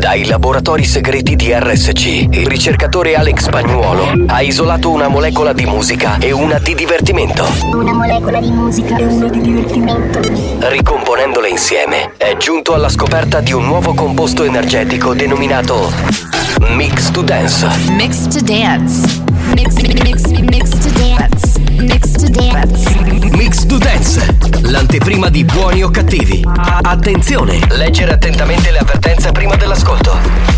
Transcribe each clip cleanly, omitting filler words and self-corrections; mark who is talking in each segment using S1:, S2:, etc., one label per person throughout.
S1: Dai laboratori segreti di RSC, il ricercatore Alex Spagnuolo ha isolato una molecola di musica e una di divertimento.
S2: Una molecola di musica e una di divertimento.
S1: Ricomponendole insieme, è giunto alla scoperta di un nuovo composto energetico denominato Mix to Dance.
S3: Mix to Dance. Mix to Dance. Mix to Dance.
S1: Mix to Dance, l'anteprima di Buoni o Cattivi. Attenzione, leggere attentamente le avvertenze prima dell'ascolto.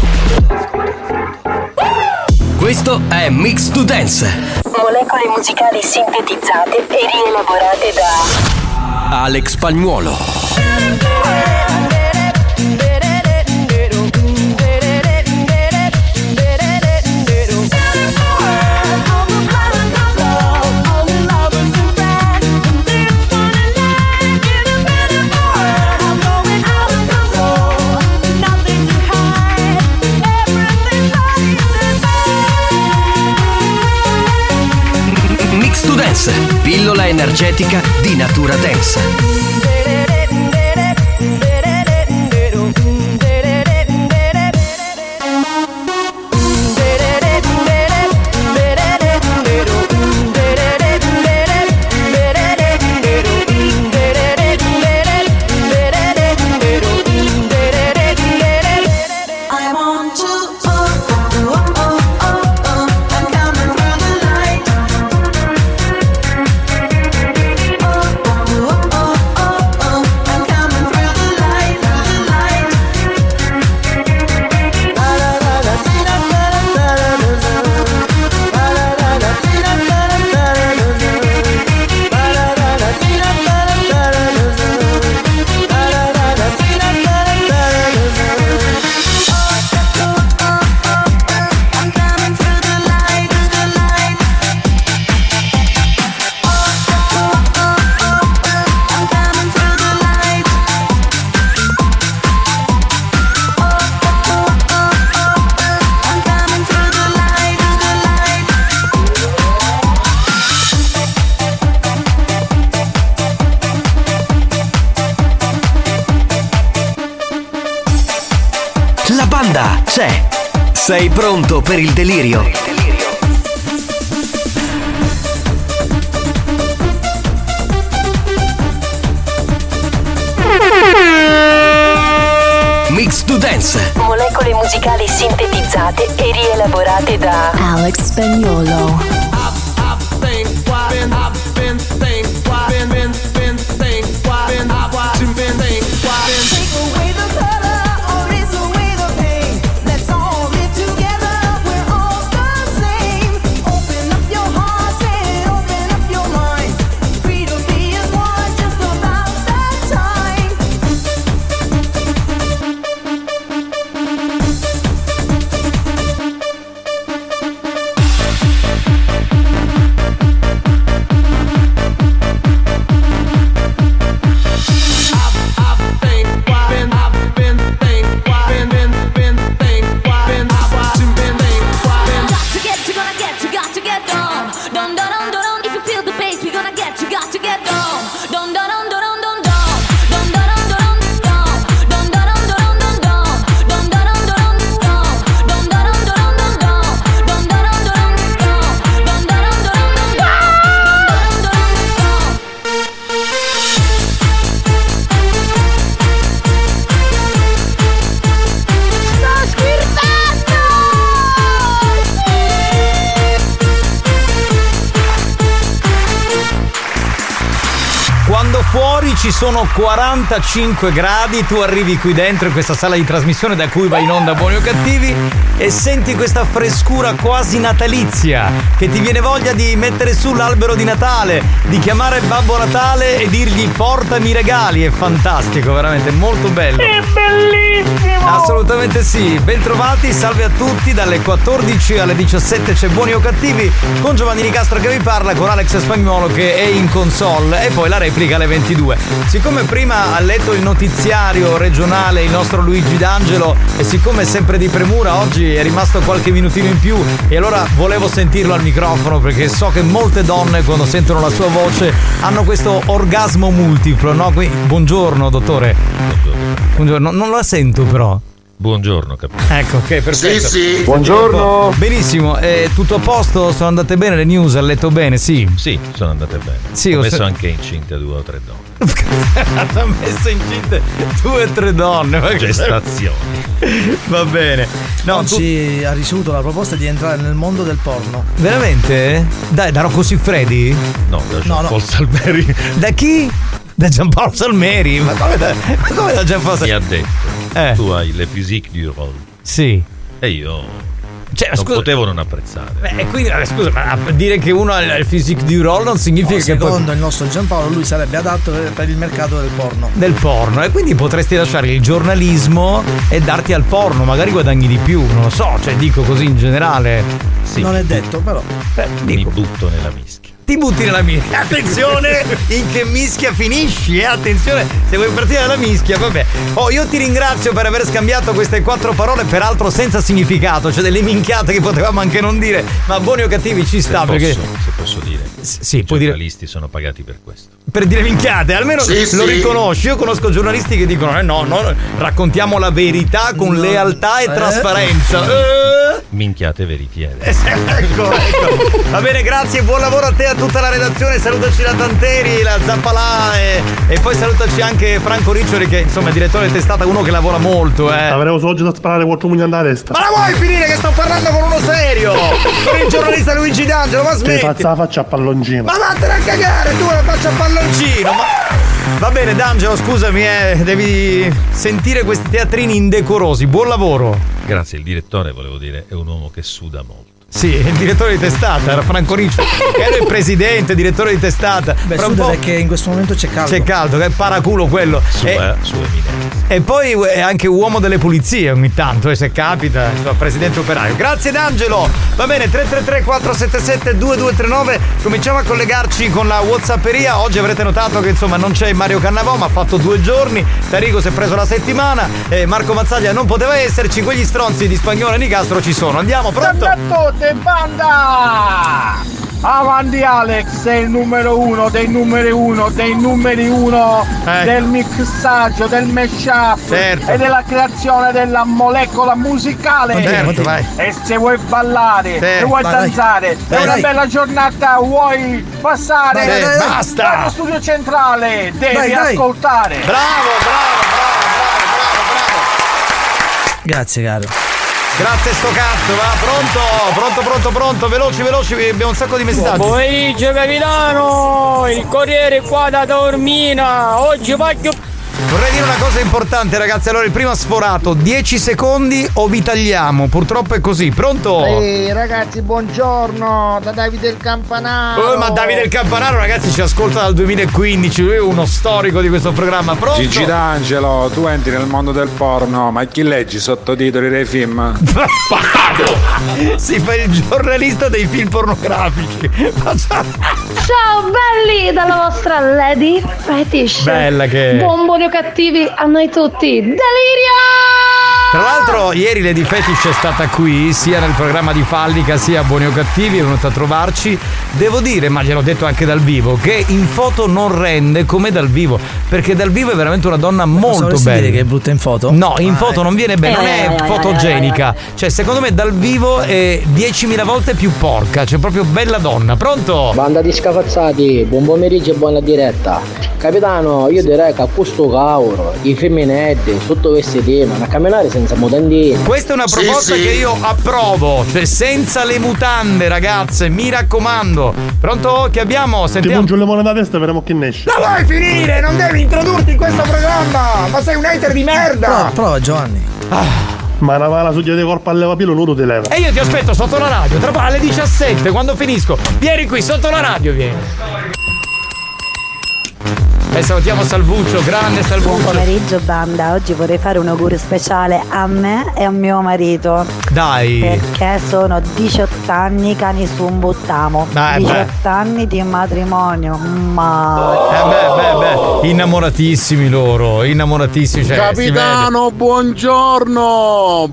S1: Questo è Mix to Dance.
S2: Molecole musicali sintetizzate e rielaborate da
S1: Alex Spagnuolo. Pillola energetica di Natura Dance. C'è. Sei pronto per il delirio? Mix to Dance.
S2: Molecole musicali sintetizzate e rielaborate da
S3: Alex Spagnuolo.
S4: Fuori ci sono 45 gradi, tu arrivi qui dentro in questa sala di trasmissione da cui va in onda Buoni o Cattivi e senti questa frescura quasi natalizia che ti viene voglia di mettere su l'albero di Natale, di chiamare Babbo Natale e dirgli portami i regali. È fantastico, veramente molto bello.
S5: È bellissimo!
S4: Assolutamente sì, bentrovati, salve a tutti, dalle 14 alle 17 c'è Buoni o Cattivi con Giovanni Nicastro che vi parla, con Alex Spagnuolo che è in console e poi la replica alle 22. Siccome prima ha letto il notiziario regionale il nostro Luigi D'Angelo e siccome è sempre di premura oggi è rimasto qualche minutino in più e allora volevo sentirlo al microfono perché so che molte donne quando sentono la sua voce hanno questo orgasmo multiplo, no? Quindi, buongiorno dottore. Buongiorno, non la sento però.
S6: Buongiorno, capitano.
S4: Ecco, ok, perfetto.
S7: Sì.
S8: Buongiorno.
S4: Benissimo, tutto a posto? Sono andate bene le news? Ha letto bene? Sì.
S6: Sì, sono andate bene.
S4: Sì,
S6: ho messo anche incinte 2 o 3 donne.
S4: Ha messo incinte 2 o 3 donne.
S6: Gestazioni.
S4: Va bene. No,
S9: Oggi ha ricevuto la proposta di entrare nel mondo del porno.
S4: Veramente? Dai, da Rocco Siffredi?
S6: No, da Jean-Paul Salmeri.
S4: Da chi? Da Giampaolo Salmeri? Ma come da Giampaolo Salmeri?
S6: Mi ha detto, tu hai le physique du rôle.
S4: Sì.
S6: E io
S4: non
S6: potevo non apprezzare.
S4: E quindi, scusa, ma dire che uno ha il physique du rôle non significa che
S9: secondo il nostro Giampaolo lui sarebbe adatto per il mercato del porno.
S4: Del porno. E quindi potresti lasciare il giornalismo e darti al porno, magari guadagni di più, non lo so, cioè dico così in generale.
S9: Sì. Non è detto, però.
S6: Mi butto nella mischia.
S4: Ti butti nella mischia. Attenzione in che mischia finisci, attenzione, se vuoi partire dalla mischia, vabbè. Io ti ringrazio per aver scambiato queste 4 parole, peraltro senza significato, cioè delle minchiate che potevamo anche non dire, ma buoni o cattivi ci sta, perché
S6: se posso dire.
S4: Sì,
S6: i
S4: puoi dire.
S6: I giornalisti sono pagati per questo.
S4: Per dire minchiate, almeno lo riconosci. Io conosco giornalisti che dicono no, raccontiamo la verità con lealtà e trasparenza.
S6: Minchiate veritiere.
S4: Ecco. Va bene, grazie, buon lavoro a te e a tutta la redazione. Salutaci la Tanteri, la Zappalà e poi salutaci anche Franco Riccioli, che insomma è direttore di testata, uno che lavora molto.
S8: Avremo solo oggi da sparare 4 mugni alla testa.
S4: Ma la vuoi finire che sto parlando con uno serio? Con il giornalista Luigi D'Angelo, ma smetti.
S8: Che la faccia a palloncino.
S4: Ma vattene a cagare, tu la faccia a palloncino. Va bene, D'Angelo, scusami, devi sentire questi teatrini indecorosi. Buon lavoro.
S6: Grazie, il direttore, volevo dire, è un uomo che suda molto.
S4: Sì, il direttore di testata era Franco Riccioli, che era il presidente, direttore di testata.
S9: Beh, suda perché in questo momento c'è caldo.
S4: C'è caldo, che è paraculo quello.
S6: Sua eminenza.
S4: E poi è anche uomo delle pulizie ogni tanto, se capita, presidente operaio. Grazie D'Angelo. Va bene, 333-477-2239. Cominciamo a collegarci con la WhatsApperia. Oggi avrete notato che insomma non c'è Mario Cannavò, ma ha fatto 2 giorni. Tarico si è preso la settimana. Marco Mazzaglia non poteva esserci. Quegli stronzi di Spagnola e Nicastro ci sono. Andiamo, pronto?
S5: Banda! Avanti Alex è il numero 1 dei numeri 1 dei numeri 1 del mixaggio, del mashup e della creazione della molecola musicale.
S4: Vai.
S5: E se vuoi ballare, se vuoi danzare, è una bella giornata, vuoi passare,
S4: basta!
S5: Allo studio centrale, devi ascoltare.
S4: Bravo.
S9: Grazie caro.
S4: Grazie sto cazzo, va, pronto, veloci, abbiamo un sacco di messaggi.
S5: Buon pomeriggio capitano, il corriere qua da Taormina, oggi voglio...
S4: Vorrei dire una cosa importante, ragazzi. Allora, il primo ha sforato 10 secondi o vi tagliamo. Purtroppo è così. Pronto?
S5: Ehi ragazzi, buongiorno da Davide il Campanaro.
S4: Ma Davide il Campanaro, ragazzi, ci ascolta dal 2015. Lui è uno storico di questo programma. Pronto?
S10: Gigi D'Angelo, tu entri nel mondo del porno, ma chi leggi sottotitoli dei film?
S4: Si fa il giornalista dei film pornografici.
S11: Ciao belli, dalla vostra Lady Fetish.
S4: Bella che...
S11: Buoni o cattivi a noi tutti. Delirio!
S4: Tra l'altro ieri Lady Fetish è stata qui sia nel programma di Fallica sia a Buoni o Cattivi, è venuta a trovarci. Devo dire, ma gliel'ho detto anche dal vivo, che in foto non rende come dal vivo, perché dal vivo è veramente una donna molto bella.
S9: Dire che è brutta in foto?
S4: No, in foto non viene bene, non è fotogenica. Cioè secondo me dal vivo è 10.000 volte più porca, cioè proprio bella donna. Pronto?
S12: Banda di scafazzati, buon pomeriggio e buona diretta. Capitano, io direi che a questo cavolo i femminetti sotto vestitino a camminare senza mutandine.
S4: Questa è una proposta che io approvo, cioè senza le mutande, ragazze, mi raccomando. Pronto? Che abbiamo? Sentiamo.
S8: Ti pungio le monete a testa e vedremo che ne esce.
S4: Ma vuoi finire? Non devi introdurti in questo programma! Ma sei un hater di merda!
S9: Prova Giovanni.
S8: Ma una mala suglia di corpo a levapilo nudo ti leva.
S4: E io ti aspetto sotto la radio, tra alle 17, quando finisco. Vieni qui, sotto la radio, vieni. E salutiamo Salvuccio, grande Salvuccio.
S13: Buon pomeriggio banda, oggi vorrei fare un augurio speciale a me e a mio marito.
S4: Dai.
S13: Perché sono 18 anni che ne buttiamo. 18 anni di matrimonio.
S4: Ma innamoratissimi loro, innamoratissimi. Cioè,
S7: Capitano, buongiorno,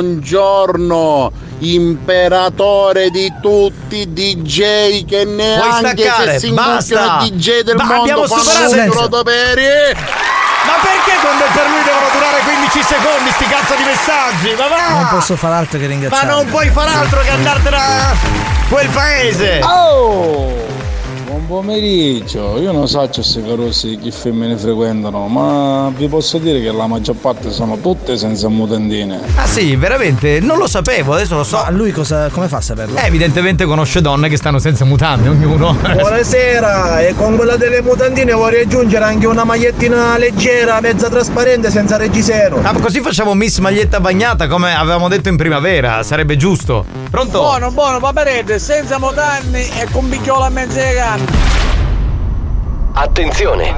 S7: imperatore di tutti i DJ che neanche se si incrociano DJ del mondo fanno rotoperi.
S4: Ma perché quando è per lui devono durare 15 secondi sti cazzo di messaggi? messaggi, ma va!
S9: Non posso far altro che ringraziare.
S4: Ma non puoi far altro che andartene a quel paese!
S10: Oh! Buon pomeriggio, io non so se carossi chi femmine frequentano, ma vi posso dire che la maggior parte sono tutte senza mutandine.
S4: Ah sì, veramente? Non lo sapevo, adesso lo so.
S9: Ma lui come fa a saperlo?
S4: Evidentemente conosce donne che stanno senza mutande, ognuno.
S14: Buonasera, e con quella delle mutandine vorrei aggiungere anche una magliettina leggera, mezza trasparente, senza reggiseno.
S4: Ah, così facciamo Miss Maglietta Bagnata come avevamo detto in primavera, sarebbe giusto. Pronto?
S5: Buono, paperette, senza mutande e con bicchiola a mezza canna.
S1: Attenzione.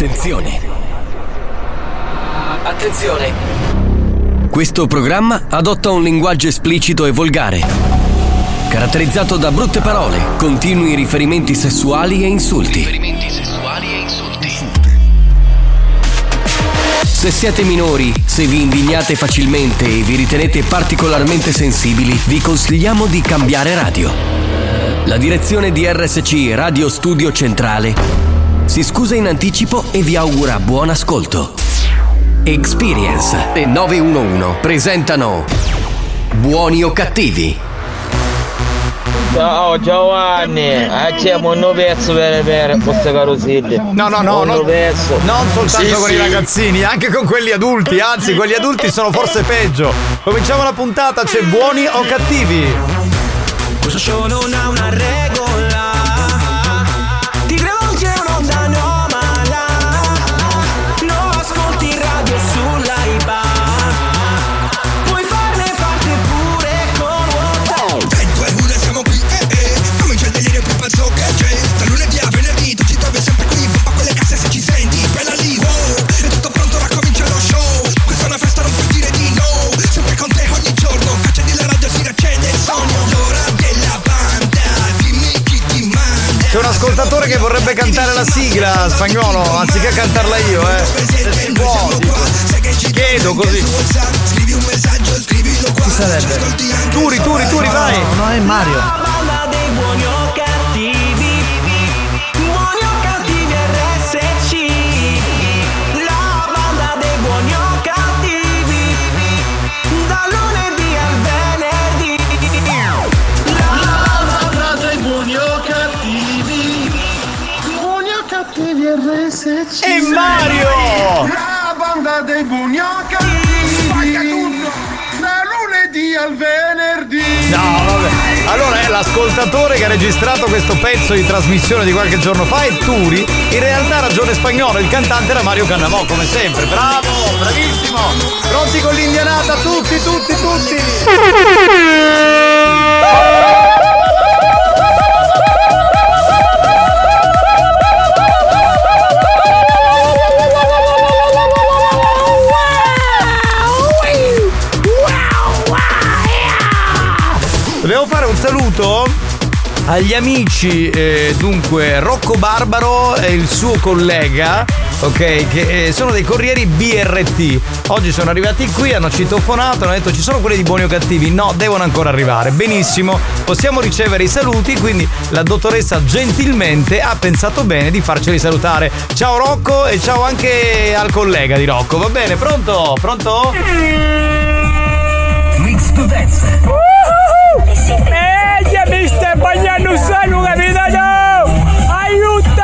S1: Questo programma adotta un linguaggio esplicito e volgare, caratterizzato da brutte parole, continui riferimenti sessuali e insulti. Se siete minori, se vi indignate facilmente e vi ritenete particolarmente sensibili, vi consigliamo di cambiare radio. La direzione di RSC Radio Studio Centrale si scusa in anticipo e vi augura buon ascolto. Experience e 911 presentano Buoni o Cattivi.
S15: Ciao Giovanni, facciamo un nuovo pezzo per queste caroselle.
S4: No, non soltanto con i ragazzini, anche con quelli adulti, anzi quelli adulti sono forse peggio. Cominciamo la puntata, c'è Buoni o Cattivi.
S16: Questo show non ha una regola, ti credo c'è un'onda anomala, lo ascolti in radio sull'iPad, puoi farne parte pure con WhatsApp.
S17: Dai, 2-1 siamo qui, fammi c'è il delirio più pazzo che c'è, da lunedì a venerdì tu ci trovi sempre qui, pompa quelle casse se ci senti, bella lì, wow, è tutto pronto, ora comincia lo show, questa è una festa, non puoi dire di no, sempre con te ogni giorno, accendi la radio, si riaccende il sogno, l'ora della banda, dimmi chi ti manda.
S4: C'è un ascoltatore che vorrebbe cantare la sigla, Spagnolo, anziché cantarla io, se si può, chiedo così.
S17: Scrivi un messaggio, scrivilo qua.
S9: Chi sarebbe?
S4: Turi, vai.
S9: No, è Mario.
S16: La banda dei buoni o cattivi, buoni o cattivi RSC, la banda dei buoni o cattivi, dal lunedì al venerdì.
S5: La banda dei buoni o cattivi RSC.
S4: E Mario!
S5: La banda dei buoni o cattivi, da lunedì al venerdì.
S4: No, vabbè. Allora è l'ascoltatore che ha registrato questo pezzo di trasmissione di qualche giorno fa è Turi. In realtà ha ragione Spagnolo, il cantante era Mario Cannavò, come sempre. Bravo, bravissimo. Pronti con l'indianata, tutti. Dobbiamo fare un saluto agli amici, dunque Rocco Barbaro e il suo collega, ok, che sono dei corrieri BRT. Oggi sono arrivati qui, hanno citofonato, hanno detto ci sono quelli di Buoni o Cattivi? No, devono ancora arrivare. Benissimo, possiamo ricevere i saluti, quindi la dottoressa gentilmente ha pensato bene di farceli salutare. Ciao Rocco e ciao anche al collega di Rocco, va bene? Pronto?
S16: Mix to dance. Mi stai bagnando un sano, capitano! Aiuto!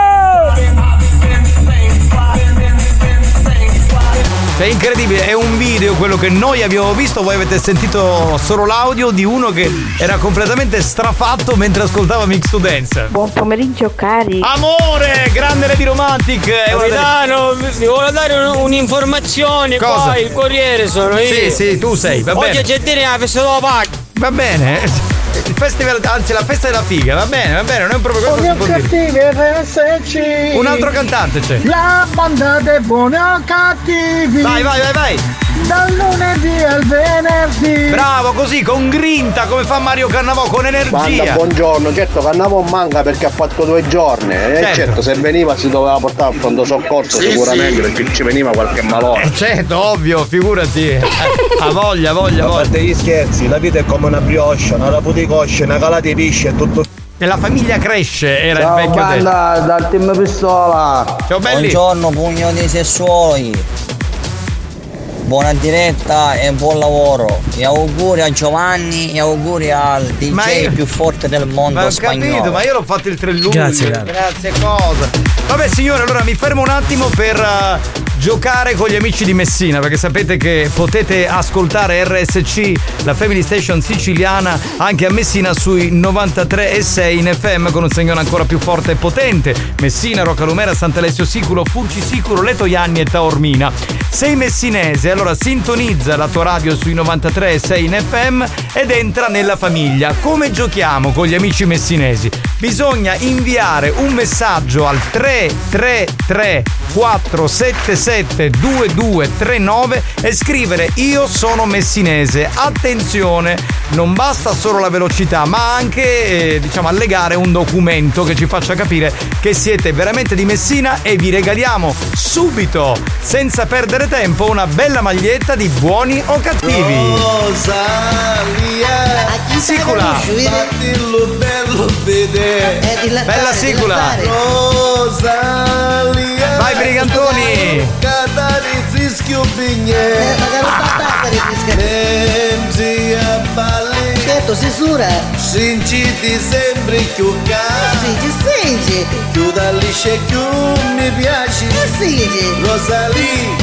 S4: È incredibile, è un video quello che noi abbiamo visto, voi avete sentito solo l'audio di uno che era completamente strafatto mentre ascoltava Mix to Dance.
S11: Buon pomeriggio cari.
S4: Amore, grande Lady Romantic.
S15: Capitano, vi voglio dare un'informazione.
S4: Cosa?
S15: Qua il corriere sono io.
S4: Sì, tu sei, va bene.
S15: Oggi c'è la festa della PAC.
S4: Va bene. Il festival, anzi la festa della figa, va bene, non è proprio questo.
S5: Buoni o cattivi RSC.
S4: Un altro cantante c'è.
S5: La banda dei buoni o cattivi.
S4: Vai.
S5: Dal lunedì al venerdì.
S4: Bravo, così, con grinta, come fa Mario Cannavò, con energia.
S7: Banda, buongiorno, certo Cannavò manca perché ha fatto 2 giorni. Certo, se veniva si doveva portare al pronto soccorso sicuramente, perché ci veniva qualche malore.
S4: Certo, ovvio, figurati. Ha voglia.
S14: A parte gli scherzi, la vita è come una brioche, una rapu di cosce, una calata di pisce e tutto.
S4: E la famiglia cresce, era
S12: ciao,
S4: il vecchio
S12: banda, dal team Pistola.
S4: Ciao belli.
S12: Buongiorno, pugnoni sessuali.
S15: buona diretta e buon lavoro. E auguri a Giovanni e auguri al DJ più forte del mondo spagnolo.
S4: Capito, ma io l'ho fatto il 3 luglio.
S15: Grazie
S4: cosa. Vabbè signore, allora mi fermo un attimo per giocare con gli amici di Messina, perché sapete che potete ascoltare RSC, la Family Station siciliana, anche a Messina sui 93.6 in FM con un segnale ancora più forte e potente. Messina, Roccalumera, Sant'Alessio Siculo, Furci Siculo, Letojanni e Taormina. Sei messinese, allora sintonizza la tua radio sui 93.6 in FM ed entra nella famiglia. Come giochiamo con gli amici messinesi? Bisogna inviare un messaggio al 333 477 2239 e scrivere io sono messinese. Attenzione, non basta solo la velocità, ma anche allegare un documento che ci faccia capire che siete veramente di Messina e vi regaliamo subito, senza perdere tempo, una bella maglietta di Buoni o Cattivi. Sicula, bella Sicula. Vai Brigantoni.
S18: Certo, sicura.
S17: Sentiti sempre più caro.
S18: Sì, ci senti.
S17: Più da lisce più mi piaci.
S18: Sì.
S17: Rosalì,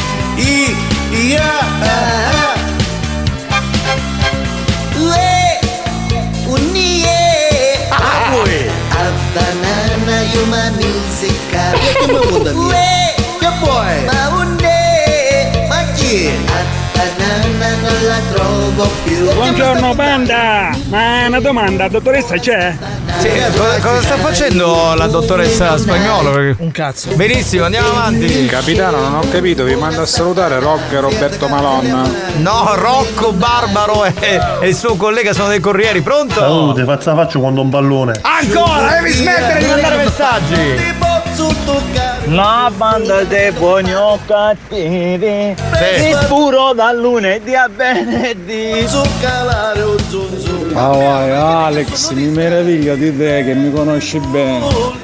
S18: Unie. A banana io ma musica.
S17: Che poi?
S18: Ma unne.
S17: Ma chi?
S18: Banana non la trovo più.
S16: Buongiorno banda, ma una domanda, dottoressa c'è?
S4: Sì, cosa sta facendo la dottoressa Spagnolo?
S9: Un cazzo.
S4: Benissimo, andiamo avanti.
S10: Capitano, non ho capito, vi mando a salutare Rocco e Roberto Malon.
S4: No, Rocco Barbaro e il suo collega sono dei corrieri, pronto?
S8: Salute, faccio quando un pallone.
S4: Ancora, devi smettere di mandare messaggi.
S15: La banda dei buoni o cattivi, puro dal lunedì a venerdì.
S10: Alex, mi meraviglio di te che mi conosci bene.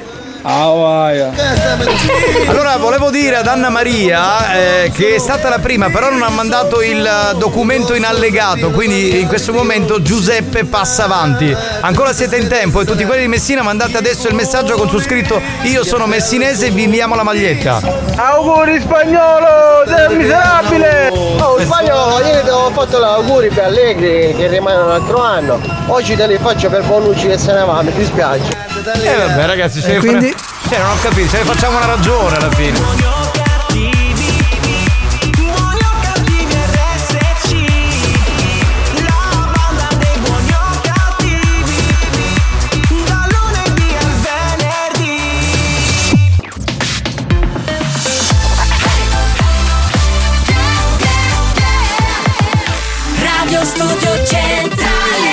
S4: Allora volevo dire ad Anna Maria che è stata la prima, però non ha mandato il documento in allegato, quindi in questo momento Giuseppe passa avanti. Ancora siete in tempo e tutti quelli di Messina mandate adesso il messaggio con su scritto io sono messinese e vi inviamo la maglietta.
S14: Auguri Spagnolo, sei miserabile!
S7: Oh Spagnolo, ieri ti ho fatto gli auguri per Allegri che rimane un altro anno. Oggi te li faccio per Bonucci che se ne va, mi dispiace.
S4: Vabbè ragazzi,
S9: quindi
S4: non ho capito, ce ne facciamo una ragione alla fine.
S2: Radio Studio Centrale.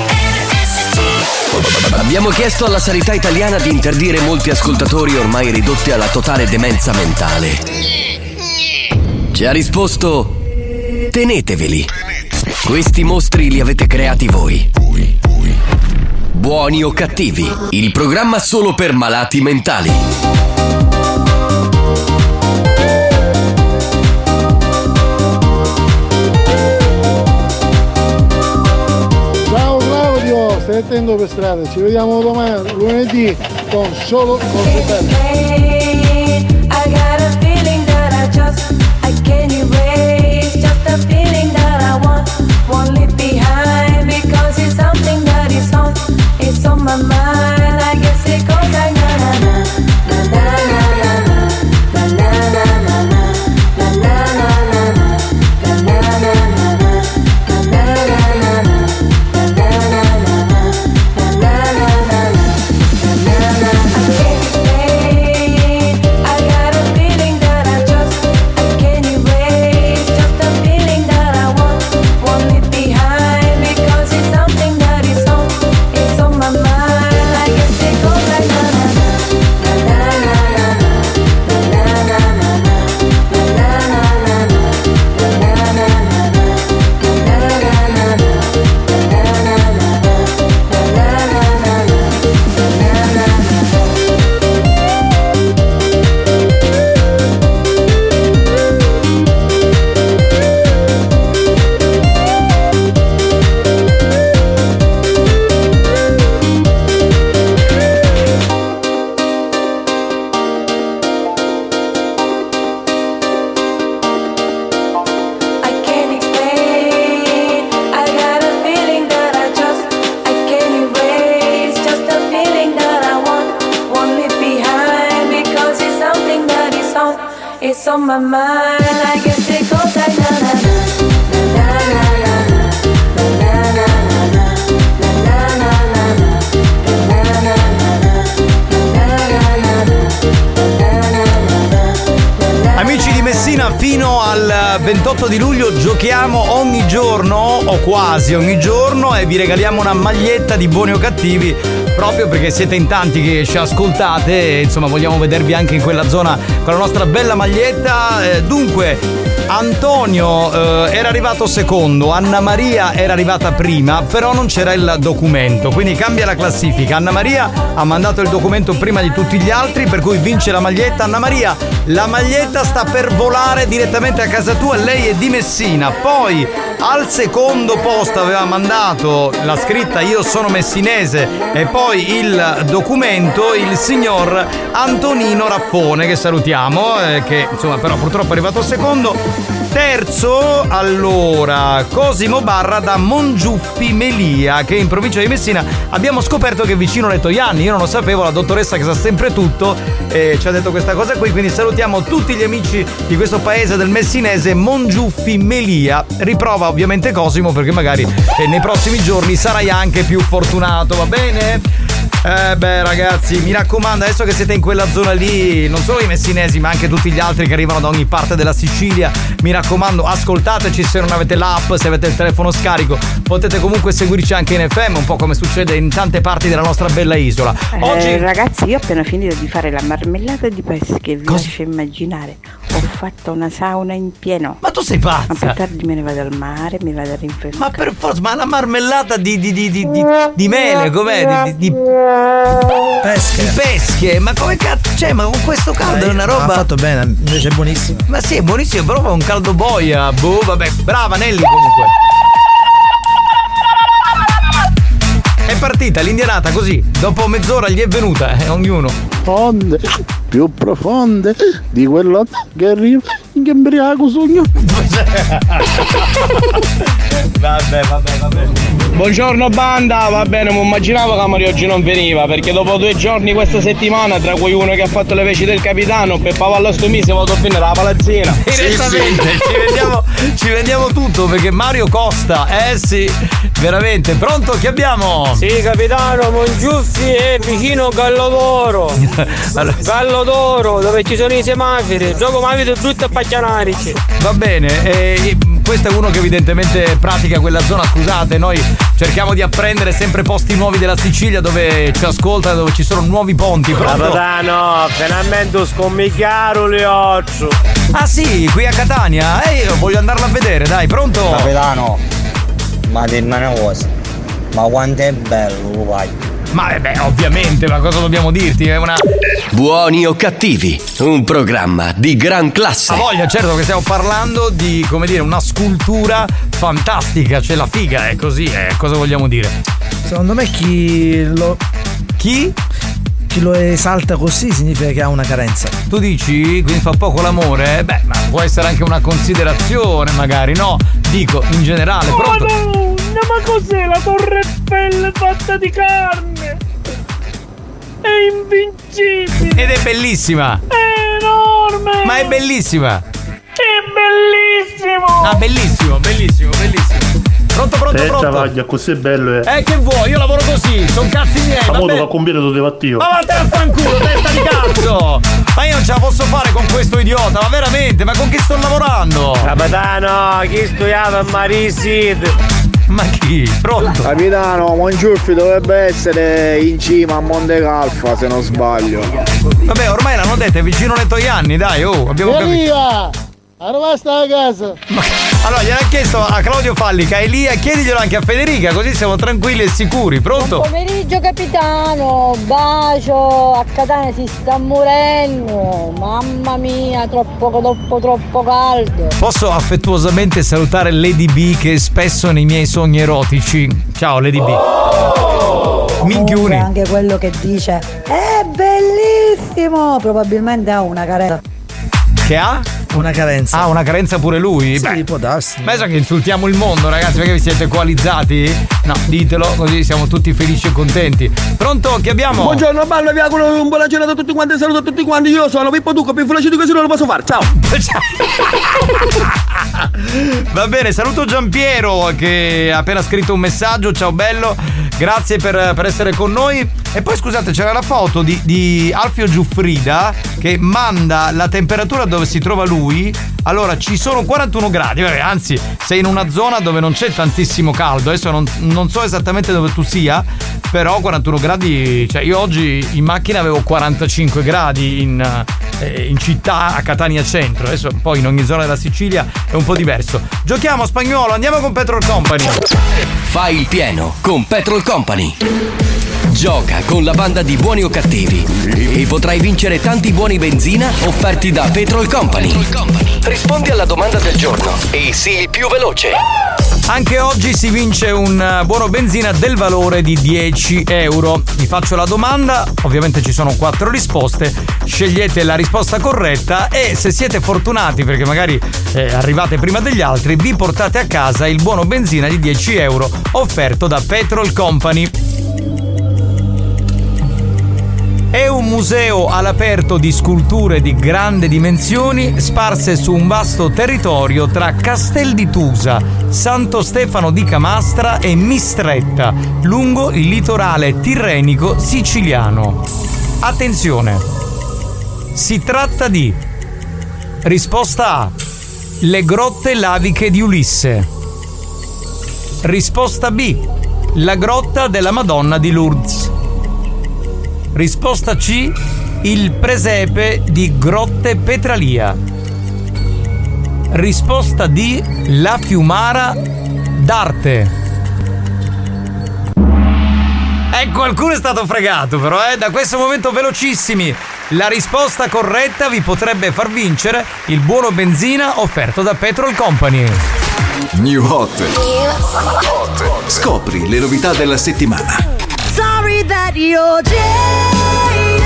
S1: Abbiamo chiesto alla sanità italiana di interdire molti ascoltatori ormai ridotti alla totale demenza mentale. Ci ha risposto: teneteveli. Questi mostri li avete creati voi. Buoni o cattivi, il programma solo per malati mentali.
S19: Stai attento per strada, ci vediamo domani, lunedì, con solo cose belle.
S2: I got a feeling that I can't erase, just a feeling that I won't leave behind, because it's something that is on my mind. I guess it goes like na na na na na na na na na na na na na na na na. I got a feeling that I can't erase, just It's on my mind, I guess it goes like na na
S4: Amici di Messina, fino al 28 di luglio giochiamo ogni giorno o quasi ogni giorno e vi regaliamo una maglietta di Buoni o Cattivi, proprio perché siete in tanti che ci ascoltate e insomma vogliamo vedervi anche in quella zona con la nostra bella maglietta. Dunque Antonio era arrivato secondo, Anna Maria era arrivata prima, però non c'era il documento, quindi cambia la classifica. Anna Maria ha mandato il documento prima di tutti gli altri, per cui vince la maglietta. Anna Maria, la maglietta sta per volare direttamente a casa tua, lei è di Messina. Poi al secondo posto aveva mandato la scritta io sono messinese e poi il documento il signor Antonino Raffone, che salutiamo, che insomma però purtroppo è arrivato secondo. Terzo, allora, Cosimo Barra da Mongiuffi Melia, che in provincia di Messina abbiamo scoperto che è vicino alle Toianni. Io non lo sapevo, la dottoressa che sa sempre tutto ci ha detto questa cosa qui, quindi salutiamo tutti gli amici di questo paese del messinese, Mongiuffi Melia. Riprova ovviamente Cosimo, perché magari nei prossimi giorni sarai anche più fortunato, va bene? Beh ragazzi, mi raccomando, adesso che siete in quella zona lì, non solo i messinesi ma anche tutti gli altri che arrivano da ogni parte della Sicilia, mi raccomando, ascoltateci. Se non avete l'app, se avete il telefono scarico, potete comunque seguirci anche in FM, un po' come succede in tante parti della nostra bella isola. Oggi
S20: ragazzi, io ho appena finito di fare la marmellata di pesche, vi lascio immaginare, ho fatto una sauna in pieno.
S4: Ma tu sei pazza?
S20: Ma più tardi me ne vado al mare, mi vado a rinfrescare.
S4: Ma per forza, ma la marmellata di mele, com'è? Di pesche, ma come cazzo? Cioè, ma con questo caldo è una roba.
S9: Ha fatto bene, invece è buonissimo.
S4: Ma sì, è buonissimo, però fa un caldo boia. Boh, vabbè, brava Nelly comunque. È partita l'indianata così, dopo mezz'ora gli è venuta, ognuno.
S19: Onde più profonde di quello che arriva in embriaco sogno.
S4: Vabbè.
S14: Buongiorno banda, va bene, mi immaginavo che Mario oggi non veniva, perché dopo 2 giorni questa settimana, tra cui uno che ha fatto le veci del capitano, per Pavallo sto mese vado a finire la palazzina.
S4: Direttamente, ci vediamo tutto, perché Mario costa, sì, veramente. Pronto, chi abbiamo?
S16: Sì, capitano, Mongiuffi è vicino Gallodoro.
S4: Allora.
S16: Gallodoro, dove ci sono i semafori, gioco ma avete brutto a pacchianarici.
S4: Va bene, questo è uno che evidentemente pratica quella zona, scusate, noi cerchiamo di apprendere sempre posti nuovi della Sicilia dove ci ascolta, dove ci sono nuovi ponti. Pronto?
S14: Capitano, finalmente scommigliaro le occhio.
S4: Ah sì, qui a Catania? Io voglio andarla a vedere, dai, pronto?
S15: Capitano, ma dimmi una cosa, ma quanto è bello, vai.
S4: Ma ovviamente, ma cosa dobbiamo dirti? È una...
S1: Buoni o cattivi, un programma di gran classe.
S4: A voglia, certo che stiamo parlando di, come dire, una scultura fantastica, c'è la figa, è così, cosa vogliamo dire?
S9: Secondo me chi lo esalta così significa che ha una carenza.
S4: Tu dici? Quindi fa poco l'amore? Beh, ma può essere anche una considerazione magari, no? Dico, in generale, pronto?
S16: Ma cos'è la Torre Eiffel fatta di carne? È invincibile!
S4: Ed è bellissima!
S16: È enorme!
S4: Ma è bellissima!
S16: È bellissimo!
S4: Ah, bellissimo! Pronto?
S8: Vaglia, così è bello,
S4: che vuoi? Io lavoro così, sono cazzi miei!
S8: A modo che conviene lo devo attivo.
S4: Ma te a fanculo, testa di cazzo! Ma io non ce la posso fare con questo idiota, ma veramente, ma con chi sto lavorando?
S14: Capitano, chi studiava a Marisid?
S4: Ma chi? Pronto?
S7: Capitano, Mongiuffi dovrebbe essere in cima a Monte Calfa, se non sbaglio.
S4: Vabbè, ormai l'hanno detto, è vicino alle Toianni, dai, abbiamo capito.
S19: Arriva sta a casa.
S4: Allora gliel'ha chiesto a Claudio Fallica, Elia, chiediglielo anche a Federica, così siamo tranquilli e sicuri. Pronto?
S11: Buon pomeriggio capitano, bacio, a Catania si sta morendo, mamma mia, troppo caldo.
S4: Posso affettuosamente salutare Lady B, che è spesso nei miei sogni erotici. Ciao Lady B. Minchioni.
S13: Anche quello che dice è bellissimo, probabilmente ha una carenza.
S4: Che ha?
S9: Una carenza.
S4: Ah, una carenza pure lui?
S9: Sì, può darsi.
S4: Ma sa che insultiamo il mondo, ragazzi, perché vi siete coalizzati? No, ditelo, così siamo tutti felici e contenti. Pronto? Chi abbiamo?
S14: Buongiorno, ballo, vi auguro un buona giornata a tutti quanti, saluto a tutti quanti. Io sono Pippo Ducco, più felice di così non lo posso fare. Ciao.
S4: Va bene, saluto Giampiero che ha appena scritto un messaggio. Ciao bello, grazie per essere con noi. E poi scusate, c'era la foto di Alfio Giuffrida che manda la temperatura dove si trova lui. Allora ci sono 41 gradi, anzi sei in una zona dove non c'è tantissimo caldo. Adesso non so esattamente dove tu sia, però 41 gradi, cioè io oggi in macchina avevo 45 gradi in città a Catania Centro. Adesso poi in ogni zona della Sicilia è un po' diverso. Giochiamo Spagnuolo, andiamo con Petrol Company.
S1: Fai il pieno con Petrol Company. Gioca con la banda di Buoni o Cattivi e potrai vincere tanti buoni benzina offerti da Petrol Company. Rispondi alla domanda del giorno e sii il più veloce.
S4: Anche oggi si vince un buono benzina del valore di 10 euro. Vi faccio la domanda, ovviamente ci sono 4 risposte, scegliete la risposta corretta e se siete fortunati, perché magari arrivate prima degli altri, vi portate a casa il buono benzina di 10 euro offerto da Petrol Company. È un museo all'aperto di sculture di grandi dimensioni sparse su un vasto territorio tra Castel di Tusa, Santo Stefano di Camastra e Mistretta, lungo il litorale tirrenico siciliano. Attenzione! Si tratta di risposta A: le grotte laviche di Ulisse. Risposta B: la grotta della Madonna di Lourdes. Risposta C: il presepe di Grotte Petralia. Risposta D: la Fiumara d'Arte. Qualcuno è stato fregato però, da questo momento velocissimi. La risposta corretta vi potrebbe far vincere il buono benzina offerto da Petrol Company.
S21: New Hot. Scopri le novità della settimana.
S2: Sorry that you're jaded.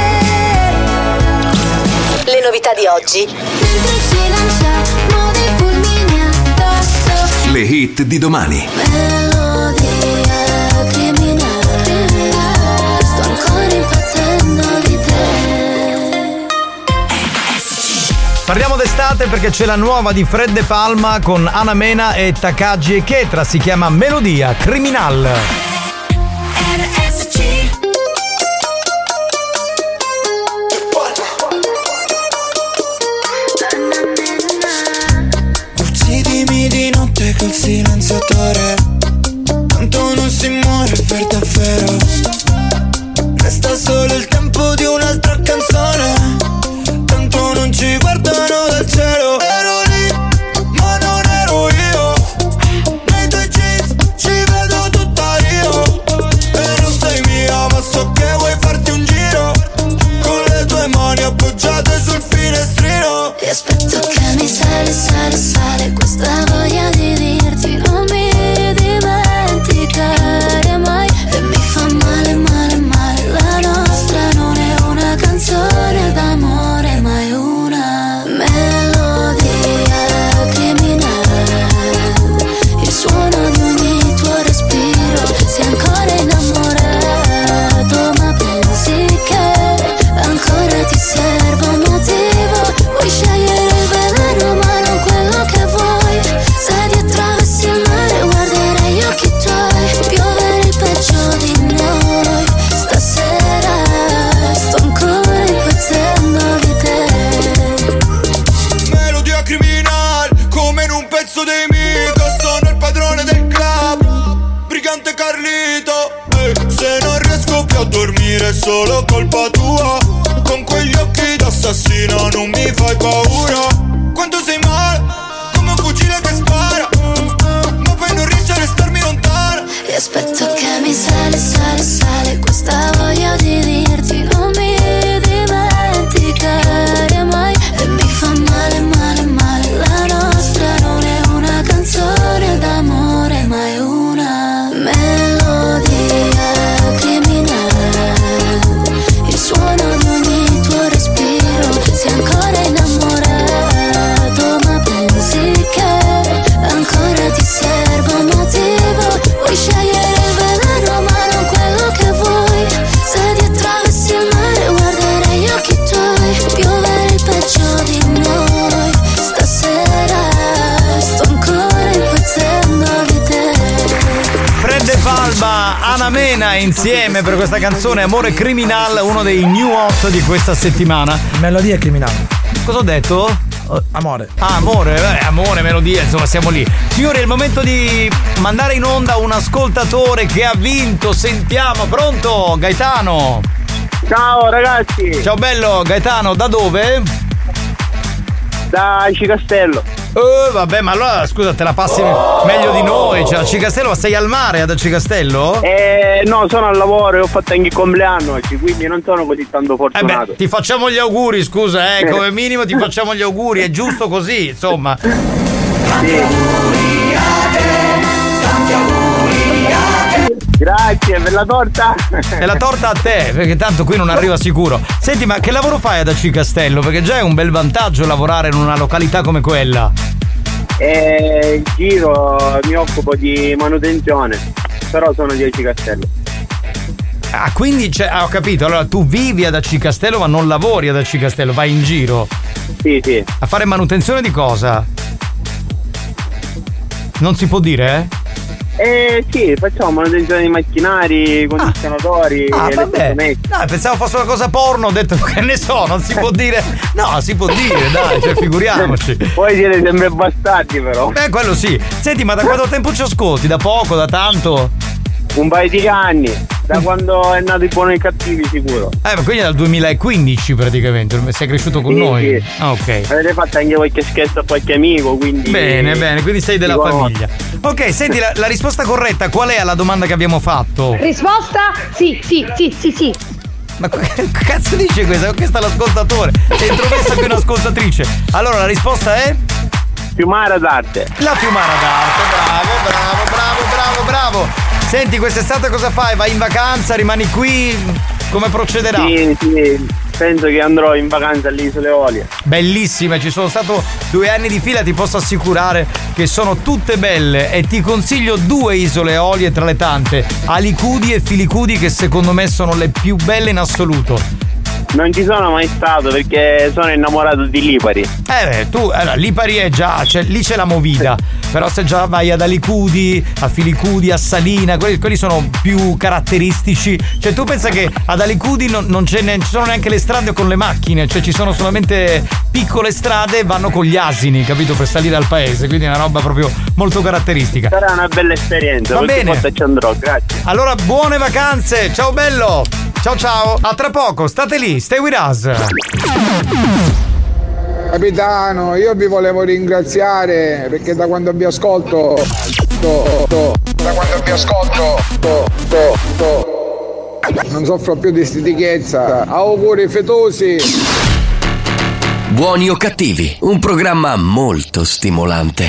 S22: Le novità di oggi.
S2: Mentre si lanciano dei fulmini addosso.
S21: Le hit di domani.
S2: Melodia criminale. Sto ancora impazzendo di te.
S4: Parliamo d'estate perché c'è la nuova di Fred De Palma con Ana Mena e Takagi e Ketra. Si chiama Melodia Criminal.
S23: Uccidimi di notte col silenziatore, tanto non si muore per davvero. Resta solo il tempo di un'altra canzone, tanto non ci guardano dal cielo. Ero lì, ma non ero io. Nei tuoi jeans ci vedo tutta io. E non sei mia, ma so che vuoi farti un giro con le tue mani appoggiate sul finestrino.
S2: E aspetto che mi sale questa voglia di dirti non mi dimenticare mai. E mi fa male, male, male. La nostra non è una canzone d'amore, ma è una melodia criminale. Il suono di ogni tuo respiro. Sei ancora innamorato, ma pensi che ancora ti serva un motivo. Vuoi scegliere il veleno ma non quello che vuoi. Se ti attraversi il mare guarderai gli occhi tuoi. Piovere il peggio di noi. Stasera sto ancora impazzendo di te.
S23: Melodia criminal, come in un pezzo dei Migos. Sono il padrone del club, brigante Carlito. Se non riesco più a dormire è solo colpa tua. Con quegli occhi d'assassino non mi fai paura. Quanto sei male, come un fucile che spara, ma poi non riesci a restarmi lontana.
S2: E aspetto che mi sale questa voglia di dirti non mi dimenticare mai. E mi fa male, male, male. La nostra non è una canzone d'amore, ma è una melodia criminale. Il suono di ogni tuo respiro. Sei ancora innamorato,
S4: Ana Mena insieme per questa canzone Amore Criminal, uno dei new hot di questa settimana.
S9: Melodia criminale.
S4: Cosa ho detto?
S9: Amore.
S4: Amore, melodia, insomma siamo lì. Signori, è il momento di mandare in onda un ascoltatore che ha vinto. Sentiamo, pronto? Gaetano.
S3: Ciao ragazzi.
S4: Ciao bello, Gaetano, da dove?
S3: Da Cicastello.
S4: Vabbè, ma allora scusa, te la passi meglio di noi. Cioè, a Cicastello, ma sei al mare ad Cicastello?
S3: No, sono al lavoro e ho fatto anche il compleanno oggi, quindi non sono così tanto fortunato.
S4: Ti facciamo gli auguri, scusa, come minimo ti facciamo gli auguri, è giusto così, insomma.
S3: Grazie per la torta.
S4: E la torta a te, perché tanto qui non arriva sicuro. Senti, ma che lavoro fai ad Cicastello? Perché già è un bel vantaggio lavorare in una località come quella.
S3: In giro mi occupo di manutenzione, però sono di Cicastello.
S4: Ah, quindi ho capito, allora tu vivi ad Cicastello ma non lavori ad Cicastello, vai in giro.
S3: Sì.
S4: A fare manutenzione di cosa? Non si può dire,
S3: sì, facciamo manutenzione di macchinari, condizionatori,
S4: vabbè. No, pensavo fosse una cosa porno, ho detto che ne so, non si può dire. No, si può dire, dai, cioè figuriamoci.
S3: Poi siete sempre bastardi però.
S4: Quello sì. Senti, ma da quanto tempo ci ascolti? Da poco, da tanto?
S3: Un paio di anni, da quando è nato i buoni e i cattivi sicuro.
S4: Ma quindi dal 2015 praticamente, sei cresciuto con noi?
S3: Sì.
S4: Ah, ok.
S3: Avete fatto anche qualche scherzo a qualche amico, quindi.
S4: Bene, quindi sei della famiglia. Ok, senti, la risposta corretta qual è alla domanda che abbiamo fatto?
S11: Risposta? Sì.
S4: Ma che cazzo dice questa? Questa è l'ascoltatore. Sei intromessa più un'ascoltatrice. Allora la risposta è?
S3: Fiumara d'arte.
S4: La Fiumara d'arte, bravo. Senti, quest'estate cosa fai? Vai in vacanza? Rimani qui? Come procederà?
S3: Sì, penso che andrò in vacanza alle Isole Eolie.
S4: Bellissime, ci sono stato 2 anni di fila, ti posso assicurare che sono tutte belle e ti consiglio 2 isole Eolie tra le tante, Alicudi e Filicudi, che secondo me sono le più belle in assoluto.
S3: Non ci sono mai stato perché sono innamorato di Lipari.
S4: Lipari è già, lì c'è la movida. Però se già vai ad Alicudi, a Filicudi, a Salina, quelli sono più caratteristici. Cioè tu pensa che ad Alicudi non ci sono neanche le strade con le macchine, cioè ci sono solamente piccole strade e vanno con gli asini, capito? Per salire al paese, quindi è una roba proprio molto caratteristica.
S3: Sarà una bella esperienza.
S4: Va bene.
S3: Volta ci andrò, grazie.
S4: Allora buone vacanze, ciao bello. Ciao, a tra poco, state lì, stay with us.
S5: Capitano, io vi volevo ringraziare perché da quando vi ascolto non soffro più di stitichezza. Auguri fetosi.
S1: Buoni o cattivi, un programma molto stimolante.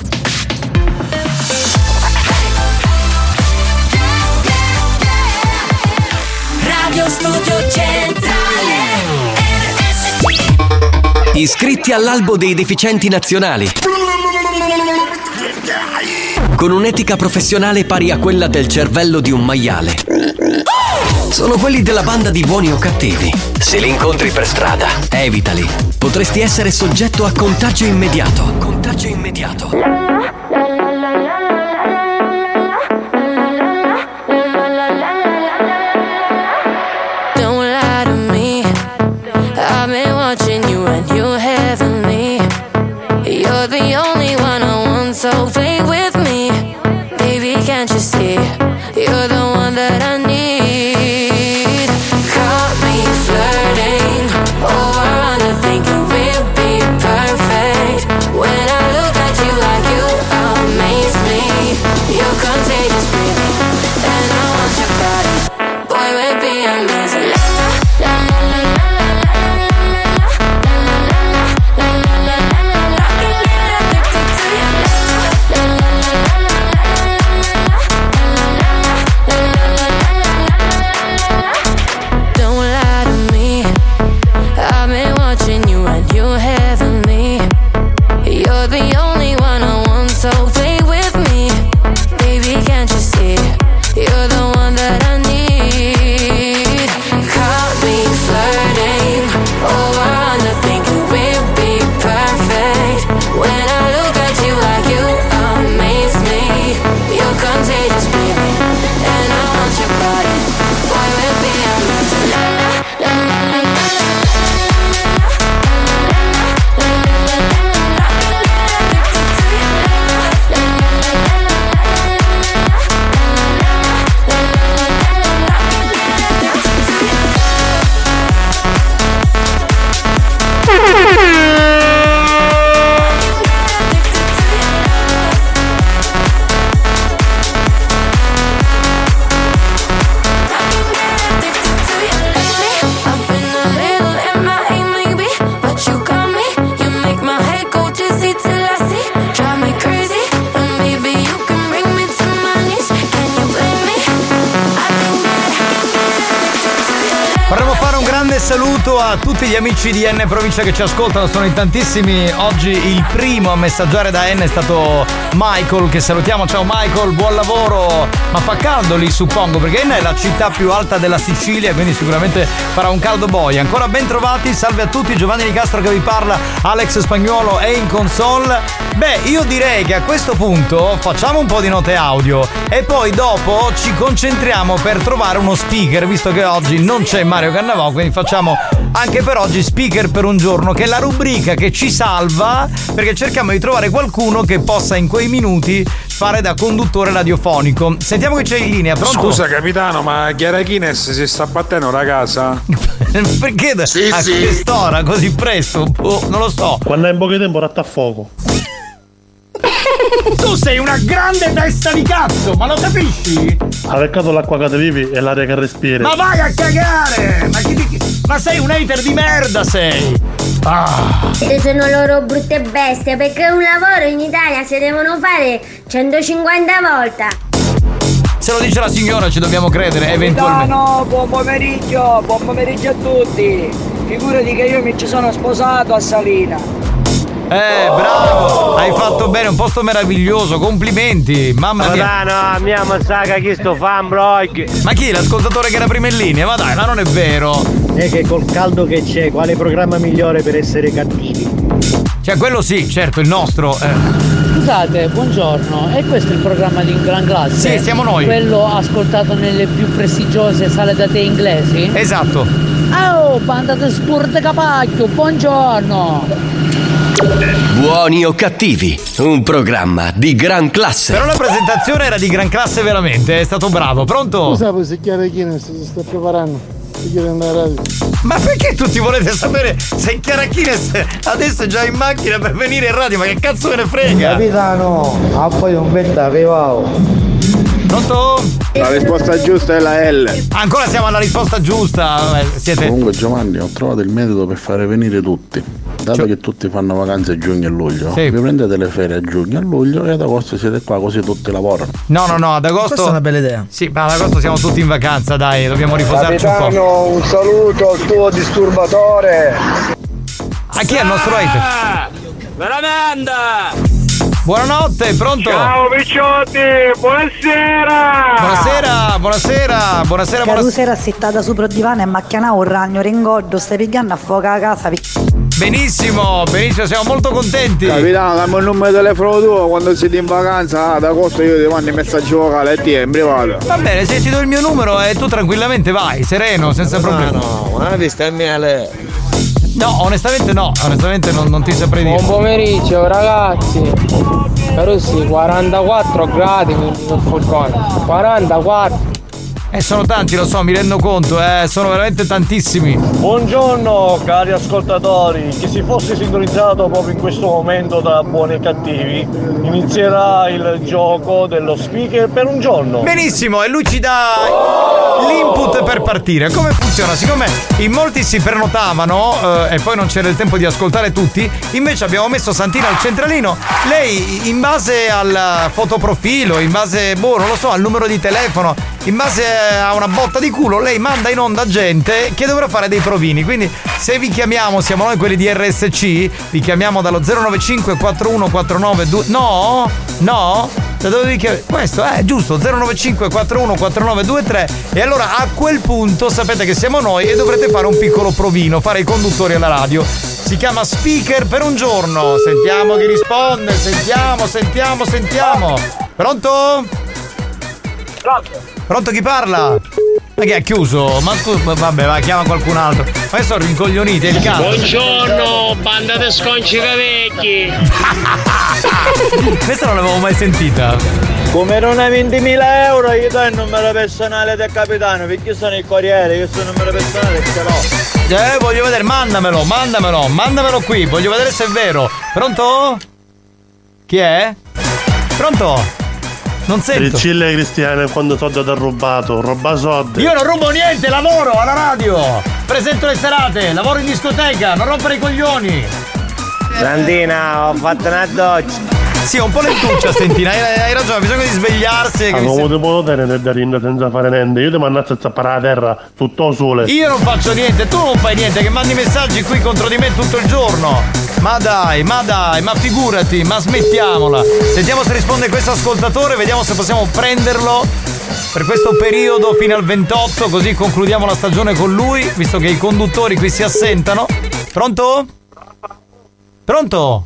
S2: Radio Studio Centrale RSC.
S1: Iscritti all'albo dei deficienti nazionali. Con un'etica professionale pari a quella del cervello di un maiale. Sono quelli della banda di Buoni o Cattivi. Se li incontri per strada, evitali. Potresti essere soggetto a contagio immediato.
S2: So play with me, baby, can't you see? You're the one that I need. Caught me flirting, over thinking we'll be perfect. When I look at you like you amaze me. You're contagious, baby, and I want your body. Boy, we'll be amazing.
S4: grande saluto a tutti gli amici di N Provincia che ci ascoltano, sono in tantissimi. Oggi il primo a messaggiare da N è stato Michael, che salutiamo. Ciao Michael, buon lavoro. Ma fa caldo lì, suppongo, perché N è la città più alta della Sicilia, quindi sicuramente farà un caldo boia. Ancora ben trovati, salve a tutti, Giovanni Nicastro che vi parla, Alex Spagnuolo è in console. Beh, io direi che a questo punto facciamo un po' di note audio e poi dopo ci concentriamo per trovare uno speaker, visto che oggi non c'è Mario Cannavò, quindi facciamo anche per oggi speaker per un giorno, che è la rubrica che ci salva, perché cerchiamo di trovare qualcuno che possa in quei minuti fare da conduttore radiofonico. Sentiamo che c'è in linea, pronto?
S10: Scusa capitano, ma Chiara Chines si sta battendo la casa?
S4: Perché a quest'ora così presto? Non lo so.
S8: Quando hai in poco tempo ratta a fuoco.
S16: Tu sei una grande testa di cazzo, ma lo capisci?
S8: Ha peccato l'acqua che vivi e l'aria che respiri.
S16: Ma vai a cagare! Ma sei un hater di merda, sei!
S6: Sono loro brutte bestie, perché un lavoro in Italia si devono fare 150 volte.
S4: Se lo dice la signora ci dobbiamo credere, eventualmente.
S12: No, buon pomeriggio a tutti. Figurati che io mi ci sono sposato a Salina.
S4: Bravo, hai fatto bene, un posto meraviglioso, complimenti, mamma mia.
S14: No, mia massaca chi sto fan blog.
S4: Ma chi? L'ascoltatore che era prima in linea? Ma dai, ma non è vero.
S14: È che col caldo che c'è, quale programma migliore per essere cattivi?
S4: Cioè, quello sì, certo, il nostro.
S17: Scusate, buongiorno, è questo il programma di Gran Classe?
S4: Sì, siamo noi.
S17: Quello ascoltato nelle più prestigiose sale da tè inglesi?
S4: Esatto.
S17: Oh, banda di spurte capacchio, buongiorno.
S1: Buoni o cattivi, un programma di gran classe.
S4: Però la presentazione era di gran classe veramente, è stato bravo. Pronto?
S19: Scusa, se Chiara Chines si sta preparando, si chiede andare a radio.
S4: Ma perché tutti volete sapere se Chiara Chines adesso è già in macchina per venire in radio? Ma che cazzo me ne frega?
S14: Capitano, poi un betta arrivavo.
S4: Pronto?
S3: La risposta giusta è la L.
S4: Ancora siamo alla risposta giusta. Siete...
S10: Comunque Giovanni, ho trovato il metodo per fare venire tutti. Dato che tutti fanno vacanze a giugno e luglio, vi prendete le ferie a giugno e luglio e ad agosto siete qua così tutti lavorano.
S4: No, ad agosto.
S9: Questa è una bella idea.
S4: Sì, ma ad agosto siamo tutti in vacanza, dai, dobbiamo riposarci
S14: Capitano,
S4: un po'.
S14: un saluto al tuo disturbatore.
S4: A chi è il nostro hater?
S16: Veramente!
S4: Buonanotte, pronto?
S16: Ciao picciotti, buonasera!
S13: Buonasera. Carusa era settata sopra il divano e macchianava un ragno ringordo, stai pigliando a fuoco a casa.
S4: Benissimo, siamo molto contenti.
S5: Capitano, dammi il numero di telefono tuo quando siete in vacanza, ad agosto io ti mando il messaggio vocale e ti è in privato.
S4: Va bene, se ti do il mio numero e tu tranquillamente vai, sereno, senza problemi.
S14: No, ma ti stai male.
S4: No, onestamente non ti saprei dire.
S12: Buon pomeriggio ragazzi. Però sì, 44 gradi nel furgone. 44.
S4: Sono tanti, lo so, mi rendo conto, sono veramente tantissimi.
S14: Buongiorno cari ascoltatori, chi si fosse sintonizzato proprio in questo momento da Buoni e Cattivi, inizierà il gioco dello speaker per un giorno.
S4: Benissimo, e lui ci dà l'input per partire. Come funziona? Siccome in molti si prenotavano e poi non c'era il tempo di ascoltare tutti, invece abbiamo messo Santina al centralino. Lei in base al fotoprofilo, in base, non lo so, al numero di telefono, in base a una botta di culo, lei manda in onda gente che dovrà fare dei provini. Quindi se vi chiamiamo, siamo noi quelli di RSC, vi chiamiamo dallo 095 41492. No? Da dove vi chiamate? Questo è giusto, 095 414923. E allora a quel punto sapete che siamo noi e dovrete fare un piccolo provino, fare i conduttori alla radio. Si chiama speaker per un giorno. Sentiamo chi risponde. Sentiamo. Pronto? Pronto, chi parla? Ma che ha chiuso? Ma scusa, vabbè, va, chiama qualcun altro. Ma sono rincoglioniti, è il caso.
S16: Buongiorno, banda di sconci vecchi.
S4: Questa non l'avevo mai sentita.
S14: Come non hai 20.000 euro, io do il numero personale del capitano, perché io sono il corriere, io sono il numero personale ce l'ho.
S4: Voglio vedere, mandamelo qui, voglio vedere se è vero. Pronto? Chi è? Pronto? Non sento.
S8: Ricille cristiane quando soldi ti ha rubato, ruba soldi.
S16: Io non rubo niente, lavoro alla radio. Presento le serate, lavoro in discoteca, non rompere i coglioni.
S14: Santina, ho fatto una doccia.
S4: Sì, un po' lentuccia Stentina, hai ragione, ha bisogno di svegliarsi.
S8: Come ti può tenere da rinda senza fare niente? Io ti mannazzo a zappare la terra sotto sole.
S4: Io non faccio niente, tu non fai niente, che mandi messaggi qui contro di me tutto il giorno. Ma dai, ma figurati, ma smettiamola. Sentiamo se risponde questo ascoltatore, vediamo se possiamo prenderlo per questo periodo fino al 28, così concludiamo la stagione con lui, visto che i conduttori qui si assentano. Pronto? Pronto?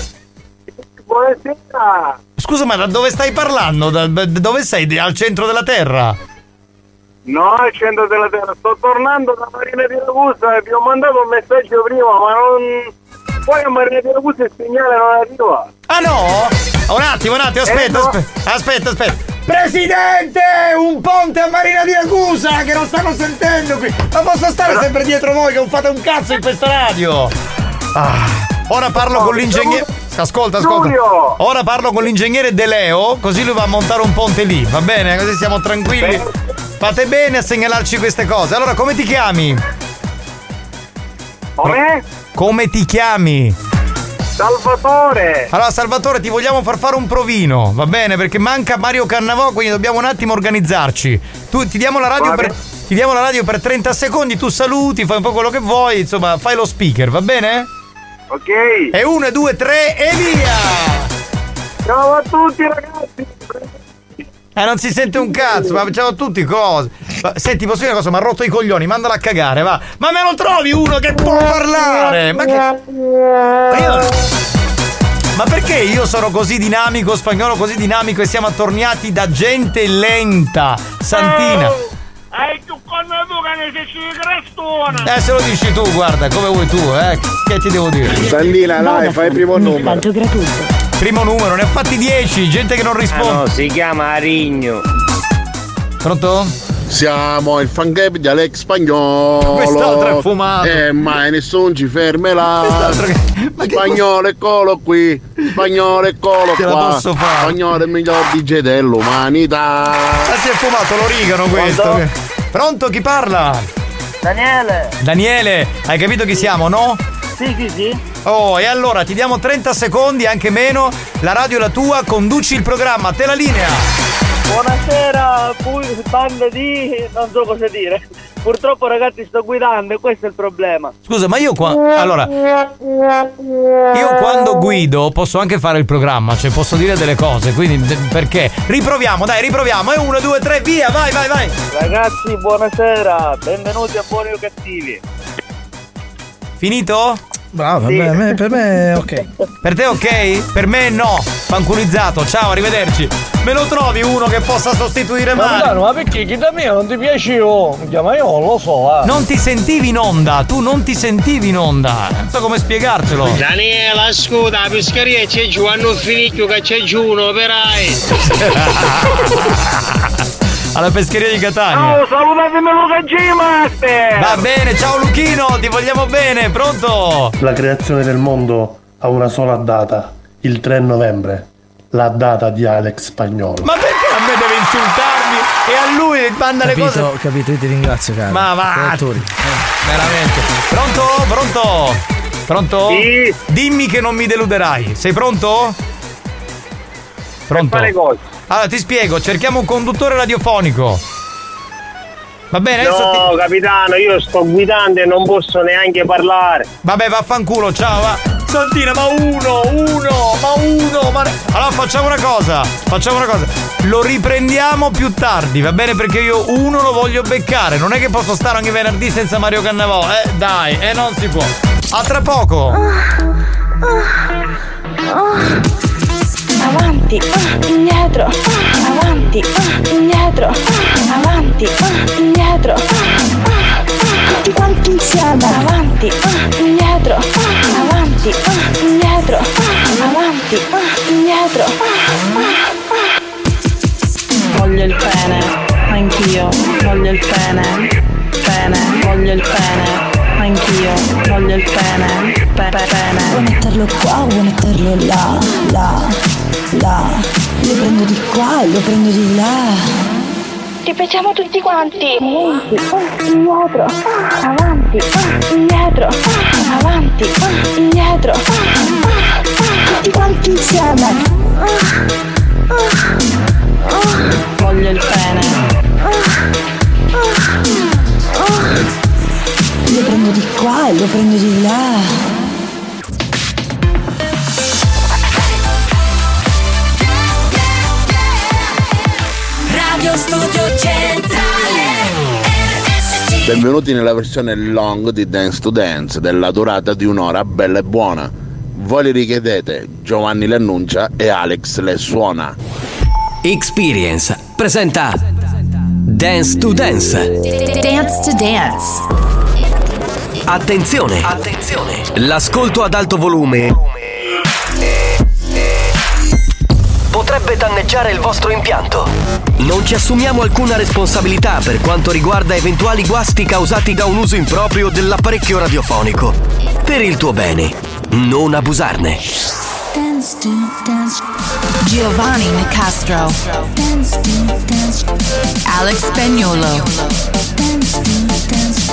S3: Buonasera.
S4: Scusa, ma da dove stai parlando? Dove sei? Al centro della terra?
S3: No, al centro della terra. Sto tornando da Marina di Ragusa e vi ho mandato un messaggio prima, ma non... Poi a Marina di Ragusa il segnale non arriva.
S4: Ah no? Un attimo, aspetta. Presidente, un ponte a Marina di Ragusa che non stanno sentendo qui. Ma posso stare sempre dietro voi che non fate un cazzo in questa radio? Ora parlo con l'ingegnere. Ascolta. Ora parlo con l'ingegnere De Leo, così lui va a montare un ponte lì, va bene? Così siamo tranquilli. Fate bene a segnalarci queste cose. Allora, come ti chiami? Come ti chiami?
S3: Salvatore.
S4: Allora, Salvatore, ti vogliamo far fare un provino, va bene? Perché manca Mario Cannavò, quindi dobbiamo un attimo organizzarci. Ti diamo la radio per 30 secondi, tu saluti, fai un po' quello che vuoi, insomma, fai lo speaker, va bene?
S3: Ok.
S4: E 1, 2, 3 e via!
S3: Ciao a tutti ragazzi.
S4: Non si sente un cazzo, ma ciao a tutti, cosa? Senti, posso dire una cosa? Mi ha rotto i coglioni, mandala a cagare, va! Ma me lo trovi uno che può parlare? Ma perché io sono così dinamico, spagnolo così dinamico e siamo attorniati da gente lenta? Santina! Se lo dici tu, guarda, come vuoi tu, che ti devo dire?
S5: Santina, dai, fai il primo numero.
S4: Primo numero, ne ha fatti 10, gente che non risponde.
S15: No, si chiama Arigno.
S4: Pronto?
S18: Siamo il fan club di Alex Spagnolo.
S4: Quest'altro è fumato.
S18: Mai nessuno ci fermerà. Spagnolo, eccolo qui. Spagnolo, eccolo qua.
S4: La posso fare?
S18: Spagnolo è il miglior DJ dell'umanità.
S4: Si è fumato l'origano questo. Pronto, chi parla? Daniele, hai capito chi siamo, no?
S15: Sì.
S4: Oh, e allora ti diamo 30 secondi, anche meno. La radio è la tua, conduci il programma, te la linea.
S15: Buonasera, banda di... non so cosa dire. Purtroppo ragazzi sto guidando e questo è il problema.
S4: Scusa, ma io quando guido posso anche fare il programma, cioè posso dire delle cose, quindi perché? Riproviamo. E 1, 2, 3, via, vai.
S15: Ragazzi, buonasera, benvenuti a Buoni o Cattivi.
S4: Finito?
S9: Bravo, sì. Per me è ok.
S4: Per te ok? Per me no. Fanculizzato, ciao, arrivederci. Me lo trovi uno che possa sostituire Mario?
S15: Ma perché chi da me non ti piace io? Ma io non lo so,
S4: Non ti sentivi in onda, tu non ti sentivi in onda. Non so come spiegartelo.
S15: Daniela, scusa, la pescheria c'è giù, hanno finito che c'è giù un operaio.
S4: Alla pescheria di Catania.
S15: Ciao, salutatemi Luca G Master.
S4: Va bene, ciao Luchino, ti vogliamo bene, pronto?
S8: La creazione del mondo ha una sola data, il 3 novembre, la data di Alex Spagnolo.
S4: Ma perché a me deve insultarmi e a lui manda le cose?
S9: Ho capito, io ti ringrazio, caro.
S4: Ma va, veramente. Pronto?
S3: Sì.
S4: Dimmi che non mi deluderai. Sei pronto?
S3: Per fare cosa?
S4: Allora ti spiego, cerchiamo un conduttore radiofonico. Va bene?
S15: No, capitano, io sto guidando e non posso neanche parlare.
S4: Vabbè, vaffanculo, ciao, va. Santina, ma uno. Allora facciamo una cosa. Lo riprendiamo più tardi, va bene? Perché io uno lo voglio beccare. Non è che posso stare ogni venerdì senza Mario Cannavò. Dai, non si può. A tra poco.
S11: Avanti, indietro, avanti, indietro, avanti, indietro, tutti quanti insieme, avanti, indietro, avanti, indietro, avanti, indietro. Voglio il pene, anch'io, voglio il pene, voglio il pene. Anch'io voglio il pene. Vuoi metterlo qua, vuoi metterlo là. Lo prendo di qua e lo prendo di là. Ripetiamo tutti quanti. Avanti, indietro, avanti, indietro. Tutti quanti insieme. Voglio il pene. Lo prendo di qua e lo prendo di là.
S2: Radio Studio Centrale RSC.
S18: Benvenuti nella versione long di Dance to Dance della durata di un'ora bella e buona. Voi li richiedete, Giovanni le annuncia e Alex le suona.
S1: Experience presenta Dance to Dance.
S2: Dance to Dance.
S1: Attenzione, attenzione. L'ascolto ad alto volume potrebbe danneggiare il vostro impianto. Non ci assumiamo alcuna responsabilità per quanto riguarda eventuali guasti causati da un uso improprio dell'apparecchio radiofonico. Per il tuo bene, non abusarne.
S2: Dance to Dance. Giovanni Nicastro. Dance to Dance. Alex Spagnuolo. Dance to Dance.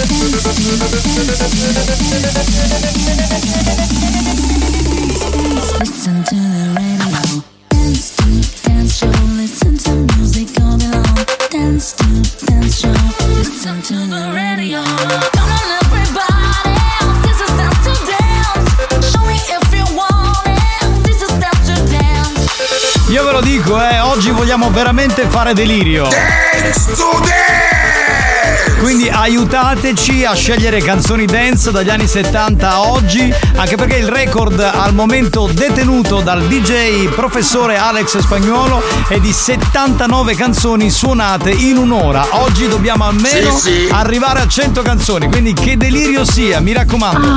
S2: Listen to the radio. Dance to Dance show. Listen to music all day long. Dance to Dance show. Listen to the radio. Come on everybody, this is Dance to Dance. Show me if you want it. This is Dance to Dance.
S4: Io ve lo dico, oggi vogliamo veramente fare delirio.
S21: Dance to Dance!
S4: Quindi aiutateci a scegliere canzoni dance dagli anni 70 a oggi, anche perché il record al momento detenuto dal DJ professore Alex Spagnuolo è di 79 canzoni suonate in un'ora. Oggi dobbiamo almeno arrivare a 100 canzoni, quindi che delirio sia, mi raccomando.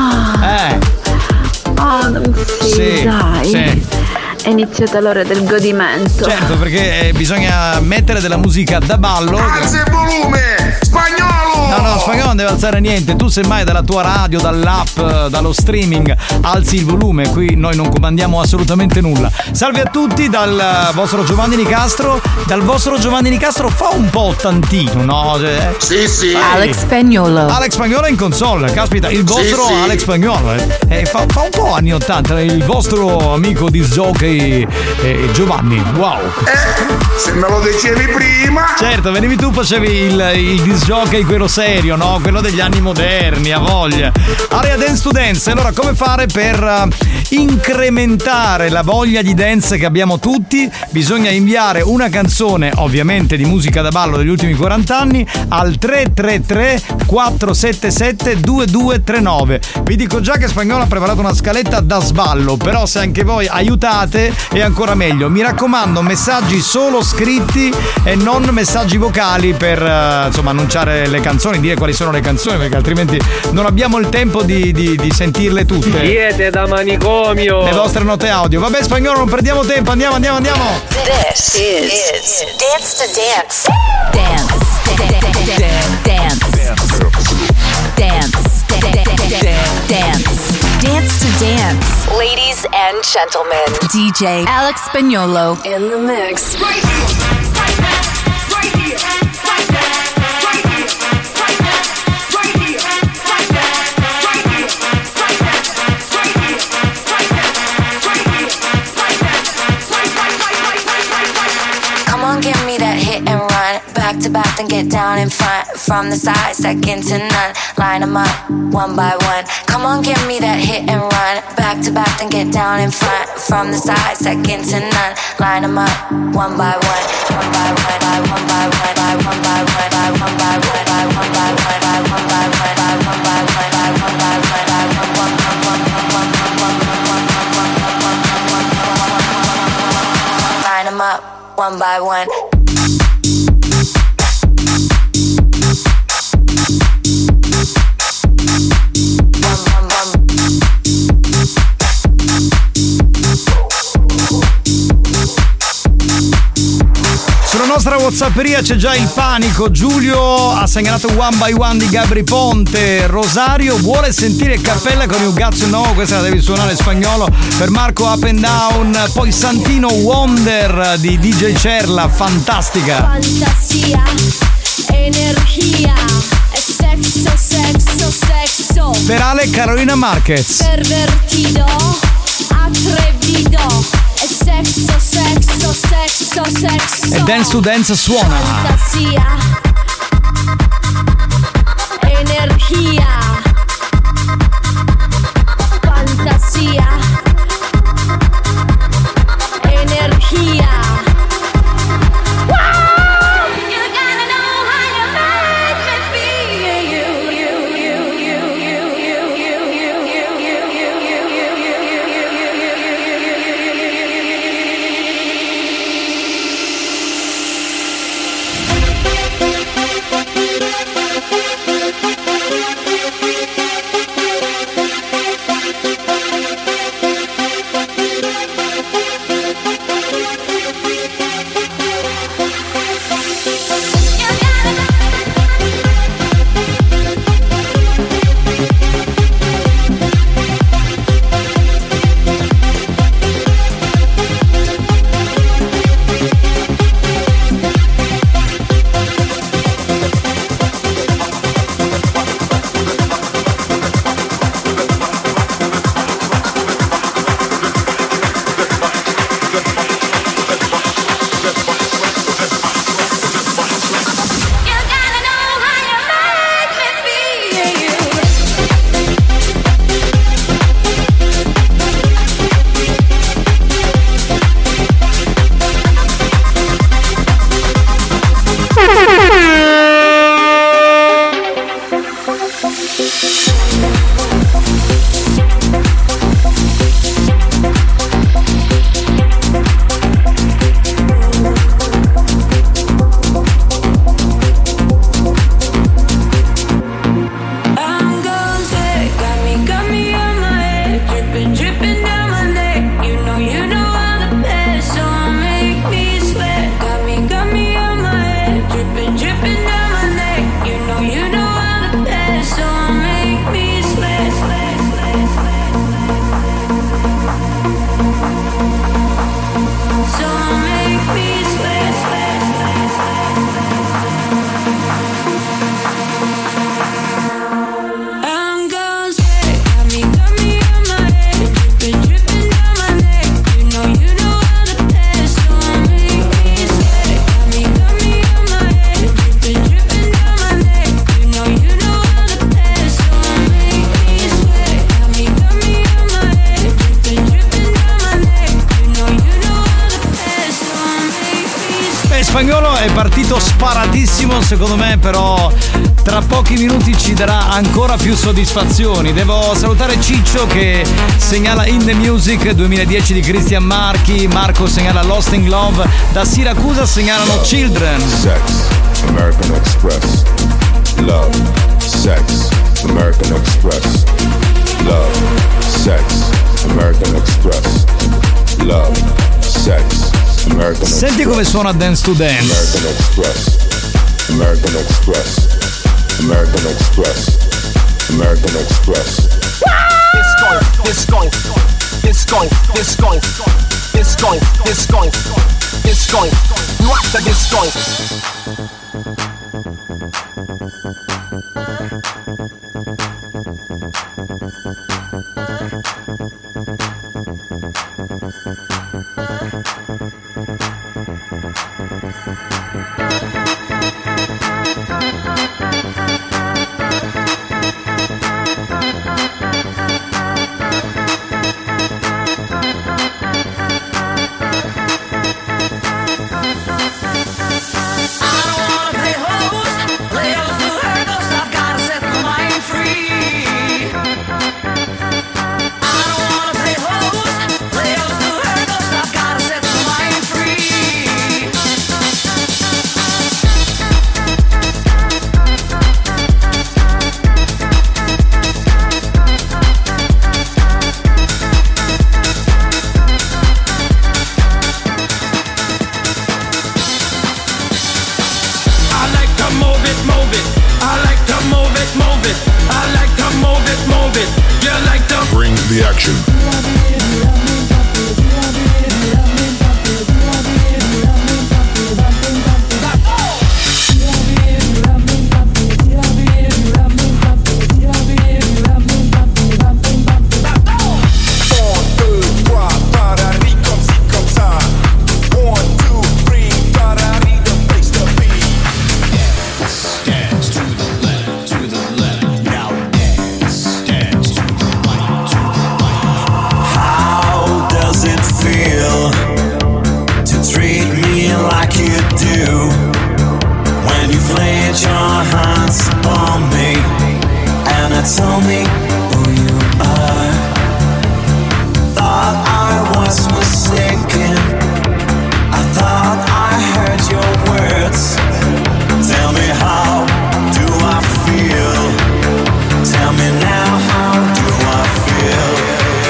S13: Sì, dai.
S4: Sì.
S13: È iniziata l'ora del godimento.
S4: Certo, perché bisogna mettere della musica da ballo.
S21: Alza il volume! Spagnolo!
S4: No, Spagnolo non deve alzare niente. Tu semmai dalla tua radio, dall'app, dallo streaming alzi il volume. Qui noi non comandiamo assolutamente nulla. Salve a tutti dal vostro Giovanni Nicastro. Dal vostro Giovanni Nicastro fa un po' tantino, no?
S21: Sì.
S2: Alex Spagnuolo.
S4: Alex Spagnuolo è in console. Caspita, il vostro
S21: Sì.
S4: Alex Spagnuolo fa un po' anni 80. Il vostro amico di jockey Giovanni. Wow.
S21: Se me lo dicevi prima.
S4: Certo, venivi tu, facevi il disc jockey, quello serio, no? Quello degli anni moderni, a voglia. Area Dance to Dance. Allora, come fare per incrementare la voglia di dance che abbiamo tutti? Bisogna inviare una canzone, ovviamente di musica da ballo degli ultimi 40 anni, al 333 477 2239. Vi dico già che Spagnolo ha preparato una scaletta da sballo, però se anche voi aiutate è ancora meglio. Mi raccomando, messaggi solo scritti e non messaggi vocali per annunciare le canzoni, dire quali sono le canzoni, perché altrimenti non abbiamo il tempo di sentirle tutte.
S15: Siete da manicomio.
S4: Le vostre note audio. Vabbè, Spagnolo, non perdiamo tempo, andiamo.
S2: This is Dance to Dance. Dance. Dance to Dance. Ladies and gentlemen, DJ Alex Spagnuolo in the mix. Right here. Give me that hit and run, back to back, then get down in front. From the side, second to none. Line them up, one by one. Come on, give me that hit and run, back to back, then get down in front. From the side, second to none. Line them up, one by one. One by one, I one by one, I one by one, I one by one, I one by one, I one by one, I one by one, I one by one, I one one one one one. Line them up, one by one.
S4: Sulla nostra WhatsApperia c'è già il panico. Giulio ha segnalato One by One di Gabri Ponte. Rosario vuole sentire Cappella con You Got to Know, questa la devi suonare, Spagnolo. Per Marco Up and Down. Poi Santino Wonder di DJ Cerla, fantastica.
S2: Fantasia, energia, e sexo.
S4: Per Ale Carolina Marquez.
S2: Pervertido, atrevido. E sexo, sexo, sexo, sexo.
S4: E Dance to Dance suona.
S2: Fantasia. Energia. Fantasia. Energia.
S4: Spagnuolo è partito sparatissimo, secondo me però tra pochi minuti ci darà ancora più soddisfazioni. Devo salutare Ciccio che segnala In The Music 2010 di Christian Marchi, Marco segnala Lost in Love, da Siracusa segnalano Children.
S7: Sex, American Express. Love, sex, American Express. Love, sex, American Express. Love, sex, American Express.
S4: Senti come suona Dance to Dance.
S7: American Express. American Express. American Express. American Express.
S20: Disco, disco, disco, disco, disco, disco, rock the disco.
S7: The action.
S2: tell me who you are. Thought I was mistaken. I thought I heard your words. Tell me, how do I feel? Tell me now, how do I feel?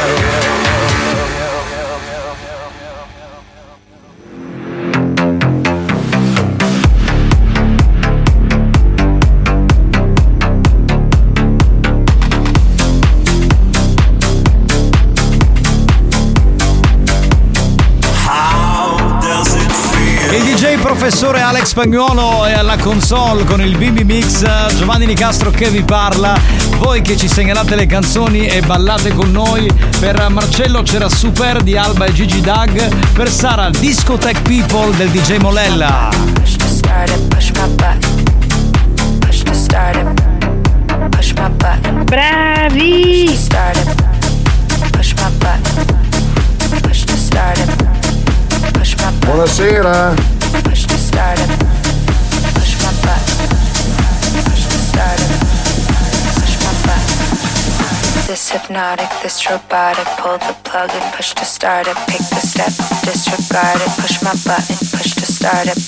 S4: Professore Alex Spagnuolo è alla console con il BB Mix. Giovanni Nicastro che vi parla. Voi che ci segnalate le canzoni e ballate con noi. Per Marcello c'era Super di Alba e Gigi Dag. Per Sara Discotheque People del DJ Molella.
S2: Push to start it, push my button. Push to start it, push my button.
S11: Bravi!
S2: Push to start it, push my button. Push to start it, push my button.
S21: Buonasera.
S2: Push to start it, push my button. Push to start it, push my button. This hypnotic, this robotic, pull the plug and push to start it. Pick the step, disregard it, push my button, push to start it.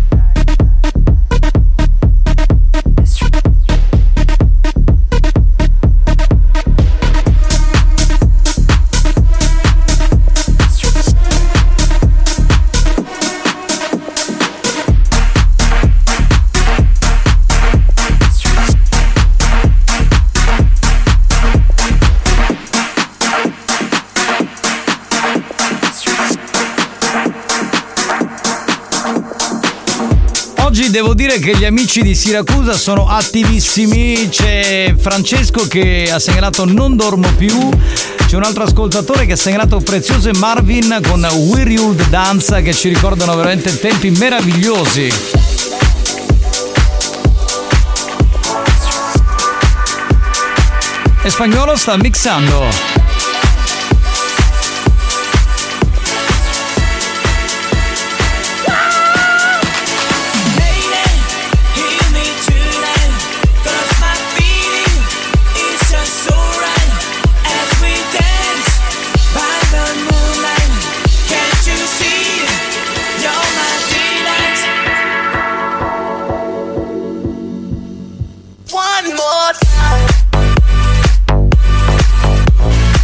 S4: Devo dire che gli amici di Siracusa sono attivissimi. C'è Francesco che ha segnalato Non dormo più. C'è un altro ascoltatore che ha segnalato Prezioso e Marvin con We Ruled Dance, che ci ricordano veramente tempi meravigliosi. E Spagnuolo sta mixando.
S2: One more time.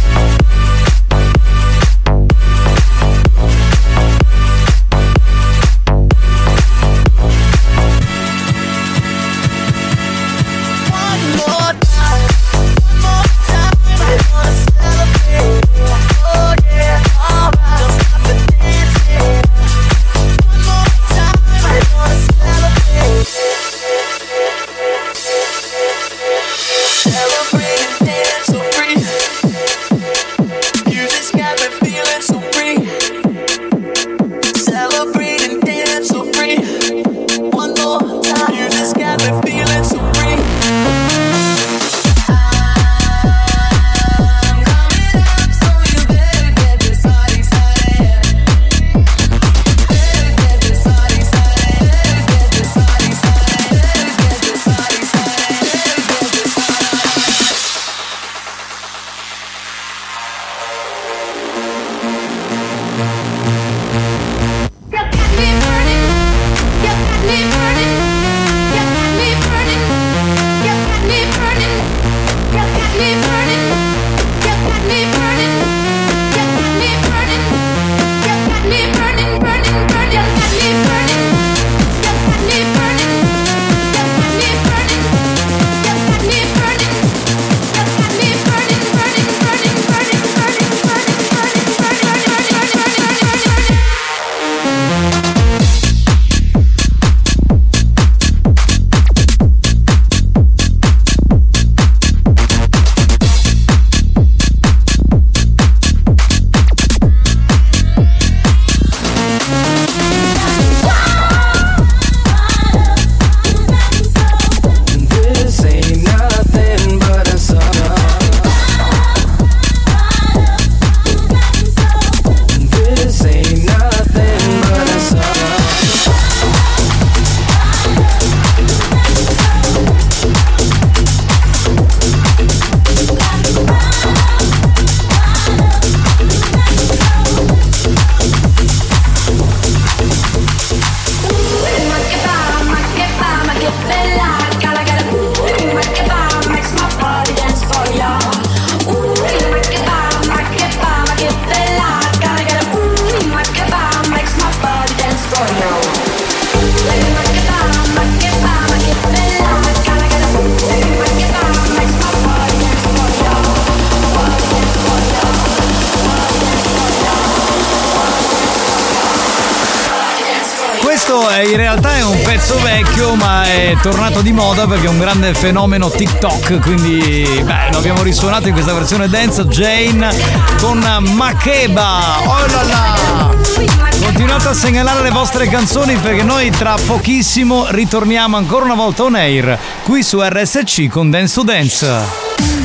S4: questo in realtà è un pezzo vecchio, ma è tornato di moda perché è un grande fenomeno TikTok, quindi lo abbiamo risuonato in questa versione dance. Jane con Makeba. Oh là là! Continuate a segnalare le vostre canzoni perché noi tra pochissimo ritorniamo ancora una volta on air qui su RSC con Dance to Dance.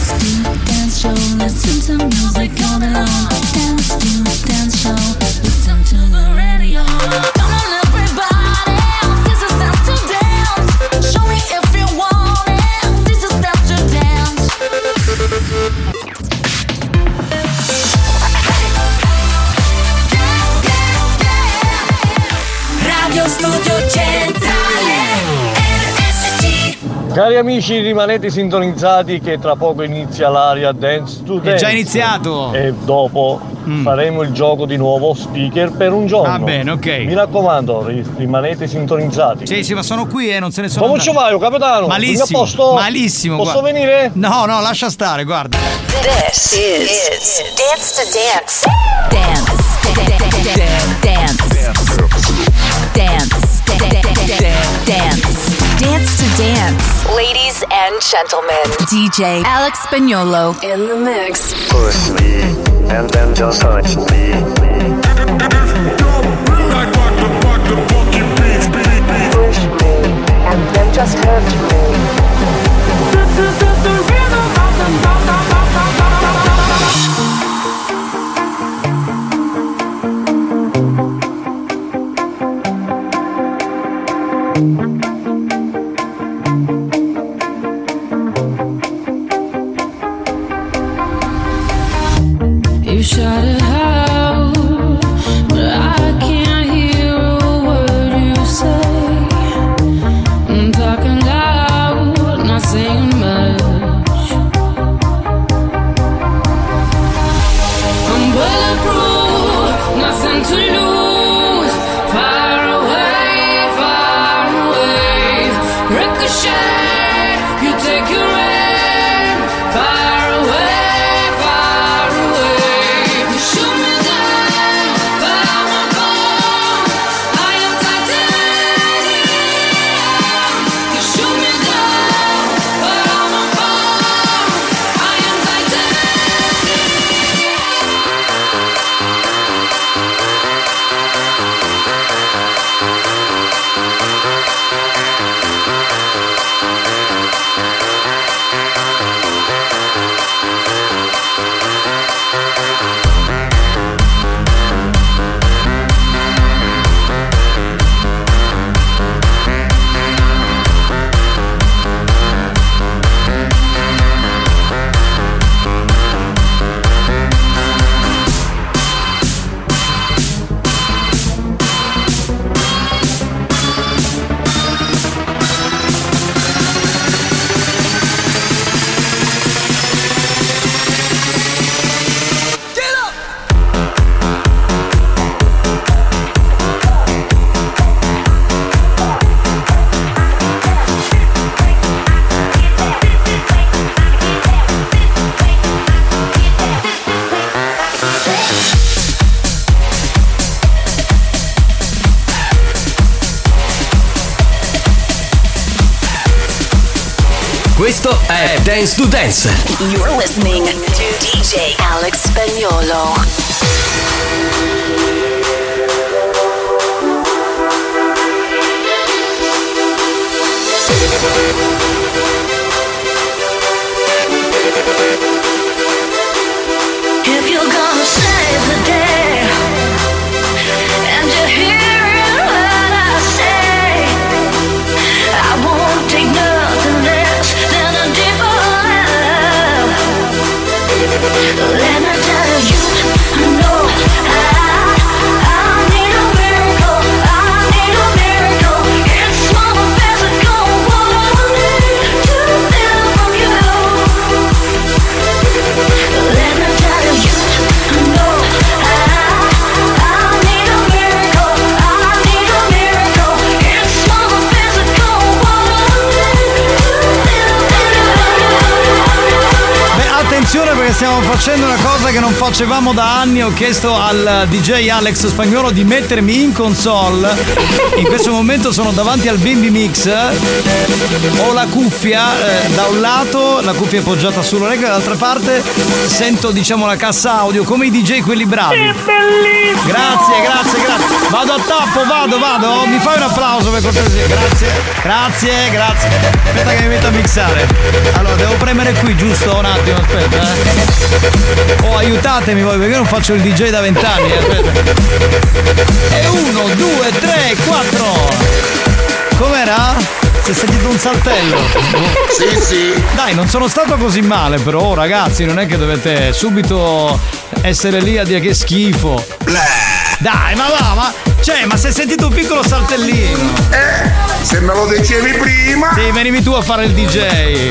S2: Radio Studio Centrale RSC.
S14: Cari amici, rimanete sintonizzati che tra poco inizia l'area Dance to Dance.
S4: È già iniziato.
S14: E dopo faremo il gioco di nuovo speaker per un giorno.
S4: Va bene, ok.
S14: Mi raccomando, rimanete sintonizzati.
S4: Sì, ma sono qui, non se ne sono.
S14: Come ci vai, capitano?
S4: Malissimo.
S14: Tutto a posto?
S4: Malissimo.
S14: Posso
S4: guarda.
S14: venire?
S4: No, lascia stare, guarda.
S2: This is Dance to Dance. Dance. Dance to Dance. Ladies and gentlemen, DJ Alex Spagnolo in the mix.
S6: Push me and then just touch me.
S2: Push me and then just hurt me.
S22: You shout it out, but I can't hear a word you say. I'm talking loud, not saying much. I'm bulletproof, nothing to lose. Far away, ricochet. You take your aim, far away.
S1: Questo è Dance to Dance.
S2: You're listening to DJ Alex Spagnolo.
S22: If you're gonna save the day, and you hear what I say, I won't take nothing less than a deeper love. Let me tell you, I know I need a miracle, I need a miracle. It's more physical, what I need to feel from you.
S4: attenzione perché stiamo facendo una cosa che non facevamo da anni. Ho chiesto al DJ Alex Spagnuolo di mettermi in console. In questo momento sono davanti al Bimbi Mix. Ho la cuffia da un lato, la cuffia appoggiata sull'orecchio, dall'altra parte sento, diciamo, la cassa audio come i DJ quelli bravi.
S16: È bellissimo!
S4: Grazie. Vado a tappo, vado. Mi fai un applauso per cortesia? Grazie. Aspetta che mi metto a mixare. Allora, devo premere qui, giusto? Un attimo, aspetta. Oh, aiutatemi voi, perché io non faccio il DJ da 20 anni, aspetta. E 1, 2, 3, 4. Com'era? Si è sentito un saltello?
S21: Sì.
S4: Dai, non sono stato così male, però, ragazzi, non è che dovete subito essere lì a dire che schifo. Dai, ma si è sentito un piccolo saltellino.
S21: Se me lo dicevi prima.
S4: Sì, venivi tu a fare il DJ.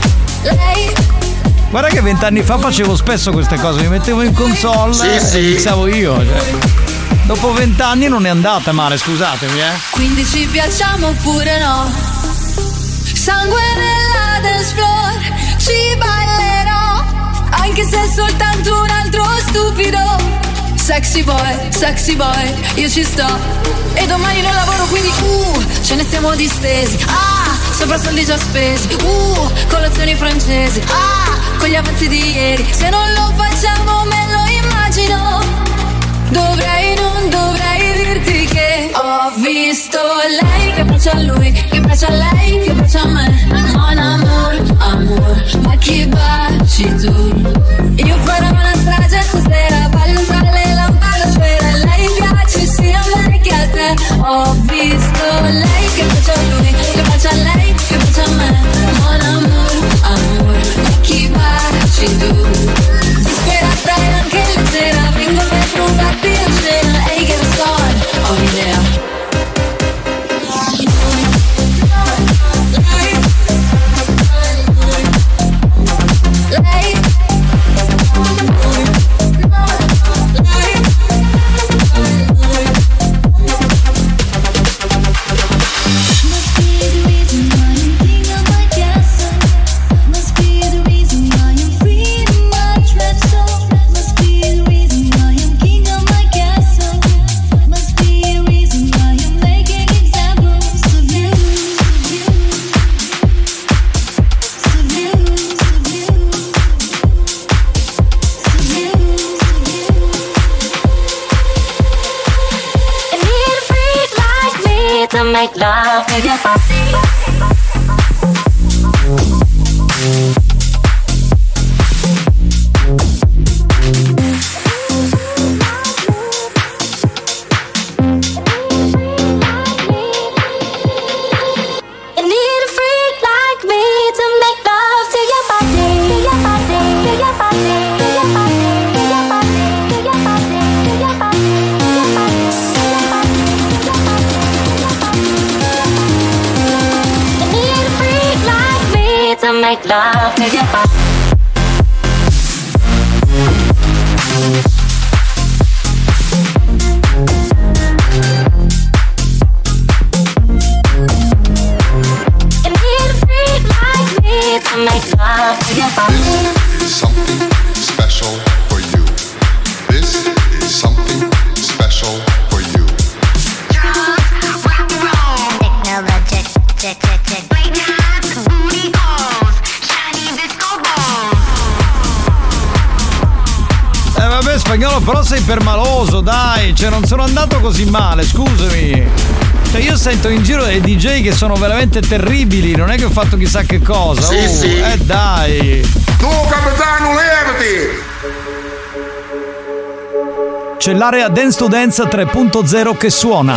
S4: Guarda che 20 anni fa facevo spesso queste cose, mi mettevo in console e mixavo io. Cioè. Dopo 20 anni non è andata male, scusatemi,
S2: Quindi ci piacciamo oppure no? Sangue nella dance floor, ci ballerò, anche se è soltanto un altro stupido. Sexy boy, io ci sto. E domani non lavoro, quindi ce ne stiamo distesi. Sopra soldi già spesi. Colazioni francesi. Con gli avanzi di ieri. Se non lo facciamo me lo immagino. Non dovrei dirti che ho visto lei che bacia a lui, che bacia a lei, che bacia a me. Mon amor, ma chi baci tu? Io farò una strage stasera, ballo tra le lampadosfere. Lei piace sia a me che a te. Ho visto lei che bacia a lui, che bacia a lei, che bacia a me. Mon amor, ma chi baci tu? Disperata e anche leggera, vengo per rubarti la scena. Ehi che lo so, ho un'idea. To make love with your body. Make love with your body. You need a freak like me to make love with your body.
S7: This is something special for you. This is something special for you.
S2: Technologic, check.
S4: Vabbè, Spagnolo, però sei permaloso, dai, cioè non sono andato così male, scusami. Cioè io sento in giro dei DJ che sono veramente terribili, non è che ho fatto chissà che cosa.
S21: Sì.
S4: Dai.
S21: Tu capitano, levati!
S4: C'è l'area Dance to Dance 3.0 che suona.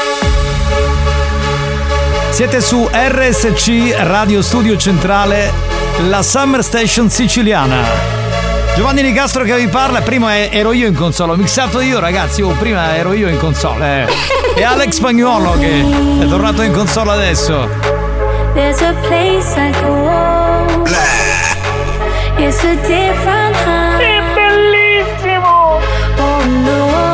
S4: Siete su RSC Radio Studio Centrale, la Summer Station siciliana. Giovanni Nicastro che vi parla, prima ero io in console, ho mixato io, ragazzi, prima ero io in console. E Alex Spagnuolo che è tornato in console adesso.
S2: There's a place I go. It's a different high.
S16: È bellissimo!
S2: Oh no.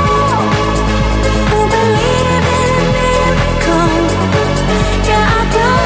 S2: I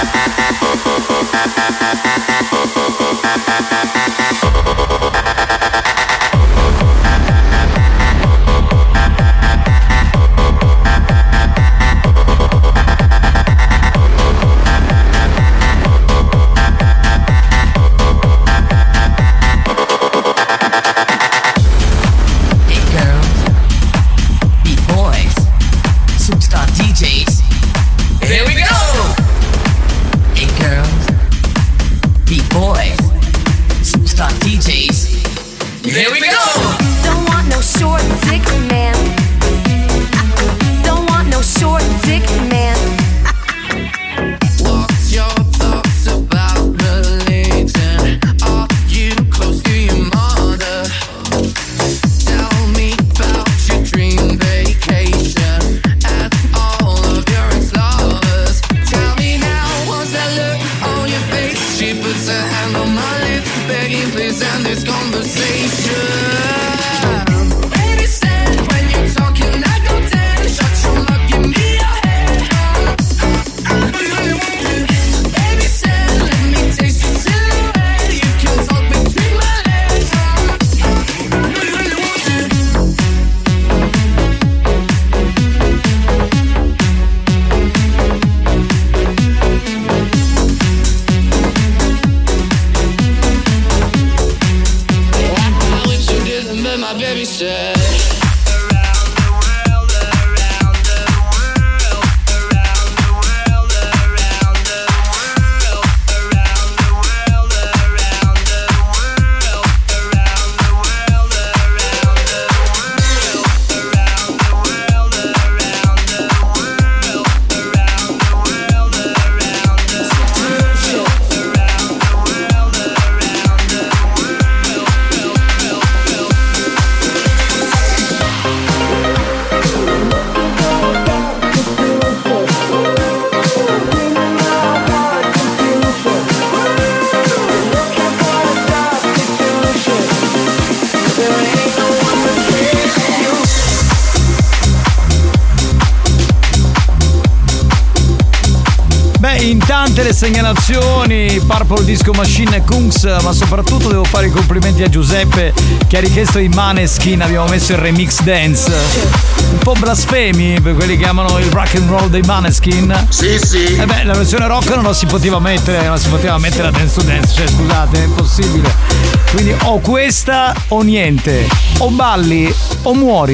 S4: Le segnalazioni Purple Disco Machine e Kungs, ma soprattutto devo fare i complimenti a Giuseppe che ha richiesto i Maneskin. Abbiamo messo il remix dance, un po' blasfemi per quelli che amano il rock and roll dei Maneskin.
S21: Sì.
S4: E la versione rock non si poteva mettere, non si poteva mettere a dance to dance, cioè scusate, è impossibile. Quindi o questa o niente, o balli o muori.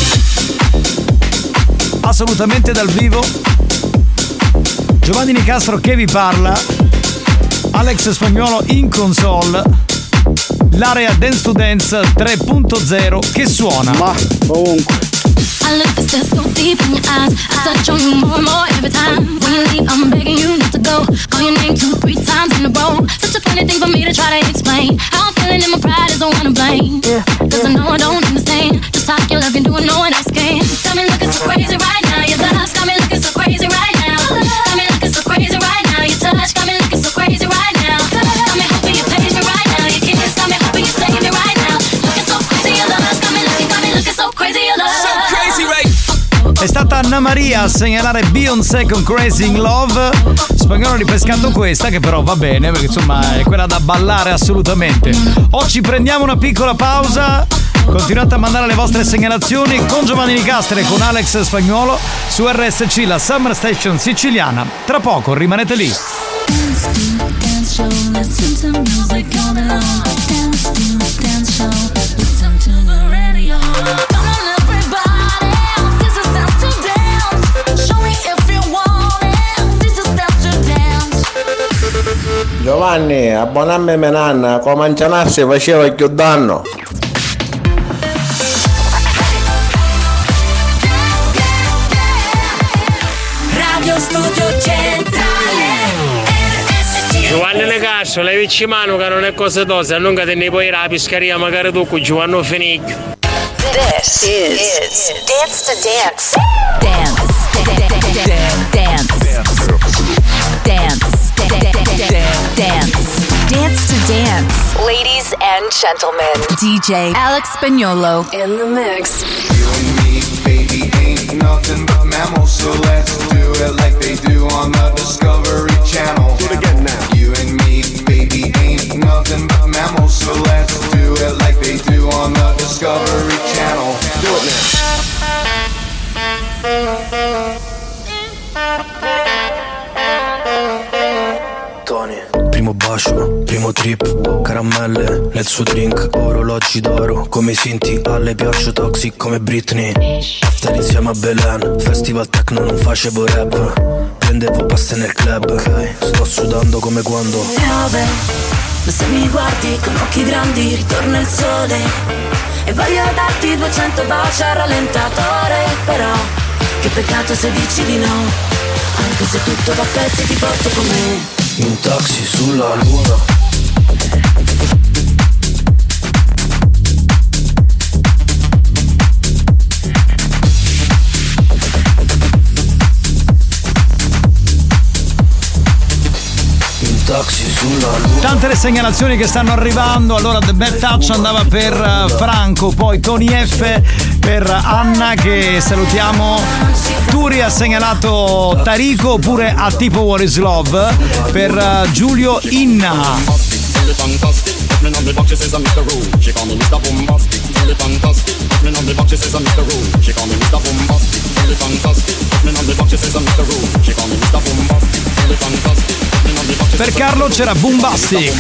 S4: Assolutamente dal vivo. Giovanni Nicastro che vi parla, Alex Spagnuolo in console, l'area Dance to Dance 3.0 che suona.
S5: Ma ovunque.
S22: I look this so deep in your eyes. I touch on you more and more every time. When you leave, I'm begging you not to go. Call your name 2-3 times in a row. Such a funny thing for me to try to explain. How I'm feeling and my pride is the one to blame. Cause I know I don't understand just how your love can do it, no one else can. Got me looking so crazy right now. Your love's got me looking so crazy right now. Got me looking so crazy right now. Your touch got me looking so crazy right now. Got me hoping you page me right now. Your kiss got me hoping you save me right now. Looking so crazy, your love's got me looking so crazy, your love.
S4: È stata Anna Maria a segnalare Beyoncé con Crazy in Love. Spagnolo ha ripescato questa, che però va bene perché insomma è quella da ballare assolutamente. Oggi prendiamo una piccola pausa. Continuate a mandare le vostre segnalazioni con Giovanni Nicastro e con Alex Spagnuolo su RSC, la Summer Station siciliana. Tra poco, rimanete lì.
S18: Giovanni, abbonammi mia nanna, come anzianarsi faceva più danno.
S22: Radio Studio Centrale RSC.
S17: Giovanni Nicastro, levici mano che non è cosa tosa, non che te ne puoi la pescaria magari tu con Giovanni Fenicchio.
S22: This is Dance to Dance. Dance to Dance. Ladies and gentlemen, DJ Alex Spagnuolo in the mix.
S19: You and me
S10: baby, ain't nothing but mammals. So let's do it like they do on the Discovery Channel. Do it again now. You and me, baby, ain't nothing but mammals. So let's do it like they do on the Discovery Channel. Do it now.
S19: Tony, primo bacio, primo trip, caramelle nel suo drink, orologi d'oro, come i Sinti, alle piaccio toxic come Britney. After insieme a Belen, festival techno non facevo rap, prendevo paste nel club, sto sudando come quando
S22: piove, ma se mi guardi con occhi grandi ritorna il sole e voglio darti 200 baci al rallentatore, però che peccato se dici di no, anche se tutto va a pezzi ti porto con me.
S19: In taxi sulla luna.
S4: Tante le segnalazioni che stanno arrivando. Allora The Bad Touch andava per Franco, poi Tony F per Anna, che salutiamo. Turi ha segnalato Tarico, oppure a tipo What is Love per Giulio Inna. Per Carlo c'era Boombastic.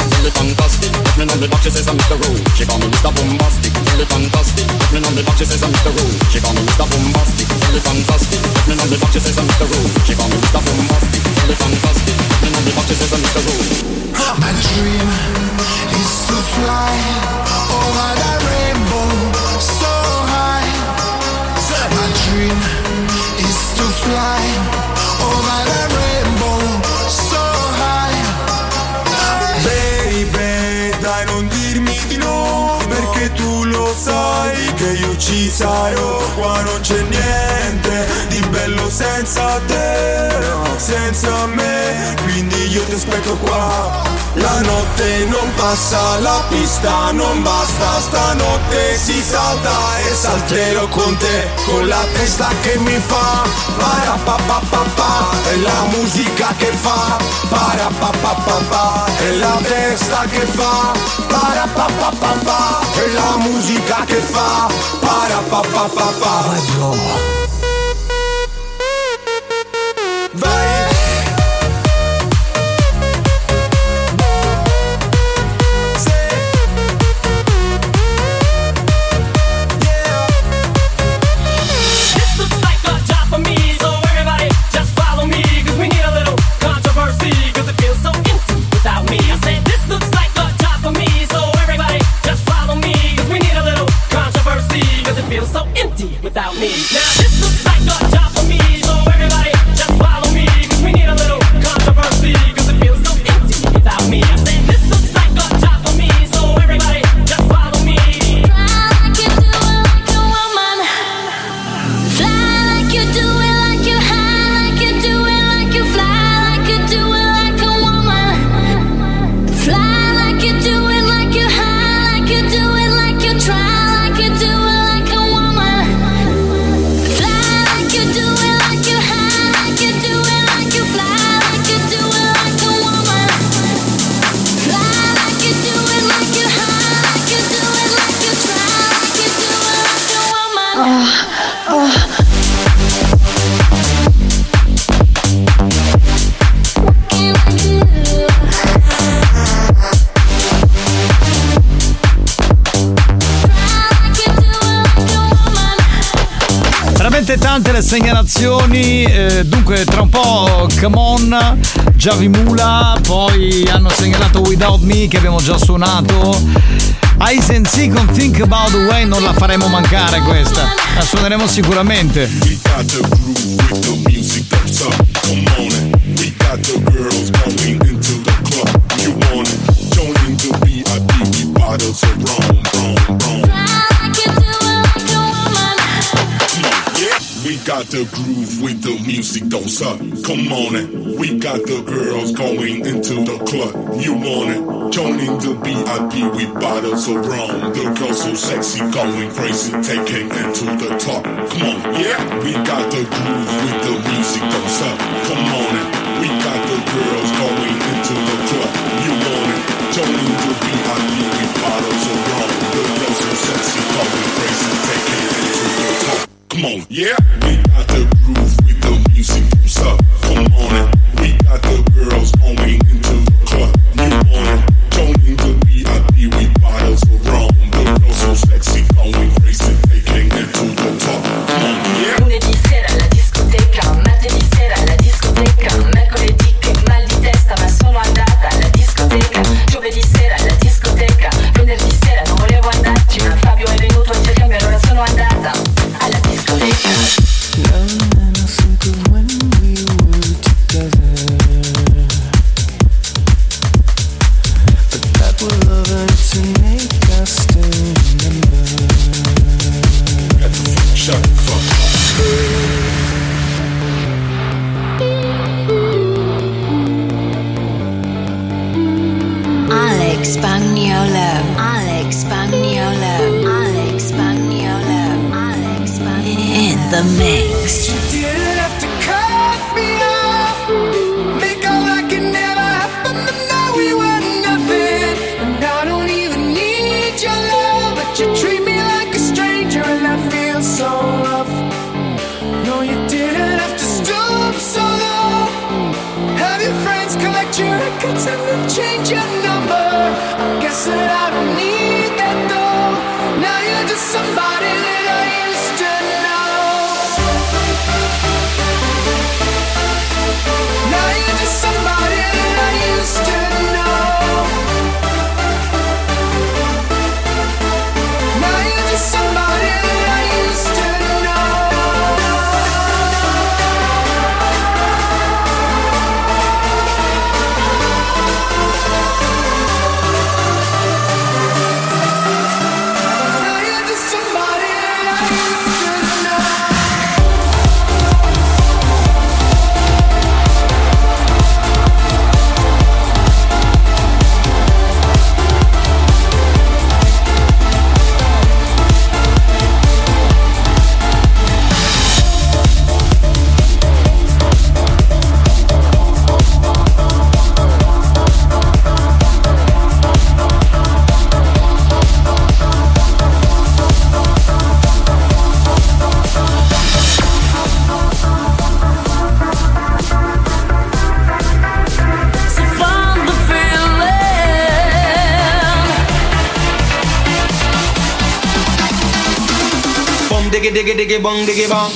S10: My dream is to fly over the rainbow so high. My dream is to fly over the rainbow so high. Baby, dai non dirmi di no, perché tu lo sai che io ci sarò. Qua non c'è niente di bello senza te, senza me, quindi io ti aspetto qua. La notte non passa, la pista non basta, stanotte si salta e salterò con te, con la testa che mi fa parapapapapa, è la musica che fa parapapapapa, è la testa che fa parapapapapa, è la musica che fa parapapapapa. Vai bro. Vai.
S22: Without me. Now this looks like a job for me, so everybody just follow me, cause we need a little controversy, cause it feels so empty without me. I said this looks like a job for me, so everybody just follow me. Fly like you do it like a woman. Fly like you do it like you high, like you do it like you fly, like you do it like a woman. Fly like you do it like you high, like you do it like you try, like you do it.
S4: Tante le segnalazioni, dunque tra un po' Come On, Javimula, poi hanno segnalato Without Me che abbiamo già suonato, Ice and Sea con Think About the Way, non la faremo mancare questa, la suoneremo sicuramente. We got the groove with the music that's up, come on it. We got the girls going into the club, you want it, joining the VIP bottles of rum, rum, rum. We got
S21: got the groove with the music, don't suck. Come on it. We got the girls going into the club. You want it? Joining the VIP with bottles of rum. The girls so sexy, going crazy, taking it to the top. Come on, yeah. We got the groove with the music, don't suck. Come on it. We got the girls going into the club. You want it? Joining the VIP with bottles of rum. The girls so sexy, going crazy, taking it to the top. Come on, yeah. We got the groove with the music, don't suck. Come on it. We got the girls going into the club. You want it? Joining the VIP with bottles of rum. The girls so sexy, going crazy, taking it to the top. Come on, yeah.
S2: Lunedì sera alla discoteca, martedì sera alla discoteca, mercoledì che mal di testa ma sono andata alla discoteca, giovedì sera alla discoteca, venerdì sera non volevo andarci ma Fabio è venuto a cercarmi allora sono andata alla discoteca.
S22: Alex Spagnuolo, Alex Spagnuolo, Alex Spagnuolo, Alex Spagnuolo in the mix.
S10: You didn't have to cut me off, make out like it never happened, and now we were nothing. And I don't even need your love, but you treat me like a stranger, and I feel so rough. No, you didn't have to stoop so low. Have your friends collect your records and then change your number. I guess that I don't need that though. Now you're just somebody that I used to know. Now you're just somebody that I used to know. Now you're just somebody that I used to
S8: diggy diggy diggy bong diggy bong.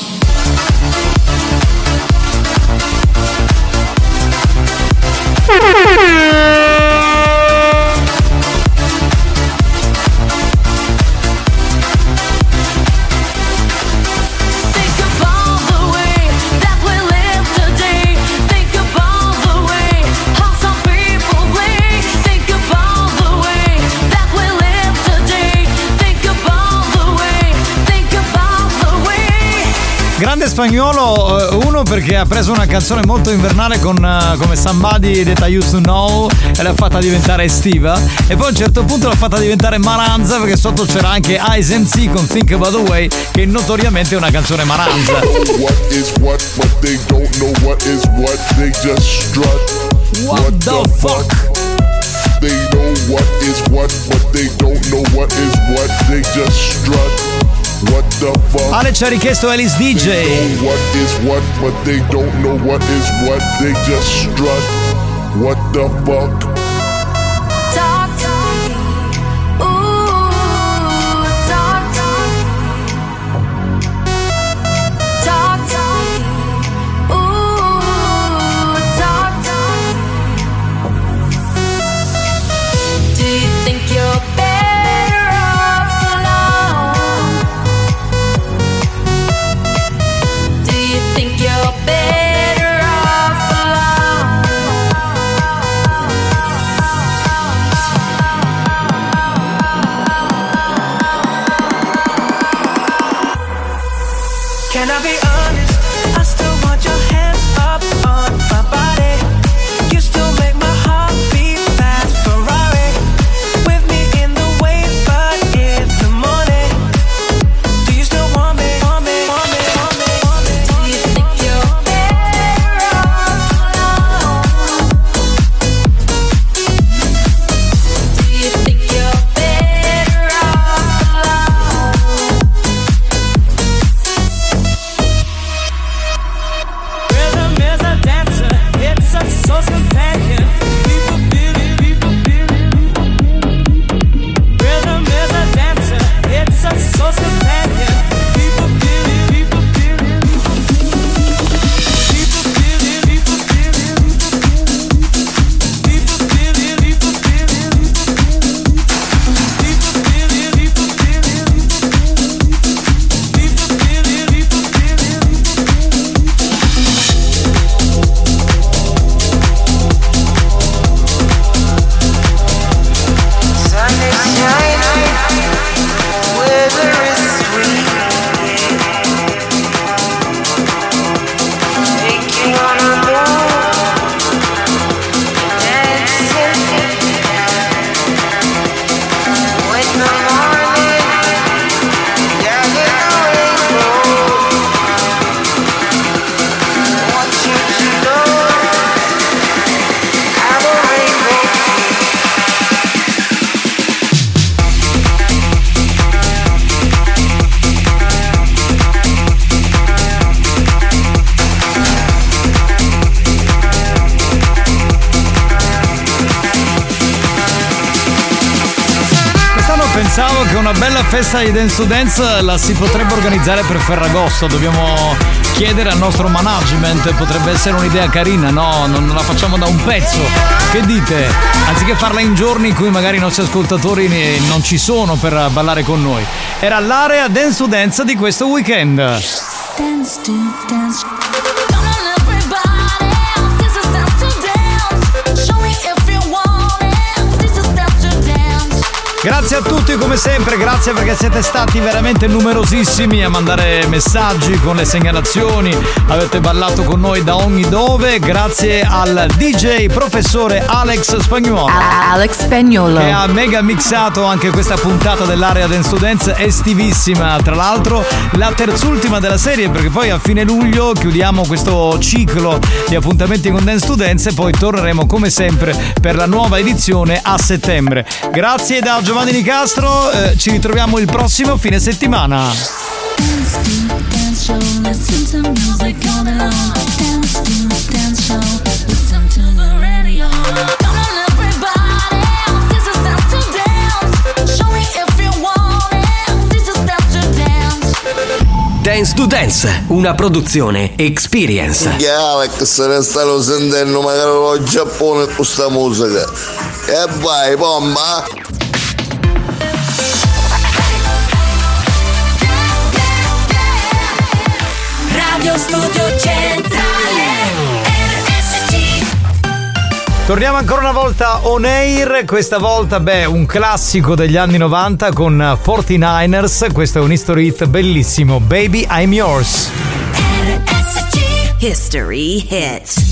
S4: Grande Spagnuolo, uno perché ha preso una canzone molto invernale con come Somebody That I Used to Know e l'ha fatta diventare estiva, e poi a un certo punto l'ha fatta diventare maranza perché sotto c'era anche Ice MC con Think About The Way, che notoriamente è una canzone maranza.
S21: What is what, but they don't know what is what, they just strut.
S4: What the fuck?
S21: They know what is what, but they don't know what is what, they just strut. What the fuck?
S4: Ale ci ha richiesto Alice DJ.
S21: They know what is what, but they don't know what is what, they just strut. What the fuck?
S2: Talk to me. Ooh, talk to me. Talk to me. Ooh, talk to me. Do you think you're better off alone? Do you think you're better off alone?
S10: Can I be honest?
S4: una bella festa di Dance to Dance la si potrebbe organizzare per Ferragosto. Dobbiamo chiedere al nostro management, potrebbe essere un'idea carina, no? Non la facciamo da un pezzo. Che dite? Anziché farla in giorni in cui magari i nostri ascoltatori non ci sono per ballare con noi. Era l'area Dance to Dance di questo weekend.
S22: Dance to dance.
S4: Grazie a tutti come sempre, grazie perché siete stati veramente numerosissimi a mandare messaggi con le segnalazioni, avete ballato con noi da ogni dove, grazie al DJ professore Alex Spagnuolo.
S9: Alex Spagnuolo.
S4: Che ha mega mixato anche questa puntata dell'area Dance to Dance, estivissima, tra l'altro la terzultima della serie, perché poi a fine luglio chiudiamo questo ciclo di appuntamenti con Dance to Dance e poi torneremo come sempre per la nuova edizione a settembre. Grazie da Giovanni Nicastro, ci ritroviamo il prossimo fine settimana.
S1: Dance to Dance, una produzione Experience.
S18: Alex, se ne stanno sentendo magari lo Giappone con questa musica. E vai, bomba!
S22: Radio Studio Centrale RSC.
S4: Torniamo ancora una volta on air, questa volta un classico degli anni 90 con 49ers, questo è un history hit bellissimo, Baby I'm Yours.
S22: RSC History Hit.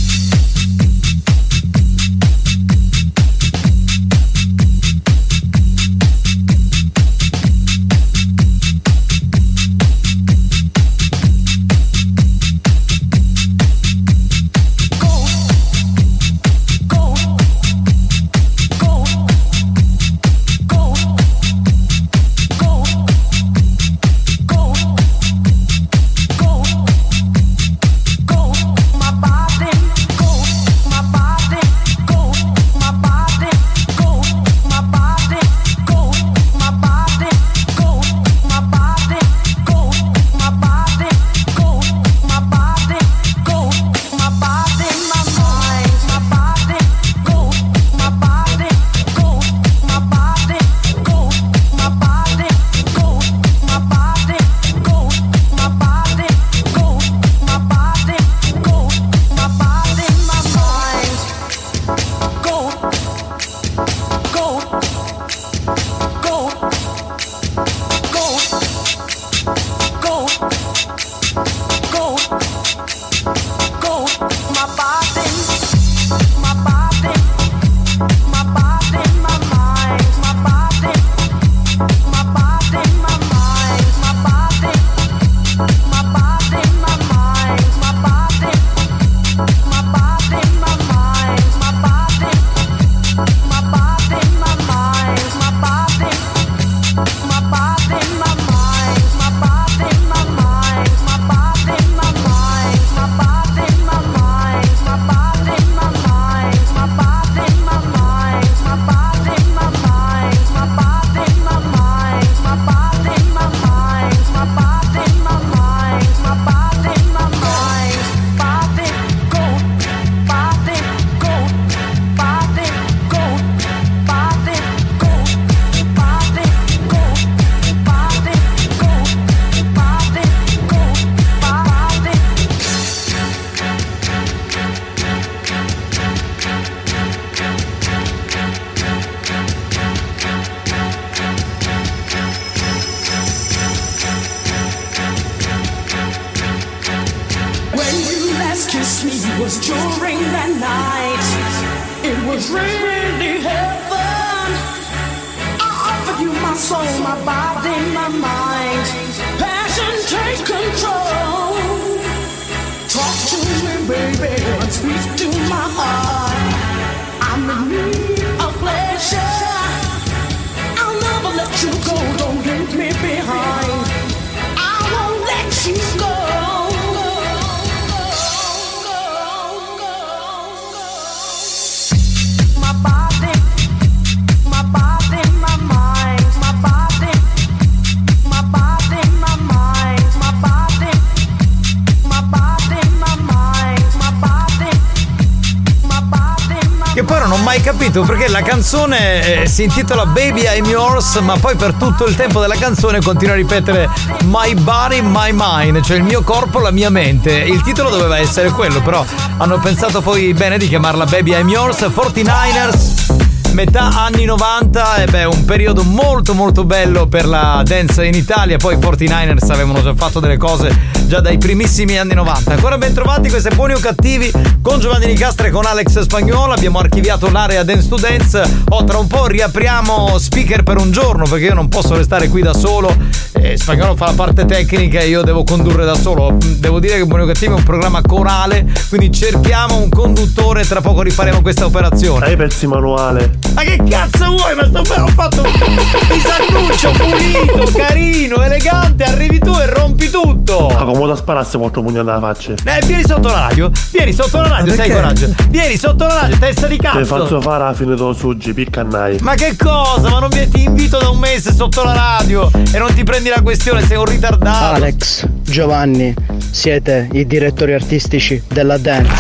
S4: mai capito perché la canzone si intitola Baby I'm Yours, ma poi per tutto il tempo della canzone continua a ripetere My Body, My Mind, cioè il mio corpo, la mia mente. Il titolo doveva essere quello, però hanno pensato poi bene di chiamarla Baby I'm Yours. 49ers, metà anni 90, e beh, un periodo molto molto bello per la dance in Italia. Poi i 49ers avevano già fatto delle cose già dai primissimi anni 90. Ancora ben trovati, queste Buoni o Cattivi con Giovanni Nicastra e con Alex Spagnuolo. Abbiamo archiviato l'area Dance to Dance. Tra un po' riapriamo speaker per un giorno, perché io non posso restare qui da solo. Spagnuolo fa la parte tecnica e io devo condurre da solo. Devo dire che Buoni o Cattivi è un programma corale, quindi cerchiamo un conduttore. Tra poco rifaremo questa operazione.
S9: Hai pezzi manuale.
S4: Ma che cazzo vuoi? Ma ho fatto un sanduccio pulito, carino, elegante. Arrivi tu e rompi tutto.
S9: Ma come da spararsi molto pugno nella faccia.
S4: Vieni sotto la radio. Vieni sotto la radio, sai coraggio. Vieni sotto la radio, testa di cazzo.
S9: Ti faccio fare la fine dello suggi, piccannai.
S4: Ma che cosa? Ma non ti invito da un mese sotto la radio e non ti prendi la questione, sei un ritardato.
S12: Alex, Giovanni, siete i direttori artistici della dance.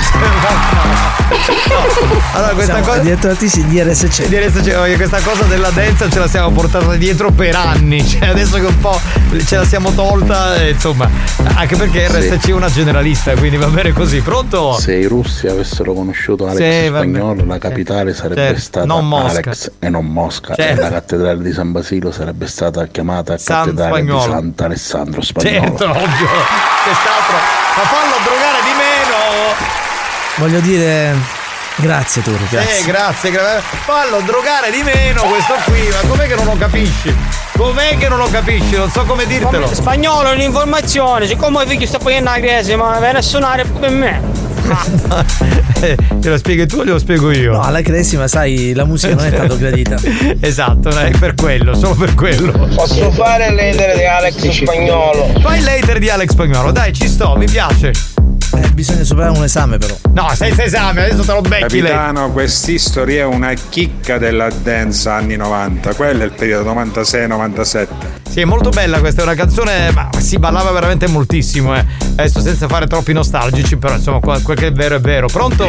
S4: Allora questa cosa
S23: direttori artistici di RSC.
S4: Questa cosa della dance ce la siamo portata dietro per anni, cioè adesso che un po' ce la siamo tolta, insomma, anche perché RSC è una generalista, quindi va bene così. Pronto?
S18: Se i russi avessero conosciuto Alex Spagnuolo, la capitale sarebbe stata non Alex e non Mosca, e la cattedrale di San Basilio sarebbe stata chiamata cattedrale di Sant'Alessandro Spagnolo.
S4: Certo, ovvio. Quest'altro, ma fallo drogare di meno.
S23: Voglio dire grazie Turi, grazie.
S4: Grazie. Fallo drogare di meno questo qui, ma com'è che non lo capisci? Com'è che non lo capisci? Non so come dirtelo.
S16: Spagnolo è un'informazione, siccome il figlio sta poi in una crisi, ma viene a suonare per me.
S4: Te lo spieghi tu o glielo spiego io?
S23: No, alla cresima, sai, la musica non è tanto gradita.
S4: Esatto, è per quello, solo per quello.
S24: Posso fare l'hater di Alex Spagnuolo?
S4: Fai l'hater di Alex Spagnuolo, dai, ci sto, mi piace.
S23: Bisogna superare un esame però.
S4: No, senza esame, adesso te lo becchi.
S25: Capitano, quest'history è una chicca della dance anni 90. Quello è il periodo 96-97.
S4: Sì, è molto bella questa, è una canzone, ma si ballava veramente moltissimo, Adesso senza fare troppi nostalgici, però insomma quel che è vero è vero. Pronto?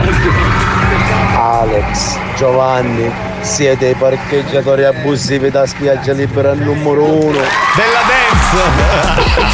S12: Alex, Giovanni, siete i parcheggiatori abusivi da spiaggia libera numero 1
S4: della dance.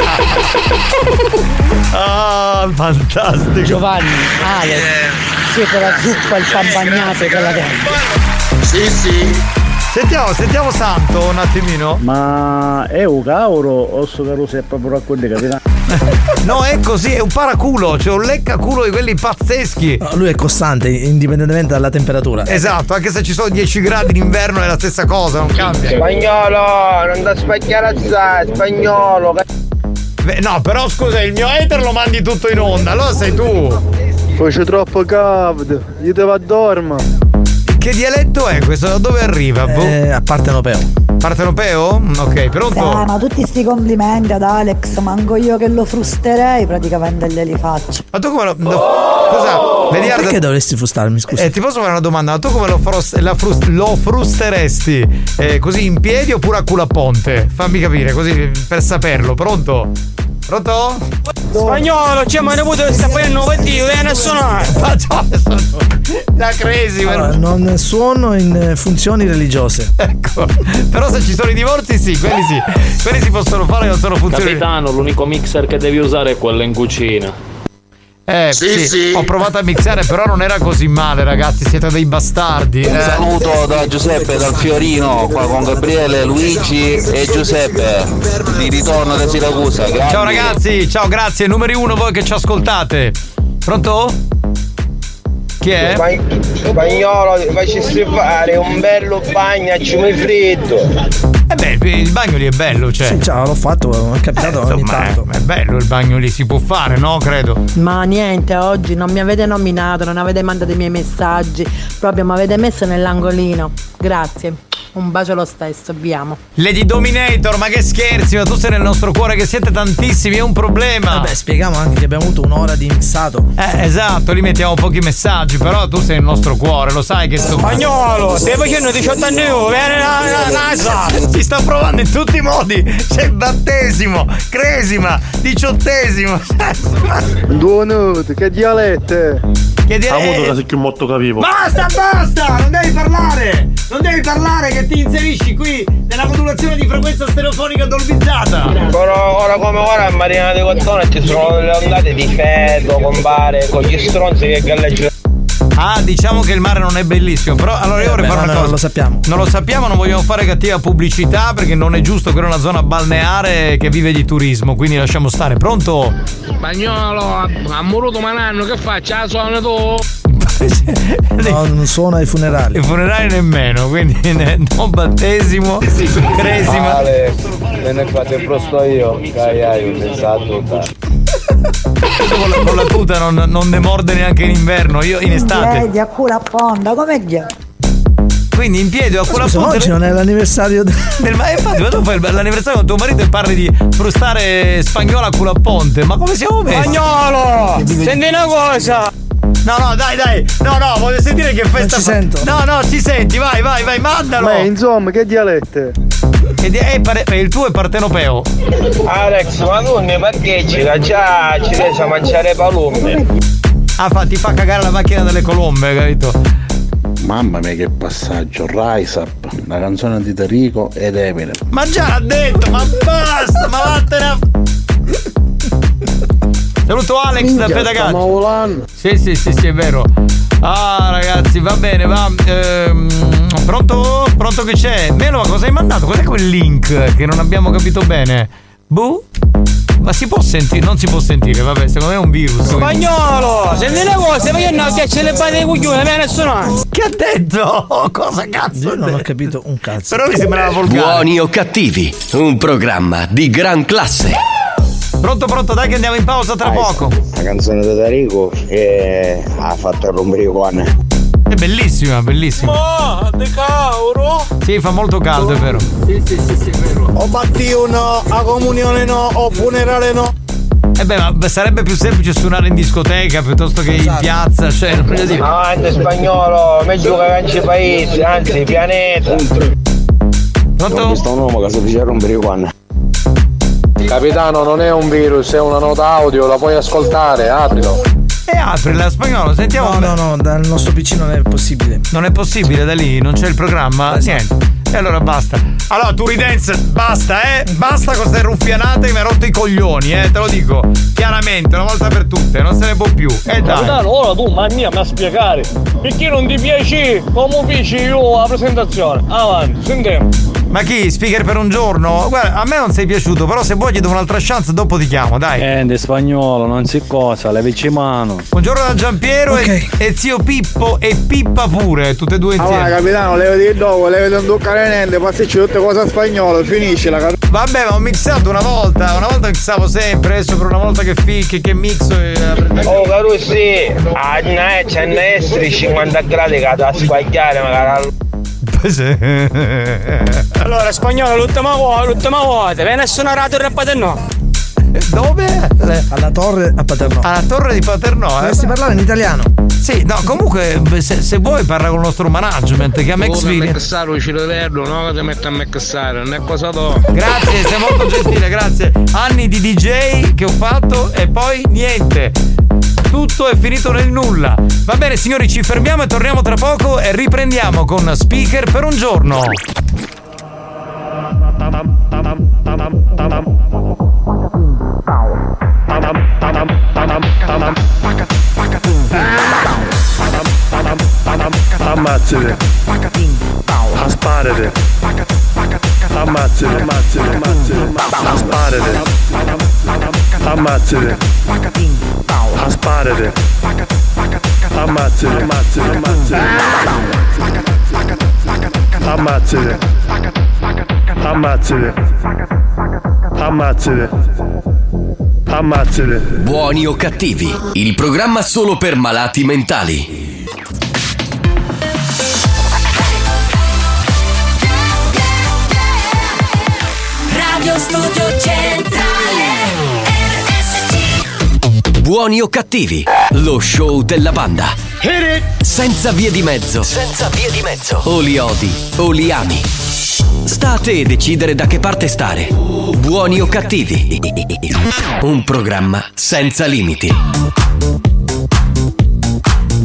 S4: Ah, fantastico.
S13: Giovanni, Alex, siete la zuppa, il pan bagnato della dance.
S4: Sì. Sentiamo Santo un attimino.
S12: Ma è un cauro o sto caruso è proprio racconti, capitano?
S4: No, è così, è un paraculo, cioè un leccaculo di quelli pazzeschi.
S23: No, lui è costante, indipendentemente dalla temperatura.
S4: Esatto, anche se ci sono 10 gradi in inverno è la stessa cosa, non cambia.
S24: Spagnolo, non da spacchiare assai, Spagnolo.
S4: No, però scusa, il mio hater lo mandi tutto in onda, allora sei tu.
S12: Faccio troppo caldo, io devo a dormire.
S4: Che dialetto è questo? Da dove arriva?
S23: Partenopeo.
S4: Partenopeo? Ok, pronto?
S13: Ma tutti sti complimenti ad Alex, manco io che lo frusterei, praticamente glieli faccio.
S4: Ma tu come Cosa? Vedi,
S23: perché dovresti frustarmi, scusa?
S4: Ti posso fare una domanda? Ma tu come lo frusteresti? Così in piedi oppure a culo a ponte? Fammi capire, così per saperlo. Pronto? Pronto?
S16: Spagnolo, c'è ma ne avuto che sta poi innovativo, viene a suonare.
S4: La crazy,
S23: allora, non suono in funzioni religiose.
S4: Ecco. Però se ci sono i divorzi, sì, quelli si possono fare, non sono funzioni.
S26: Capitano, l'unico mixer che devi usare è quello in cucina.
S4: Sì. Ho provato a mixare, però non era così male, ragazzi, siete dei bastardi.
S27: Un saluto da Giuseppe dal Fiorino, qua con Gabriele, Luigi e Giuseppe di ritorno da Siracusa. Grazie.
S4: Ciao ragazzi, ciao, grazie. Numeri 1 voi che ci ascoltate. Pronto? Chi è?
S24: Spagnolo, facessi fare un bello bagno a ciume freddo.
S4: Il bagno lì è bello, cioè.
S23: Sì, ciao, l'ho fatto, è capitato ogni tanto.
S4: È bello il bagno lì, si può fare, no? Credo.
S13: Ma niente, oggi non mi avete nominato, non avete mandato i miei messaggi, proprio mi avete messo nell'angolino. Grazie. Un bacio lo stesso, abbiamo.
S4: Lady Dominator, ma che scherzi, ma tu sei nel nostro cuore, che siete tantissimi, è un problema.
S23: Vabbè, spieghiamo anche che abbiamo avuto un'ora di mixato.
S4: Esatto, lì mettiamo pochi messaggi, però tu sei nel nostro cuore, lo sai che tu.
S16: Spagnolo, stai facendo 18 anni, viene NASA.
S4: Ti sta provando in tutti i modi. C'è battesimo, cresima, 18esimo.
S12: Buono, che dialetto.
S9: Avuto che sei più molto capivo.
S4: Basta, non devi parlare che ti inserisci qui nella modulazione di frequenza stereofonica dolbizzata.
S24: Però ora come ora a Marina di Cottone ci sono le ondate di feto, compare, con gli stronzi che galleggiano.
S4: Ah, diciamo che il mare non è bellissimo, però allora io vorrei fare una cosa.
S23: Non lo sappiamo.
S4: Non lo sappiamo, non vogliamo fare cattiva pubblicità perché non è giusto che è una zona balneare che vive di turismo, quindi lasciamo stare. Pronto?
S17: Spagnolo, ha moruto Mananno, che faccia? La suona tu?
S23: No, non suona ai funerali.
S4: I funerali nemmeno, quindi non battesimo, cresima.
S12: Ale, me ne fate prosto io. Dai, ho pensato tutta.
S4: Con la tuta non ne morde neanche in inverno, io in estate.
S13: Vedi a culo a ponda, come gli?
S4: Quindi in piedi a culo a ponda.
S23: Oggi non è l'anniversario
S4: ma infatti quando fai l'anniversario con tuo marito e parli di frustare Spagnola a culo a ponte, ma come siamo messi?
S16: Spagnolo! Senti una cosa!
S4: No, dai! No, voglio sentire che festa.
S23: Non ci sento.
S4: No, ci senti, vai, mandalo!
S12: Ma insomma, che dialette?
S4: Il tuo è partenopeo.
S24: Alex, ma tu ne parcheggi, già ci riesci a mangiare palombe.
S4: Ah, ti fa cagare la macchina delle colombe, capito?
S18: Mamma mia che passaggio, Rise Up, la canzone di Tarico ed Eminem.
S4: Ma già l'ha detto, ma basta, ma vattene a... Saluto Alex da Pedagatti. Sì, è vero. Ah ragazzi, va bene, va. Pronto che c'è? Melo, ma cosa hai mandato? Cos'è quel link che non abbiamo capito bene? Ma si può sentire? Non si può sentire, vabbè, secondo me è un virus.
S16: Spagnolo, senti le cose, ma io no, che ce le fate i coglioni, a me nessuno.
S4: Che ha detto? Cosa cazzo?
S23: Io non ho capito un cazzo.
S4: Però mi sembrava volgare.
S1: Buoni o cattivi, un programma di gran classe.
S4: Pronto, dai che andiamo in pausa tra poco.
S12: La canzone di Tarico ha fatto rompere i coglioni.
S4: È bellissima.
S16: Ma, de cauro?
S4: Sì, fa molto caldo, è vero.
S16: Sì, è vero.
S12: O battio no, a comunione no, o funerale no.
S4: Ma sarebbe più semplice suonare in discoteca piuttosto che in piazza, cioè non voglio dire.
S24: Avanti Spagnolo, meglio che canci paesi, anzi pianeta.
S4: Pronto?
S12: Questo è un uomo che si dice rompere i coglioni.
S3: Capitano, non è un virus, è una nota audio, la puoi ascoltare, aprilo.
S4: E aprila, Spagnolo, sentiamo.
S23: No, dal nostro PC non è possibile.
S4: Non è possibile, da lì non c'è il programma? Niente. E allora basta. Allora, Turidense, basta, basta con queste ruffianate che mi ha rotto i coglioni, te lo dico chiaramente, una volta per tutte, non se ne può più. Dai.
S16: Capitano, ora tu, ma mia, mi a spiegare. Perché non ti piace come feci io la presentazione? Avanti, sentiamo.
S4: Ma chi? Speaker per un giorno? Guarda, a me non sei piaciuto, però se vuoi ti do un'altra chance, dopo ti chiamo, dai.
S3: Spagnolo, non si cosa, levici mano.
S4: Buongiorno da Giampiero e zio Pippo e Pippa pure, tutte e due insieme.
S5: Allora, capitano, levati il dopo, levati un toccare niente, passaci tutte cose a spagnolo, finisci la capitano.
S4: Vabbè, ma ho mixato una volta mixavo sempre, adesso per una volta che mixo
S24: Oh, caro sì, c'è ne essere 50 gradi che da squagliare magari.
S16: Allora Spagnolo, l'ultima volta viene a suonare la torre a Paternò.
S4: Dove?
S23: Alla torre a Paternò.
S4: Alla torre di Paternò,
S23: Dovresti parlare in italiano.
S4: Sì, no, comunque se vuoi parla con il nostro management, chiama Xvideos.
S17: Mexare uscito verdo, no? Che ti mette a mexare, non è cosa do.
S4: Grazie, sei molto gentile, grazie. Anni di DJ che ho fatto e poi niente. Tutto è finito nel nulla. Va bene signori, ci fermiamo e torniamo tra poco e riprendiamo con Speaker per un giorno.
S9: Ammazzate. Asparate. Ammazzate. Asparate. Ammazzate. Asparate. Ammazzate. Ammazzate. Ammazzate.
S1: Buoni o cattivi, il programma solo per malati mentali.
S22: Radio Studio Centrale RSC.
S1: Buoni o cattivi, lo show della banda. Senza vie di mezzo. O li odi o li ami. Sta a te decidere da che parte stare. Buoni o cattivi, un programma senza limiti.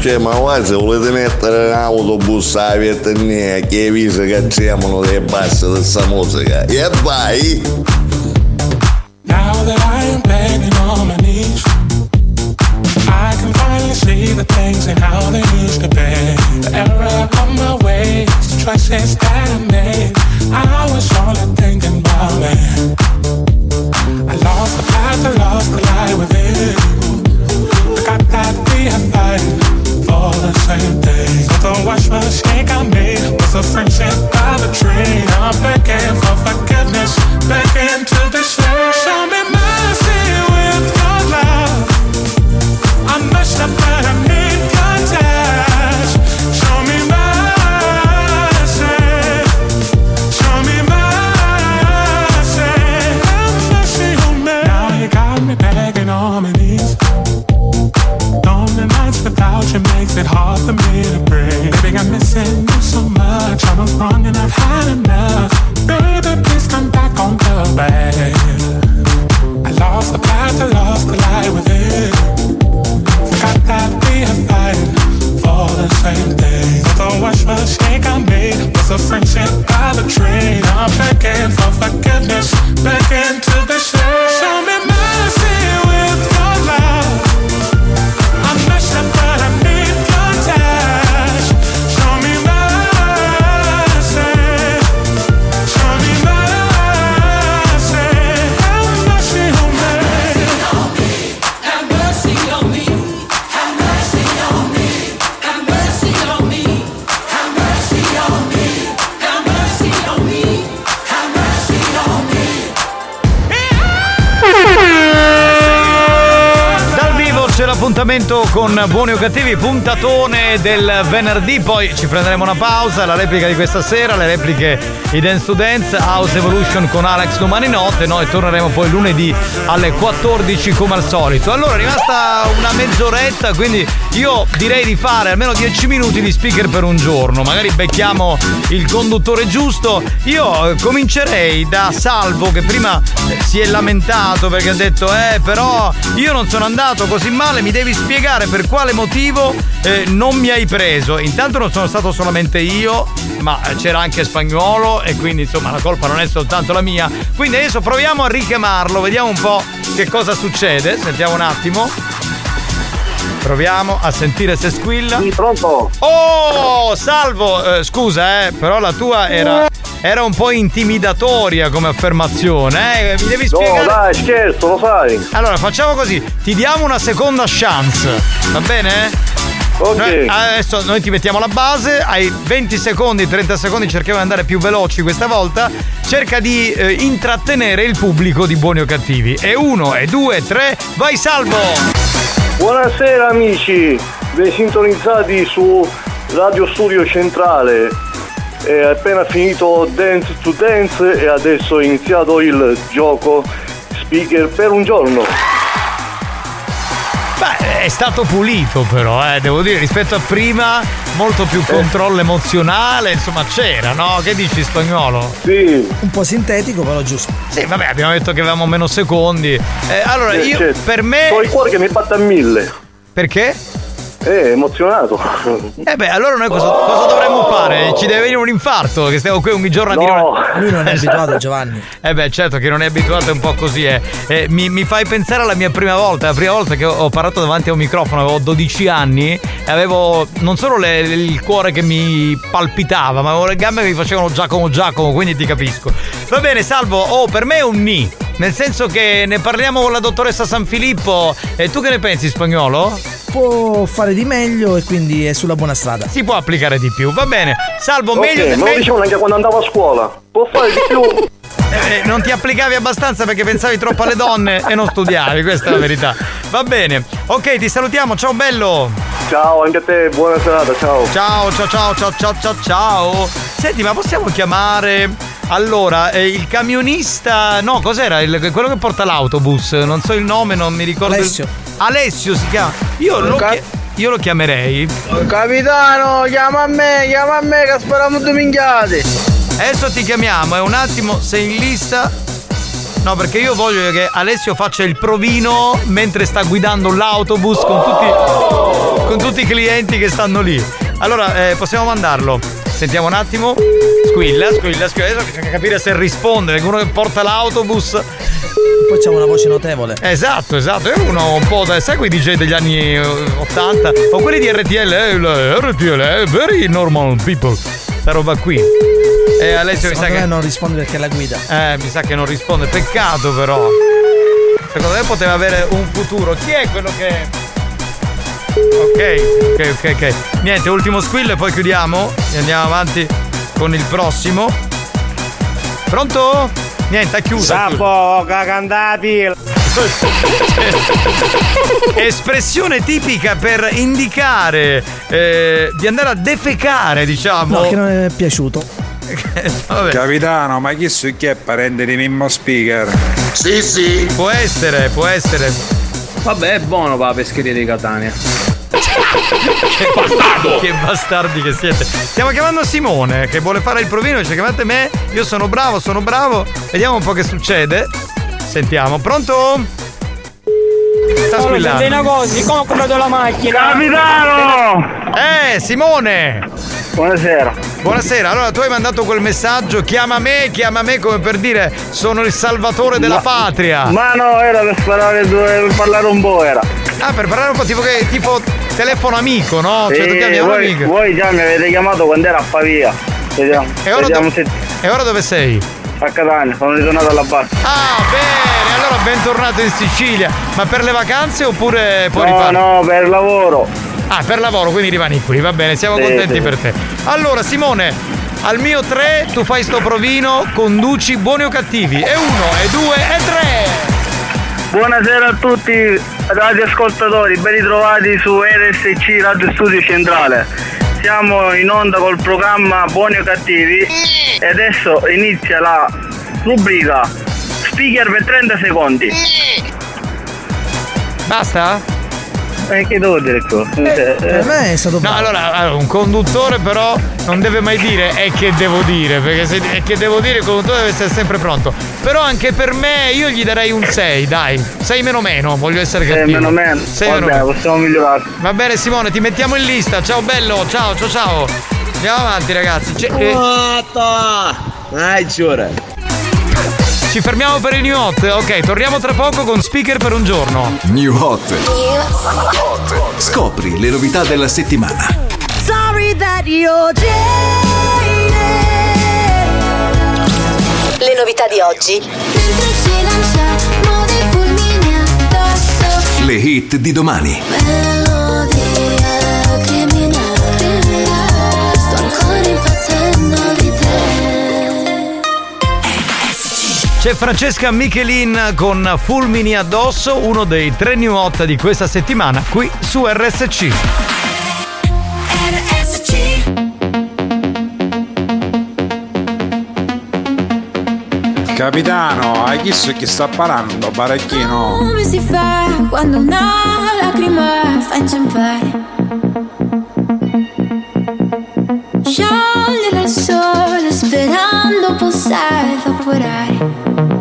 S6: Cioè, ma guarda, se volete mettere in autobus a Vietnamia, che avvisa che siamo dei bassi di questa musica, e vai!
S10: Now that I am begging on my knees, I can finally see the things and how they used to be. The error of my ways, the choices that I made, I was only thinking about me. I lost the path, I lost the light within. Forgot that we are fighting for the same thing. So don't watch the mistake I made, was a friendship by the tree. I'm begging for forgiveness, begging to be saved. Show me mercy with your love. I messed up but I need your touch. Show me mercy. Show me mercy. Have mercy on me. Now you got me begging on my knees. Lonely nights without you makes it hard for me to breathe. Baby, I'm missing you so much. I was wrong and I've had enough. Baby, please come back on the bed. I lost the path, I lost the light within. Forgot that we are fighting for the same thing. Don't watch the mistake I made, was a friendship by the tree. I'm begging for forgiveness, begging to be saved. Show me mercy with your love. I messed up but I need your touch. Show me mercy. Show me mercy. Have mercy on me. Have mercy on me. Have mercy on me. Have mercy on me. Have mercy on me. Have mercy on me. Have mercy on me.
S4: Dal vivo c'è l'appuntamento con Buoni o Cattivi, puntatone del venerdì, poi ci prenderemo una pausa, la replica di questa sera, le repliche i Dance to Dance, House Evolution con Alex domani notte, noi torneremo poi lunedì alle 14 come al solito. Allora è rimasta una mezz'oretta, quindi io direi di fare almeno 10 minuti di speaker per un giorno, magari becchiamo il conduttore giusto. Io comincerei da Salvo, che prima si è lamentato perché ha detto però io non sono andato così male, mi devi spiegare per quale motivo non mi hai preso. Intanto non sono stato solamente io, ma c'era anche Spagnuolo, e quindi insomma la colpa non è soltanto la mia. Quindi adesso proviamo a richiamarlo, vediamo un po' che cosa succede. Sentiamo un attimo. Proviamo a sentire se squilla.
S24: Sì, pronto?
S4: Oh, Salvo, scusa, però la tua era un po' intimidatoria come affermazione, mi devi spiegare.
S24: No, dai, scherzo, lo sai.
S4: Allora, facciamo così, ti diamo una seconda chance, va bene?
S24: Ok.
S4: Adesso noi ti mettiamo la base, hai 20 secondi, 30 secondi, cerchiamo di andare più veloci questa volta. Cerca di intrattenere il pubblico di Buoni o Cattivi. E 1, e 2, e 3, vai Salvo!
S24: Buonasera amici, vi sintonizzati su Radio Studio Centrale. È appena finito Dance to Dance e adesso è iniziato il gioco speaker per un giorno.
S4: Beh, è stato pulito però, devo dire, rispetto a prima, molto più controllo emozionale, insomma c'era, no? Che dici Spagnolo?
S24: Sì.
S23: Un po' sintetico però giusto.
S4: Sì, vabbè, abbiamo detto che avevamo meno secondi. Allora io,
S24: certo.
S4: Per me...
S24: Ho il cuore che mi batte a 1000.
S4: Perché?
S24: Emozionato.
S4: Allora noi cosa dovremmo fare? Ci deve venire un infarto, che stiamo qui ogni giorno a dire.
S23: Lui non è abituato, Giovanni.
S4: Certo che non è abituato, è un po' così, mi fai pensare alla mia prima volta. La prima volta che ho parlato davanti a un microfono, avevo 12 anni e avevo non solo il cuore che mi palpitava, ma avevo le gambe che mi facevano Giacomo, quindi ti capisco. Va bene, Salvo, per me è un ni. Nel senso che ne parliamo con la dottoressa Sanfilippo. E tu che ne pensi, Spagnolo?
S23: Può fare di meglio e quindi è sulla buona strada.
S4: Si può applicare di più, va bene. Salvo,
S24: okay,
S4: meglio.
S24: Me lo dicevano anche quando andavo a scuola. Può fare di più.
S4: Non ti applicavi abbastanza perché pensavi troppo alle donne e non studiavi, questa è la verità. Va bene. Ok, ti salutiamo, ciao bello.
S24: Ciao, anche a te, buona serata, ciao.
S4: Ciao. Senti, ma possiamo chiamare allora il camionista, no, cos'era? Quello che porta l'autobus, non so il nome, non mi ricordo. Alessio si chiama. Io lo chiamerei.
S24: Capitano, chiama a me che spariamo due minchiate.
S4: Adesso ti chiamiamo, un attimo, sei in lista? No, perché io voglio che Alessio faccia il provino mentre sta guidando l'autobus con tutti. con tutti i clienti che stanno lì. Allora, possiamo mandarlo. Sentiamo un attimo. Squilla. Adesso bisogna capire se risponde. Uno che porta l'autobus.
S23: Poi c'è una voce notevole.
S4: Esatto. È uno un po' sai quei DJ degli anni 80 o quelli di RTL, very normal people. Sta roba qui. Alessio mi sa che
S23: non risponde perché è la guida.
S4: Mi sa che non risponde. Peccato però. Secondo me poteva avere un futuro. Chi è quello che... Ok. Niente, ultimo squill e poi chiudiamo e andiamo avanti con il prossimo. Pronto? Niente, ha chiuso.
S16: Sapo, cagandati.
S4: Espressione tipica per indicare di andare a defecare, diciamo.
S23: No, che non è piaciuto.
S25: Capitano, ma chi è parente di Mimmo Speaker?
S6: Sì.
S4: Può essere.
S26: Vabbè, è buono per la pescheria di Catania.
S4: Che bastardi che siete. Stiamo chiamando Simone che vuole fare il provino. Cioè, chiamate me. Io sono bravo. Vediamo un po' che succede. Sentiamo. Pronto? Sta squillando.
S16: Una cosa, come ho comprato la macchina?
S5: Capitano!
S4: Simone! Buonasera. Allora tu hai mandato quel messaggio. Chiama me come per dire sono il salvatore della patria.
S5: Ma no, era per parlare un po', era.
S4: Per parlare un po' tipo telefono amico, no?
S5: Sì,
S4: cioè tu chiami un amico.
S5: Voi già mi avete chiamato quando era a Pavia. Vediamo.
S4: E ora dove sei?
S5: A Catania, sono ritornato alla base.
S4: Bene, allora bentornato in Sicilia. Ma per le vacanze oppure puoi riparare?
S5: No, per lavoro.
S4: Per lavoro, quindi rimani qui, va bene, siamo contenti per te. Allora Simone, al mio 3 tu fai sto provino, conduci buoni o cattivi. E 1, e 2, e 3.
S5: Buonasera a tutti radioascoltatori, ben ritrovati su RSC Radio Studio Centrale. Siamo in onda col programma Buoni o Cattivi e adesso inizia la rubrica Speaker per 30 secondi.
S4: Basta?
S5: Che devo dire qua?
S23: Per me è stato
S4: bravo. No, allora un conduttore però non deve mai dire è che devo dire, perché se è che devo dire il conduttore deve essere sempre pronto. Però anche per me io gli darei un 6, dai. 6 meno, voglio essere cattivo.
S5: 6 meno. Vabbè, possiamo migliorare.
S4: Va bene Simone, ti mettiamo in lista. Ciao bello, ciao. Andiamo avanti ragazzi. Ci fermiamo per il New Hot. Ok, torniamo tra poco con Speaker per un giorno.
S7: New Hot. Scopri le novità della settimana.
S2: Sorry that you're jaded.
S8: Le novità di oggi.
S2: Mentre ci lanciamo dei fulmini addosso.
S7: Le hit di domani.
S2: Melodia criminale. Sto ancora impazzendo di te.
S4: C'è Francesca Michelin con Fulmini addosso, uno dei 3 New Hot di questa settimana qui su RSC.
S25: Capitano, hai chiesto chi sta parlando, baracchino?
S2: Come si fa quando una lacrima fa inciampare? Sciogliere al sole sperando possa evaporare.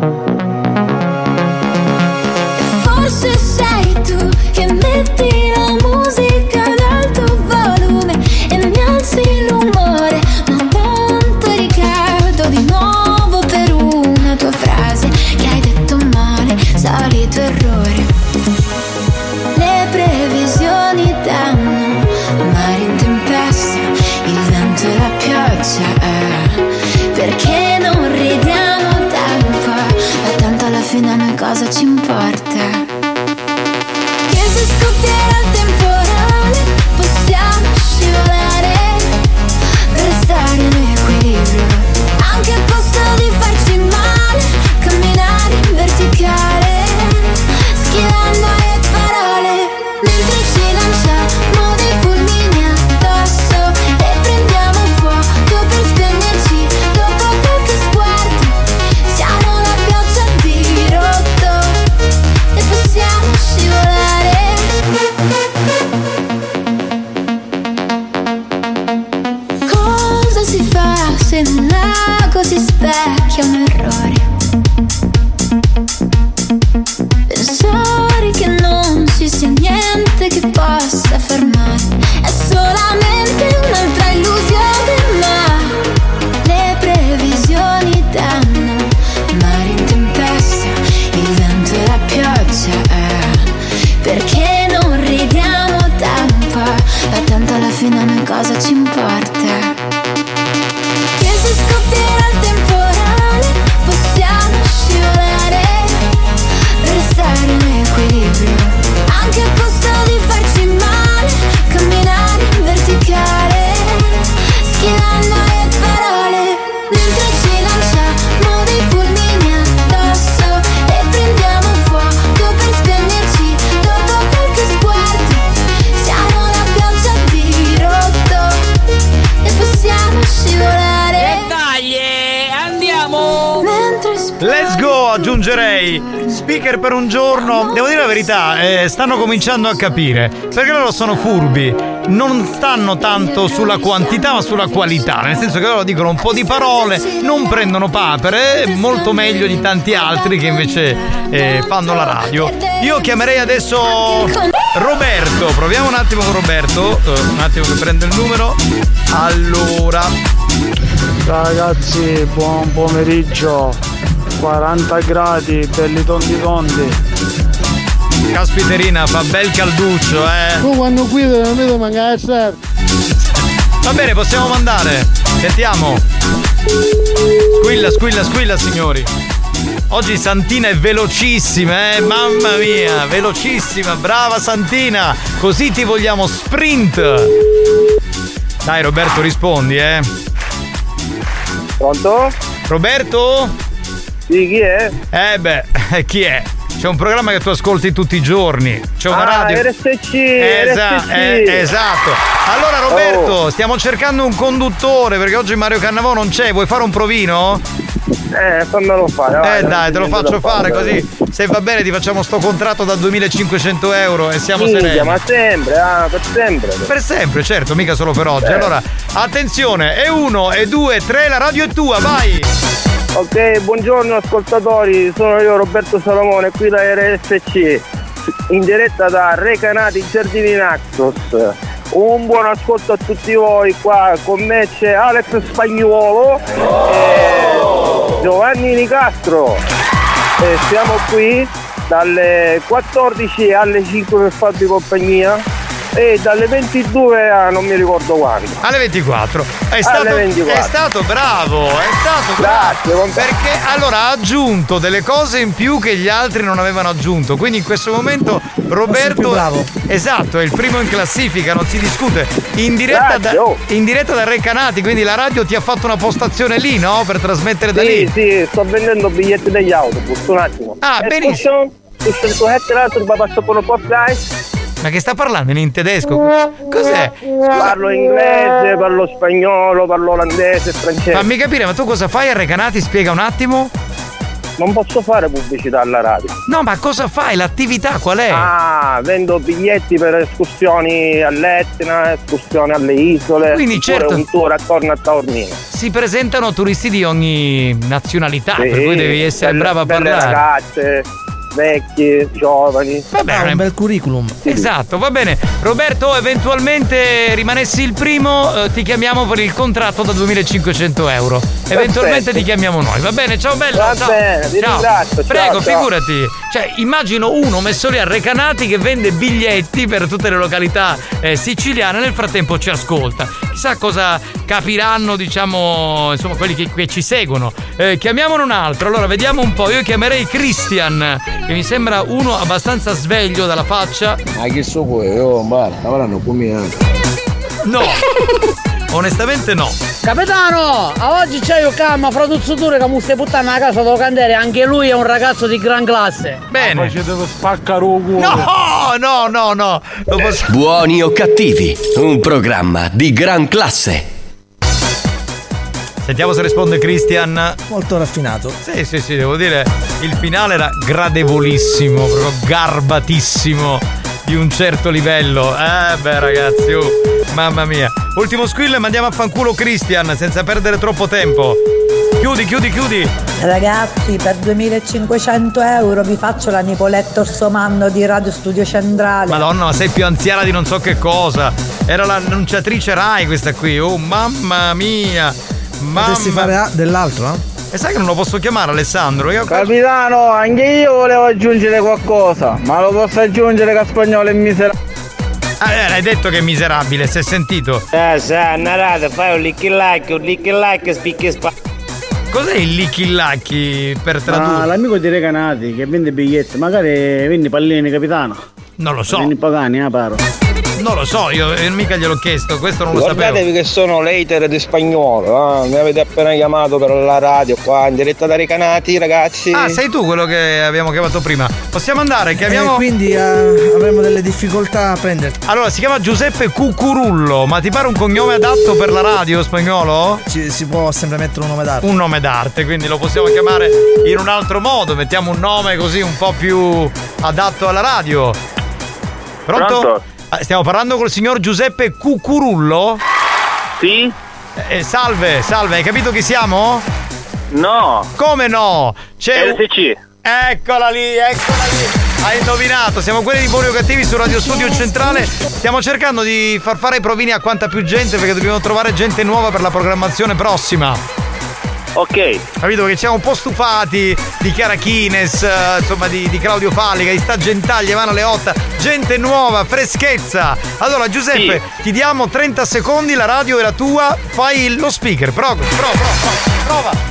S2: Forse sei tu che metti la musica ad alto volume e mi alzi l'umore, ma tanto ricado di nuovo per una tua frase che hai detto male, solito errore. Le previsioni danno mare in tempesta, il vento e la pioggia, perché non ridiamo tempo, ma tanto alla fine a noi cosa ci importa? Che se scoppierà il temporale possiamo scivolare per restare in equilibrio, anche al posto di farci male, camminare in verticale, schivando le parole, mentre ci lanciamo dei fulmini addosso e prendiamo fuoco per spegnerci dopo qualche sguardo. Siamo la pioggia dirotto
S4: Let's go, aggiungerei. Speaker per un giorno. Devo dire la verità, stanno cominciando a capire, perché loro sono furbi. Non stanno tanto sulla quantità ma sulla qualità, nel senso che loro dicono un po' di parole, non prendono papere, molto meglio di tanti altri che invece fanno la radio. Io chiamerei adesso Roberto, proviamo un attimo con Roberto, un attimo che prendo il numero. Allora,
S11: ragazzi, buon pomeriggio, 40 gradi, belli tondi.
S4: Caspiterina, fa bel calduccio,
S11: Tu quando guidi non mi devo mancare.
S4: Va bene, possiamo mandare. Sentiamo. Squilla, signori. Oggi Santina è velocissima, mamma mia, velocissima, brava Santina. Così ti vogliamo, sprint. Dai Roberto, rispondi,
S24: Pronto?
S4: Roberto?
S24: Sì, chi è?
S4: Chi è? C'è un programma che tu ascolti tutti i giorni. C'è una radio.
S24: RSC.
S4: Esatto. Allora Roberto, stiamo cercando un conduttore perché oggi Mario Cannavò non c'è. Vuoi fare un provino?
S24: Fammelo fare.
S4: Dai, te lo faccio fare così. Se va bene ti facciamo sto contratto da 2.500 euro e siamo sereni.
S24: Ma sempre, per sempre.
S4: Per sempre, certo, mica solo per oggi. Allora, attenzione, e 1, e 2, 3, la radio è tua, vai!
S24: Ok, buongiorno ascoltatori, sono io Roberto Salomone, qui da RSC, in diretta da Recanati Giardini Naxos. Un buon ascolto a tutti voi, qua con me c'è Alex Spagnuolo e Giovanni Nicastro. E siamo qui dalle 14 alle 5 per farvi compagnia e dalle 22 a non mi ricordo quando.
S4: Alle 24. È stato bravo,
S24: Grazie,
S4: perché allora ha aggiunto delle cose in più che gli altri non avevano aggiunto. Quindi in questo momento Roberto
S23: bravo.
S4: Esatto, è il primo in classifica, non si discute. In diretta da Recanati, quindi la radio ti ha fatto una postazione lì, no? Per trasmettere da lì.
S24: Sì, sto vendendo biglietti degli autobus, un attimo.
S4: Benissimo. Ma che sta parlando in tedesco? Cos'è?
S24: Parlo inglese, parlo spagnolo, parlo olandese, francese.
S4: Fammi capire, ma tu cosa fai a Recanati? Spiega un attimo.
S24: Non posso fare pubblicità alla radio.
S4: No, ma cosa fai? L'attività qual è?
S24: Vendo biglietti per escursioni all'Etna, escursioni alle isole.
S4: Quindi certo,
S24: un tour attorno a Taormina.
S4: Si presentano turisti di ogni nazionalità, per cui devi essere bravo a parlare.
S24: Ragazze, vecchi, giovani.
S23: Vabbè, un bel curriculum.
S4: Esatto, va bene. Roberto, eventualmente rimanessi il primo, ti chiamiamo per il contratto da 2.500 euro. Eventualmente ti chiamiamo noi, va bene? Ciao bello.
S24: Va bene, ti ringrazio.
S4: Prego, figurati. Cioè, immagino uno messo lì a Recanati che vende biglietti per tutte le località siciliane, nel frattempo ci ascolta. Chissà cosa capiranno, diciamo, insomma, quelli che ci seguono. Chiamiamone un altro. Allora, vediamo un po'. Io chiamerei Christian, che mi sembra uno abbastanza sveglio dalla faccia.
S12: Ma che so poi, avranno combinato.
S4: No, onestamente no.
S14: Capitano, a oggi c'è un calma fra tuzzutore che mi stai puttando a casa da candere, anche lui è un ragazzo di gran classe.
S4: Bene.
S9: Ma ci devo spaccare un cuore.
S4: No.
S1: Buoni o cattivi, un programma di gran classe.
S4: Sentiamo se risponde Christian.
S23: Molto raffinato.
S4: Sì, devo dire, il finale era gradevolissimo, proprio garbatissimo, di un certo livello. Ragazzi, mamma mia. Ultimo squill e mandiamo a fanculo Christian senza perdere troppo tempo. Chiudi.
S13: Ragazzi, per 2.500 euro vi faccio la Nicoletta Orsomanno di Radio Studio Centrale.
S4: Madonna, ma sei più anziana di non so che cosa. Era l'annunciatrice Rai questa qui. Oh mamma mia.
S23: Potresti fare dell'altro,
S4: E sai che non lo posso chiamare Alessandro?
S24: Capitano, anche io volevo aggiungere qualcosa, ma lo posso aggiungere che Spagnolo è miserabile.
S4: L'hai detto che è miserabile, si è sentito.
S14: Narrate, fai un licky-like, spicchi spacchi.
S4: Cos'è il licky-like per tradurre?
S11: L'amico di Recanati che vende biglietti, magari vende palline, capitano.
S4: Non lo so.
S11: Vende pagani, paro.
S4: Non lo so, io mica gliel'ho chiesto, questo non lo sapevo.
S3: Guardatevi che sono l'hater di Spagnolo, mi avete appena chiamato per la radio qua in diretta da Recanati, ragazzi.
S4: Ah, sei tu quello che abbiamo chiamato prima. Possiamo andare, che abbiamo...
S23: quindi avremo delle difficoltà a prenderti.
S4: Allora, si chiama Giuseppe Cucurullo, ma ti pare un cognome adatto per la radio, Spagnolo?
S23: Si può sempre mettere un nome d'arte.
S4: Un nome d'arte, quindi lo possiamo chiamare in un altro modo, mettiamo un nome così un po' più adatto alla radio. Pronto? Stiamo parlando col signor Giuseppe Cucurullo?
S5: Sì.
S4: Salve, hai capito chi siamo?
S5: No.
S4: Come no? C'è
S5: RSC.
S4: Eccola lì. Hai indovinato, siamo quelli di Buoni o Cattivi su Radio Studio Centrale. Stiamo cercando di far fare i provini a quanta più gente, perché dobbiamo trovare gente nuova per la programmazione prossima.
S5: Ok.
S4: Capito che siamo un po' stufati di Chiara Chines, insomma di Claudio Fallica, di sta gentaglia, Ivana Leotta, gente nuova, freschezza. Allora Giuseppe, ti diamo 30 secondi, la radio è la tua, fai lo speaker, prova.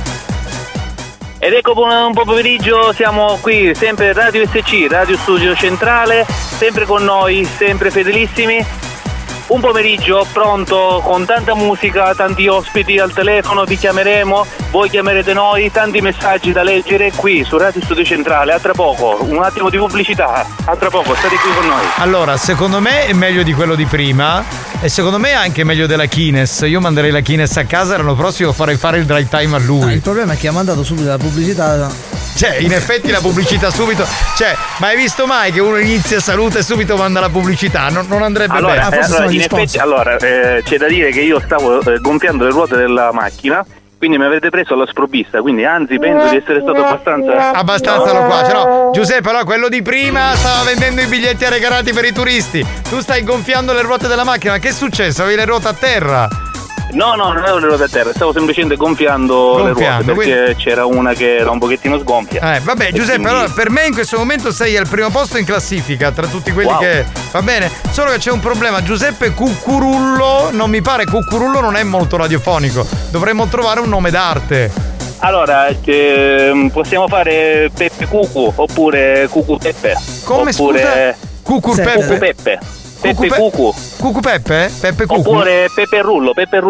S5: Ed ecco buon pomeriggio, siamo qui sempre Radio SC, Radio Studio Centrale, sempre con noi, sempre fedelissimi. Un pomeriggio pronto con tanta musica, tanti ospiti al telefono, vi chiameremo, voi chiamerete noi, tanti messaggi da leggere qui su Radio Studio Centrale. A tra poco, un attimo di pubblicità, a tra poco, state qui con noi.
S4: Allora, secondo me è meglio di quello di prima e secondo me è anche meglio della Kines. Io manderei la Kines a casa, l'anno prossimo farei fare il drive time a lui.
S23: Il problema è che ha mandato subito la pubblicità.
S4: Cioè, in effetti la pubblicità subito. Cioè, ma hai visto mai che uno inizia saluta e subito manda la pubblicità? Non andrebbe bene.
S5: Allora, in effetti, c'è da dire che io stavo gonfiando le ruote della macchina, quindi mi avete preso alla sprovvista, quindi anzi penso di essere stato abbastanza
S4: loquace. No, Giuseppe, allora quello di prima stava vendendo i biglietti regalati per i turisti. Tu stai gonfiando le ruote della macchina, ma che è successo? Avevi le ruote a terra?
S5: No, non avevo le ruote a terra, stavo semplicemente gonfiando le ruote, perché quindi c'era una che era un pochettino sgonfia.
S4: Vabbè, Giuseppe, quindi... allora per me in questo momento sei al primo posto in classifica tra tutti quelli che... Va bene, solo che c'è un problema, Giuseppe Cucurullo, non mi pare, Cucurullo non è molto radiofonico, dovremmo trovare un nome d'arte.
S5: Allora, possiamo fare Peppe Cucu, oppure Cucu Peppe.
S4: Come,
S5: oppure...
S4: scusa? Cucu Peppe.
S5: Peppe Cucu.
S4: Cucu Peppe? Peppe Cucu.
S5: Oppure Peppe Rullo.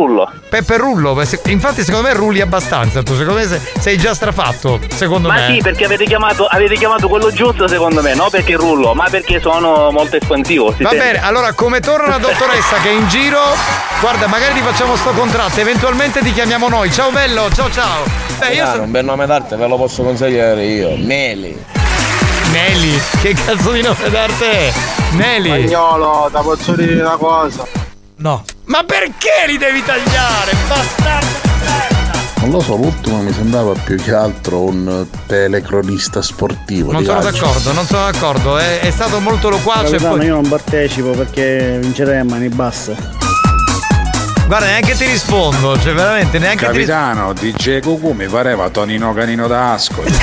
S4: Infatti secondo me rulli abbastanza. Tu secondo me sei già strafatto. Secondo me.
S5: Ma sì, perché avete chiamato quello giusto secondo me. No perché rullo, ma perché sono molto espansivo.
S4: Va bene, allora come torna la dottoressa che è in giro, guarda, magari ti facciamo sto contratto. Eventualmente ti chiamiamo noi. Ciao bello, ciao.
S3: Un bel nome d'arte ve lo posso consigliare io.
S4: Nelly, che cazzo di nome d'arte è? Nelly.
S11: Spagnolo, ti posso dire una cosa?
S23: No.
S4: Ma perché li devi tagliare? Bastardo di merda!
S15: Non lo so, l'ultimo mi sembrava più che altro un telecronista sportivo.
S4: Non sono d'accordo, è stato molto loquace.
S11: Poi... Io non partecipo perché vincerei a mani basse.
S4: Guarda, neanche ti rispondo, cioè veramente neanche
S25: Capitano, DJ Cucù mi pareva Tonino Canino d'Ascoli.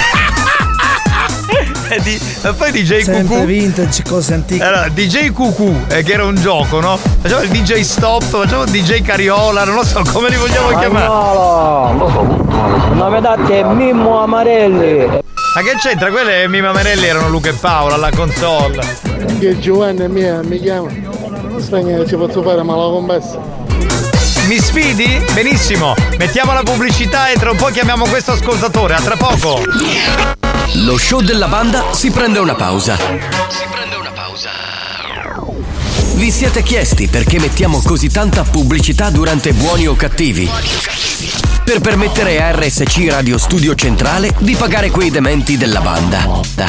S4: Poi DJ
S23: sempre
S4: Cucù
S23: vintage, cose antiche.
S4: Allora, DJ Cucù, che era un gioco, no? Facciamo il DJ Stop, facciamo il DJ Cariola, non lo so come li vogliamo chiamare.
S3: Il nome d'arte è Mimmo Amarelli.
S4: Ma che c'entra? Quelle Mimmo Amarelli erano Luca e Paola alla console.
S11: Che Giovanni mia mi chiama. Spagnolo, ci posso fare ma la combessa.
S4: Mi sfidi? Benissimo, mettiamo la pubblicità e tra un po' chiamiamo questo ascoltatore, a tra poco.
S1: Lo show della banda si prende una pausa. Vi siete chiesti perché mettiamo così tanta pubblicità durante Buoni o Cattivi? Per permettere a RSC Radio Studio Centrale di pagare quei dementi della banda.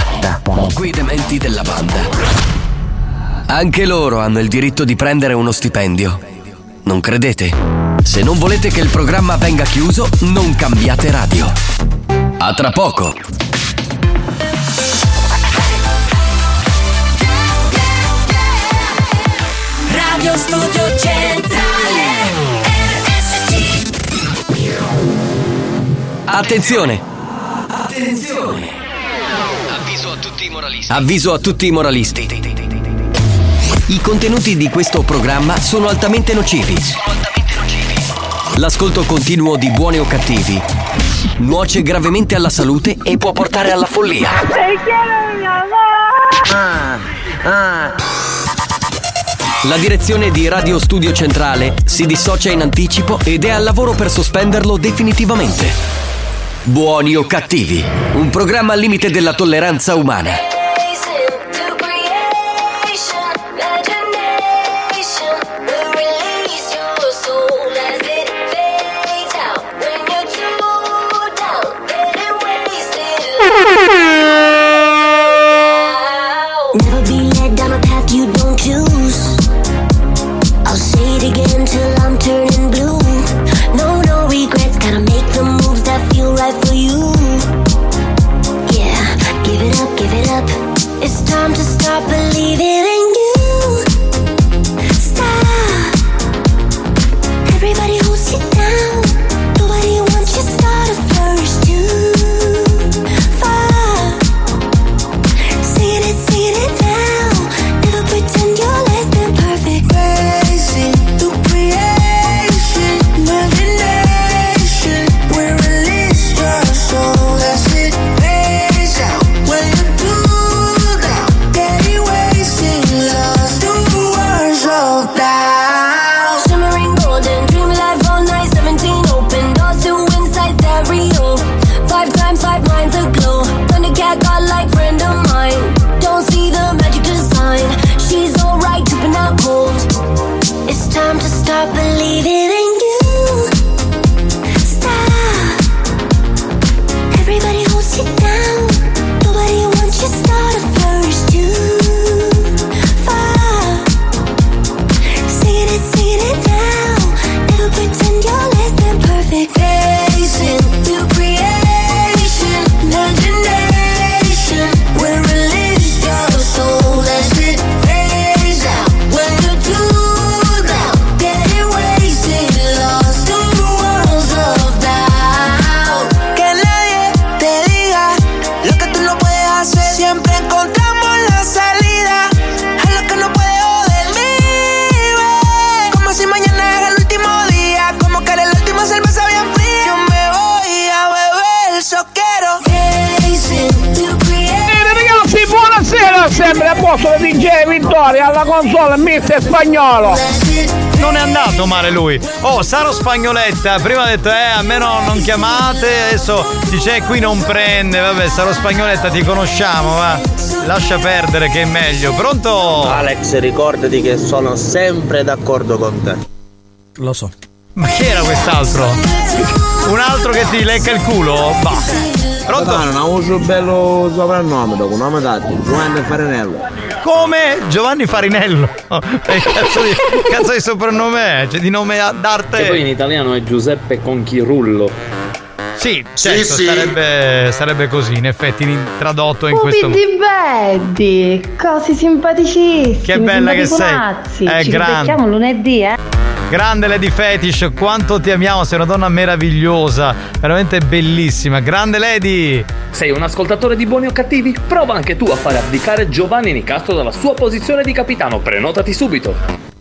S1: Anche loro hanno il diritto di prendere uno stipendio. Non credete? Se non volete che il programma venga chiuso, non cambiate radio. A tra poco.
S22: Radio Studio Centrale RSC.
S1: Attenzione! Avviso a tutti i moralisti. I contenuti di questo programma sono altamente nocivi. L'ascolto continuo di Buoni o Cattivi nuoce gravemente alla salute e può portare alla follia. La direzione di Radio Studio Centrale si dissocia in anticipo ed è al lavoro per sospenderlo definitivamente. Buoni o cattivi, un programma al limite della tolleranza umana.
S22: Never be led down a path you don't choose. I'll say it again till I'm turning blue. No, no regrets, gotta make the moves that feel right for you. Yeah, give it up, it's time to start believing in you. Stop, everybody holds you down. Nobody wants you started first, you fall. Singing it now. Never pretend you're less than perfect. Racing through creation, imagination. We release your soul, that's it. Phase out when you do that. Getting wasted, lost to words of doubt. Shimmering golden, dream life all night. 17 open doors to inside stereo. 5 times 5 minds aglow. Thundercat got like friend of mine. Don't see the magic design. She's alright, dripping out cold. It's time to start believing in you. Stop, everybody holds you down. Nobody wants you started first. You fall, singing it now. Never pretend you're less than perfect. Facing through creation, imagination. We release your soul, that's it. Phase out when you do that. Getting wasted, lost to worlds of doubt. Que nadie te diga lo que tú no puedes hacer. Siempre encontramos la salida a lo que no puede joderme. Como si mañana era el último día, como que era la última cerveza bien fría. Yo me voy a beber, so quiero.
S9: Ragazzi, buonasera, sempre a posto di DJ Vittoria alla console Mister Spagnolo.
S4: Non è andato male lui. Oh, Saro Spagnoletta, prima ha detto a me non chiamate, adesso dice qui non prende. Vabbè, Saro Spagnoletta, ti conosciamo, va. Lascia perdere che è meglio. Pronto?
S12: Alex, ricordati che sono sempre d'accordo con te.
S23: Lo so.
S4: Ma chi era quest'altro? Un altro che ti lecca il culo? Bah. Pronto?
S12: Non ho un bello soprannome, dopo nome dato, Giovanni Farinello.
S4: Come? Giovanni Farinello. Cazzo di soprannome è? Cioè di nome d'arte.
S26: E poi in italiano è Giuseppe Conchirullo.
S4: Sì, certo, sì. Sarebbe così, in effetti, tradotto in questo modo.
S10: Belli, così simpaticissimi.
S4: Che bella che sei.
S10: Ci becchiamo lunedì,
S4: Grande Lady Fetish, quanto ti amiamo, sei una donna meravigliosa, veramente bellissima. Grande Lady!
S26: Sei un ascoltatore di Buoni o Cattivi? Prova anche tu a fare abdicare Giovanni Nicastro dalla sua posizione di capitano, prenotati subito.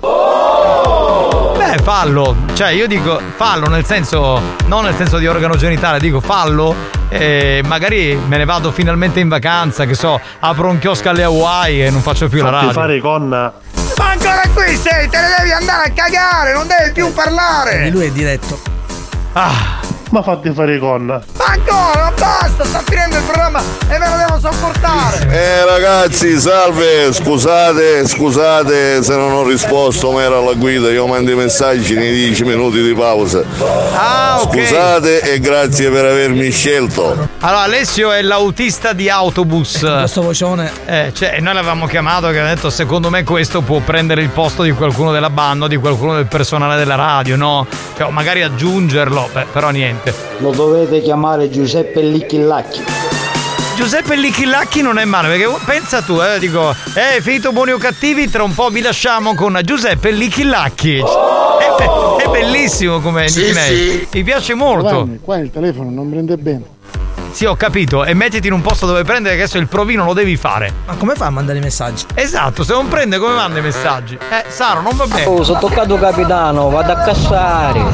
S4: Beh, fallo, cioè io dico fallo nel senso, non nel senso di organo genitale, dico fallo e magari me ne vado finalmente in vacanza, che so, apro un chiosco alle Hawaii e non faccio più la radio.
S12: Fare conna.
S17: Ma ancora qui sei, te ne devi andare a cagare, non devi più parlare.
S23: E lui è diretto.
S12: Ma fatti fare conna.
S17: Ma ancora, basta, sta finendo il programma e me lo devo sopportare.
S6: Ragazzi, salve, scusate se non ho risposto, ma era alla guida, io mando i messaggi nei 10 minuti di pausa.
S4: Ok.
S6: Scusate e grazie per avermi scelto.
S4: Allora, Alessio è l'autista di autobus.
S23: Questo vocione.
S4: Cioè, noi l'avevamo chiamato che ha detto secondo me questo può prendere il posto di qualcuno della banda, di qualcuno del personale della radio, no? Cioè, magari aggiungerlo, però niente.
S12: Lo dovete chiamare Giuseppe Licchillacchi.
S4: Giuseppe Licchillacchi non è male, perché pensa tu, dico, finito Buoni o Cattivi, tra un po' vi lasciamo con Giuseppe Licchillacchi. È bellissimo come nickname. Sì. Mi piace molto.
S11: Giovanni, qua il telefono non prende bene.
S4: Sì, ho capito, e mettiti in un posto dove prendere, che adesso il provino lo devi fare.
S23: Ma come fa a mandare i messaggi?
S4: Esatto, se non prende come manda i messaggi? Saro, non va bene.
S12: Oh, sono toccato capitano, vado a cassare.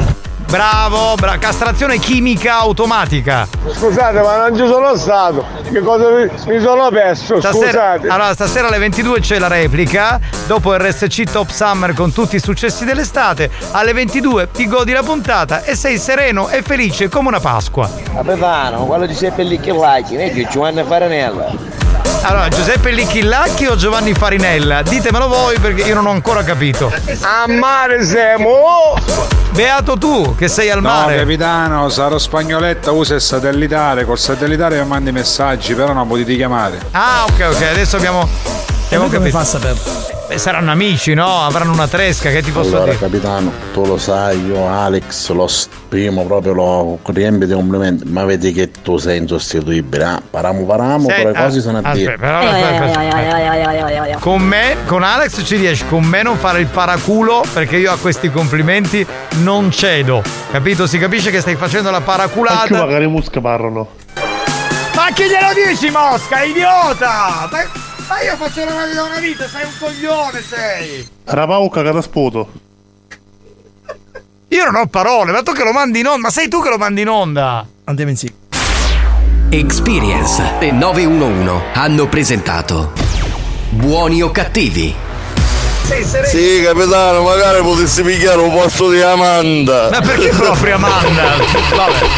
S4: Bravo, castrazione chimica automatica.
S9: Scusate, ma non ci sono stato. Che cosa mi sono perso? Scusate.
S4: Allora, stasera alle 22 c'è la replica. Dopo RSC Top Summer con tutti i successi dell'estate. Alle 22 ti godi la puntata e sei sereno e felice come una Pasqua.
S12: Capitano, quello di Giuseppe Licchillacchi, non è che Giovanni Farinella.
S4: Allora, Giuseppe Licchillacchi o Giovanni Farinella? Ditemelo voi perché io non ho ancora capito.
S9: A mare siamo!
S4: Beato tu che sei al mare.
S25: No, capitano, sarò Spagnoletta, usa il satellitare. Col satellitare mi mandi messaggi, però non potete chiamare.
S4: Ah, ok, adesso abbiamo capito.
S23: Come fa a saperlo?
S4: Beh, saranno amici, no? Avranno una tresca, che ti posso
S15: allora,
S4: dire?
S15: Capitano, tu lo sai, io Alex lo stimo, proprio lo riempio di complimenti, ma vedi che tu sei insostituibile, paramo, però le cose sono a dire.
S4: Con me, con Alex ci riesci, con me non fare il paraculo, perché io a questi complimenti non cedo, capito? Si capisce che stai facendo la paraculata.
S8: Anche magari Mosca parlano.
S4: Ma chi glielo dici, Mosca, idiota? Ma io faccio la radio da una vita, sei un coglione, sei!
S8: Rapauca che sputo.
S4: Io non ho parole, ma tu che lo mandi in onda, ma sei tu che lo mandi in onda!
S23: Andiamo insieme.
S1: Experience e 911 hanno presentato Buoni o Cattivi.
S6: Sì, capitano, magari potessi pigliare un posto di Amanda.
S4: Ma perché proprio Amanda? Vabbè.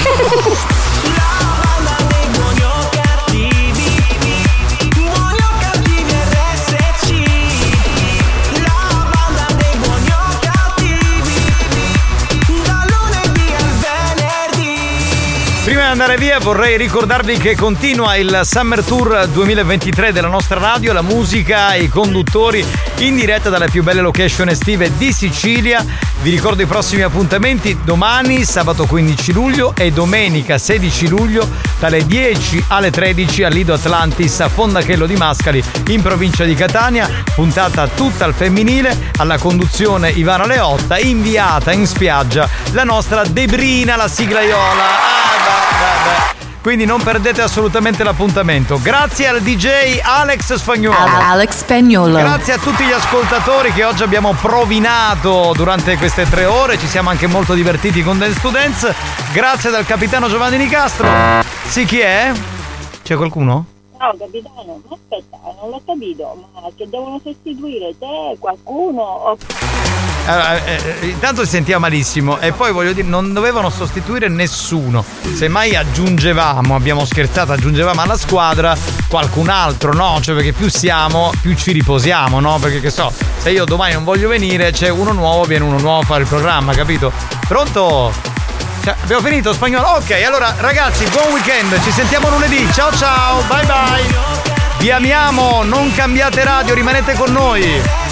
S4: Prima di andare via vorrei ricordarvi che continua il Summer Tour 2023 della nostra radio, la musica e i conduttori in diretta dalle più belle location estive di Sicilia. Vi ricordo i prossimi appuntamenti: domani, sabato 15 luglio e domenica 16 luglio dalle 10 alle 13 al Lido Atlantis a Fondachello di Mascali in provincia di Catania. Puntata tutta al femminile, alla conduzione Ivana Leotta, inviata in spiaggia la nostra Debrina, la siglaiola. Quindi non perdete assolutamente l'appuntamento. Grazie al DJ Alex Spagnuolo.
S16: Alex Spagnuolo.
S4: Grazie a tutti gli ascoltatori che oggi abbiamo provinato durante queste 3 ore. Ci siamo anche molto divertiti con Dance to Dance. Grazie dal capitano Giovanni Nicastro. Sì, chi è? C'è qualcuno?
S10: No, capitano, ma aspetta, non l'ho capito, ma che devono sostituire te, qualcuno o...
S4: Allora, intanto si sentiva malissimo e poi voglio dire non dovevano sostituire nessuno, semmai abbiamo scherzato, aggiungevamo alla squadra qualcun altro, no? Cioè perché più siamo più ci riposiamo, no? Perché che so, se io domani non voglio venire c'è uno nuovo, viene uno nuovo a fare il programma, capito? Pronto? Cioè, abbiamo finito Spagnolo? Ok, allora ragazzi, buon weekend, ci sentiamo lunedì, ciao ciao, bye bye, vi amiamo, non cambiate radio, rimanete con noi.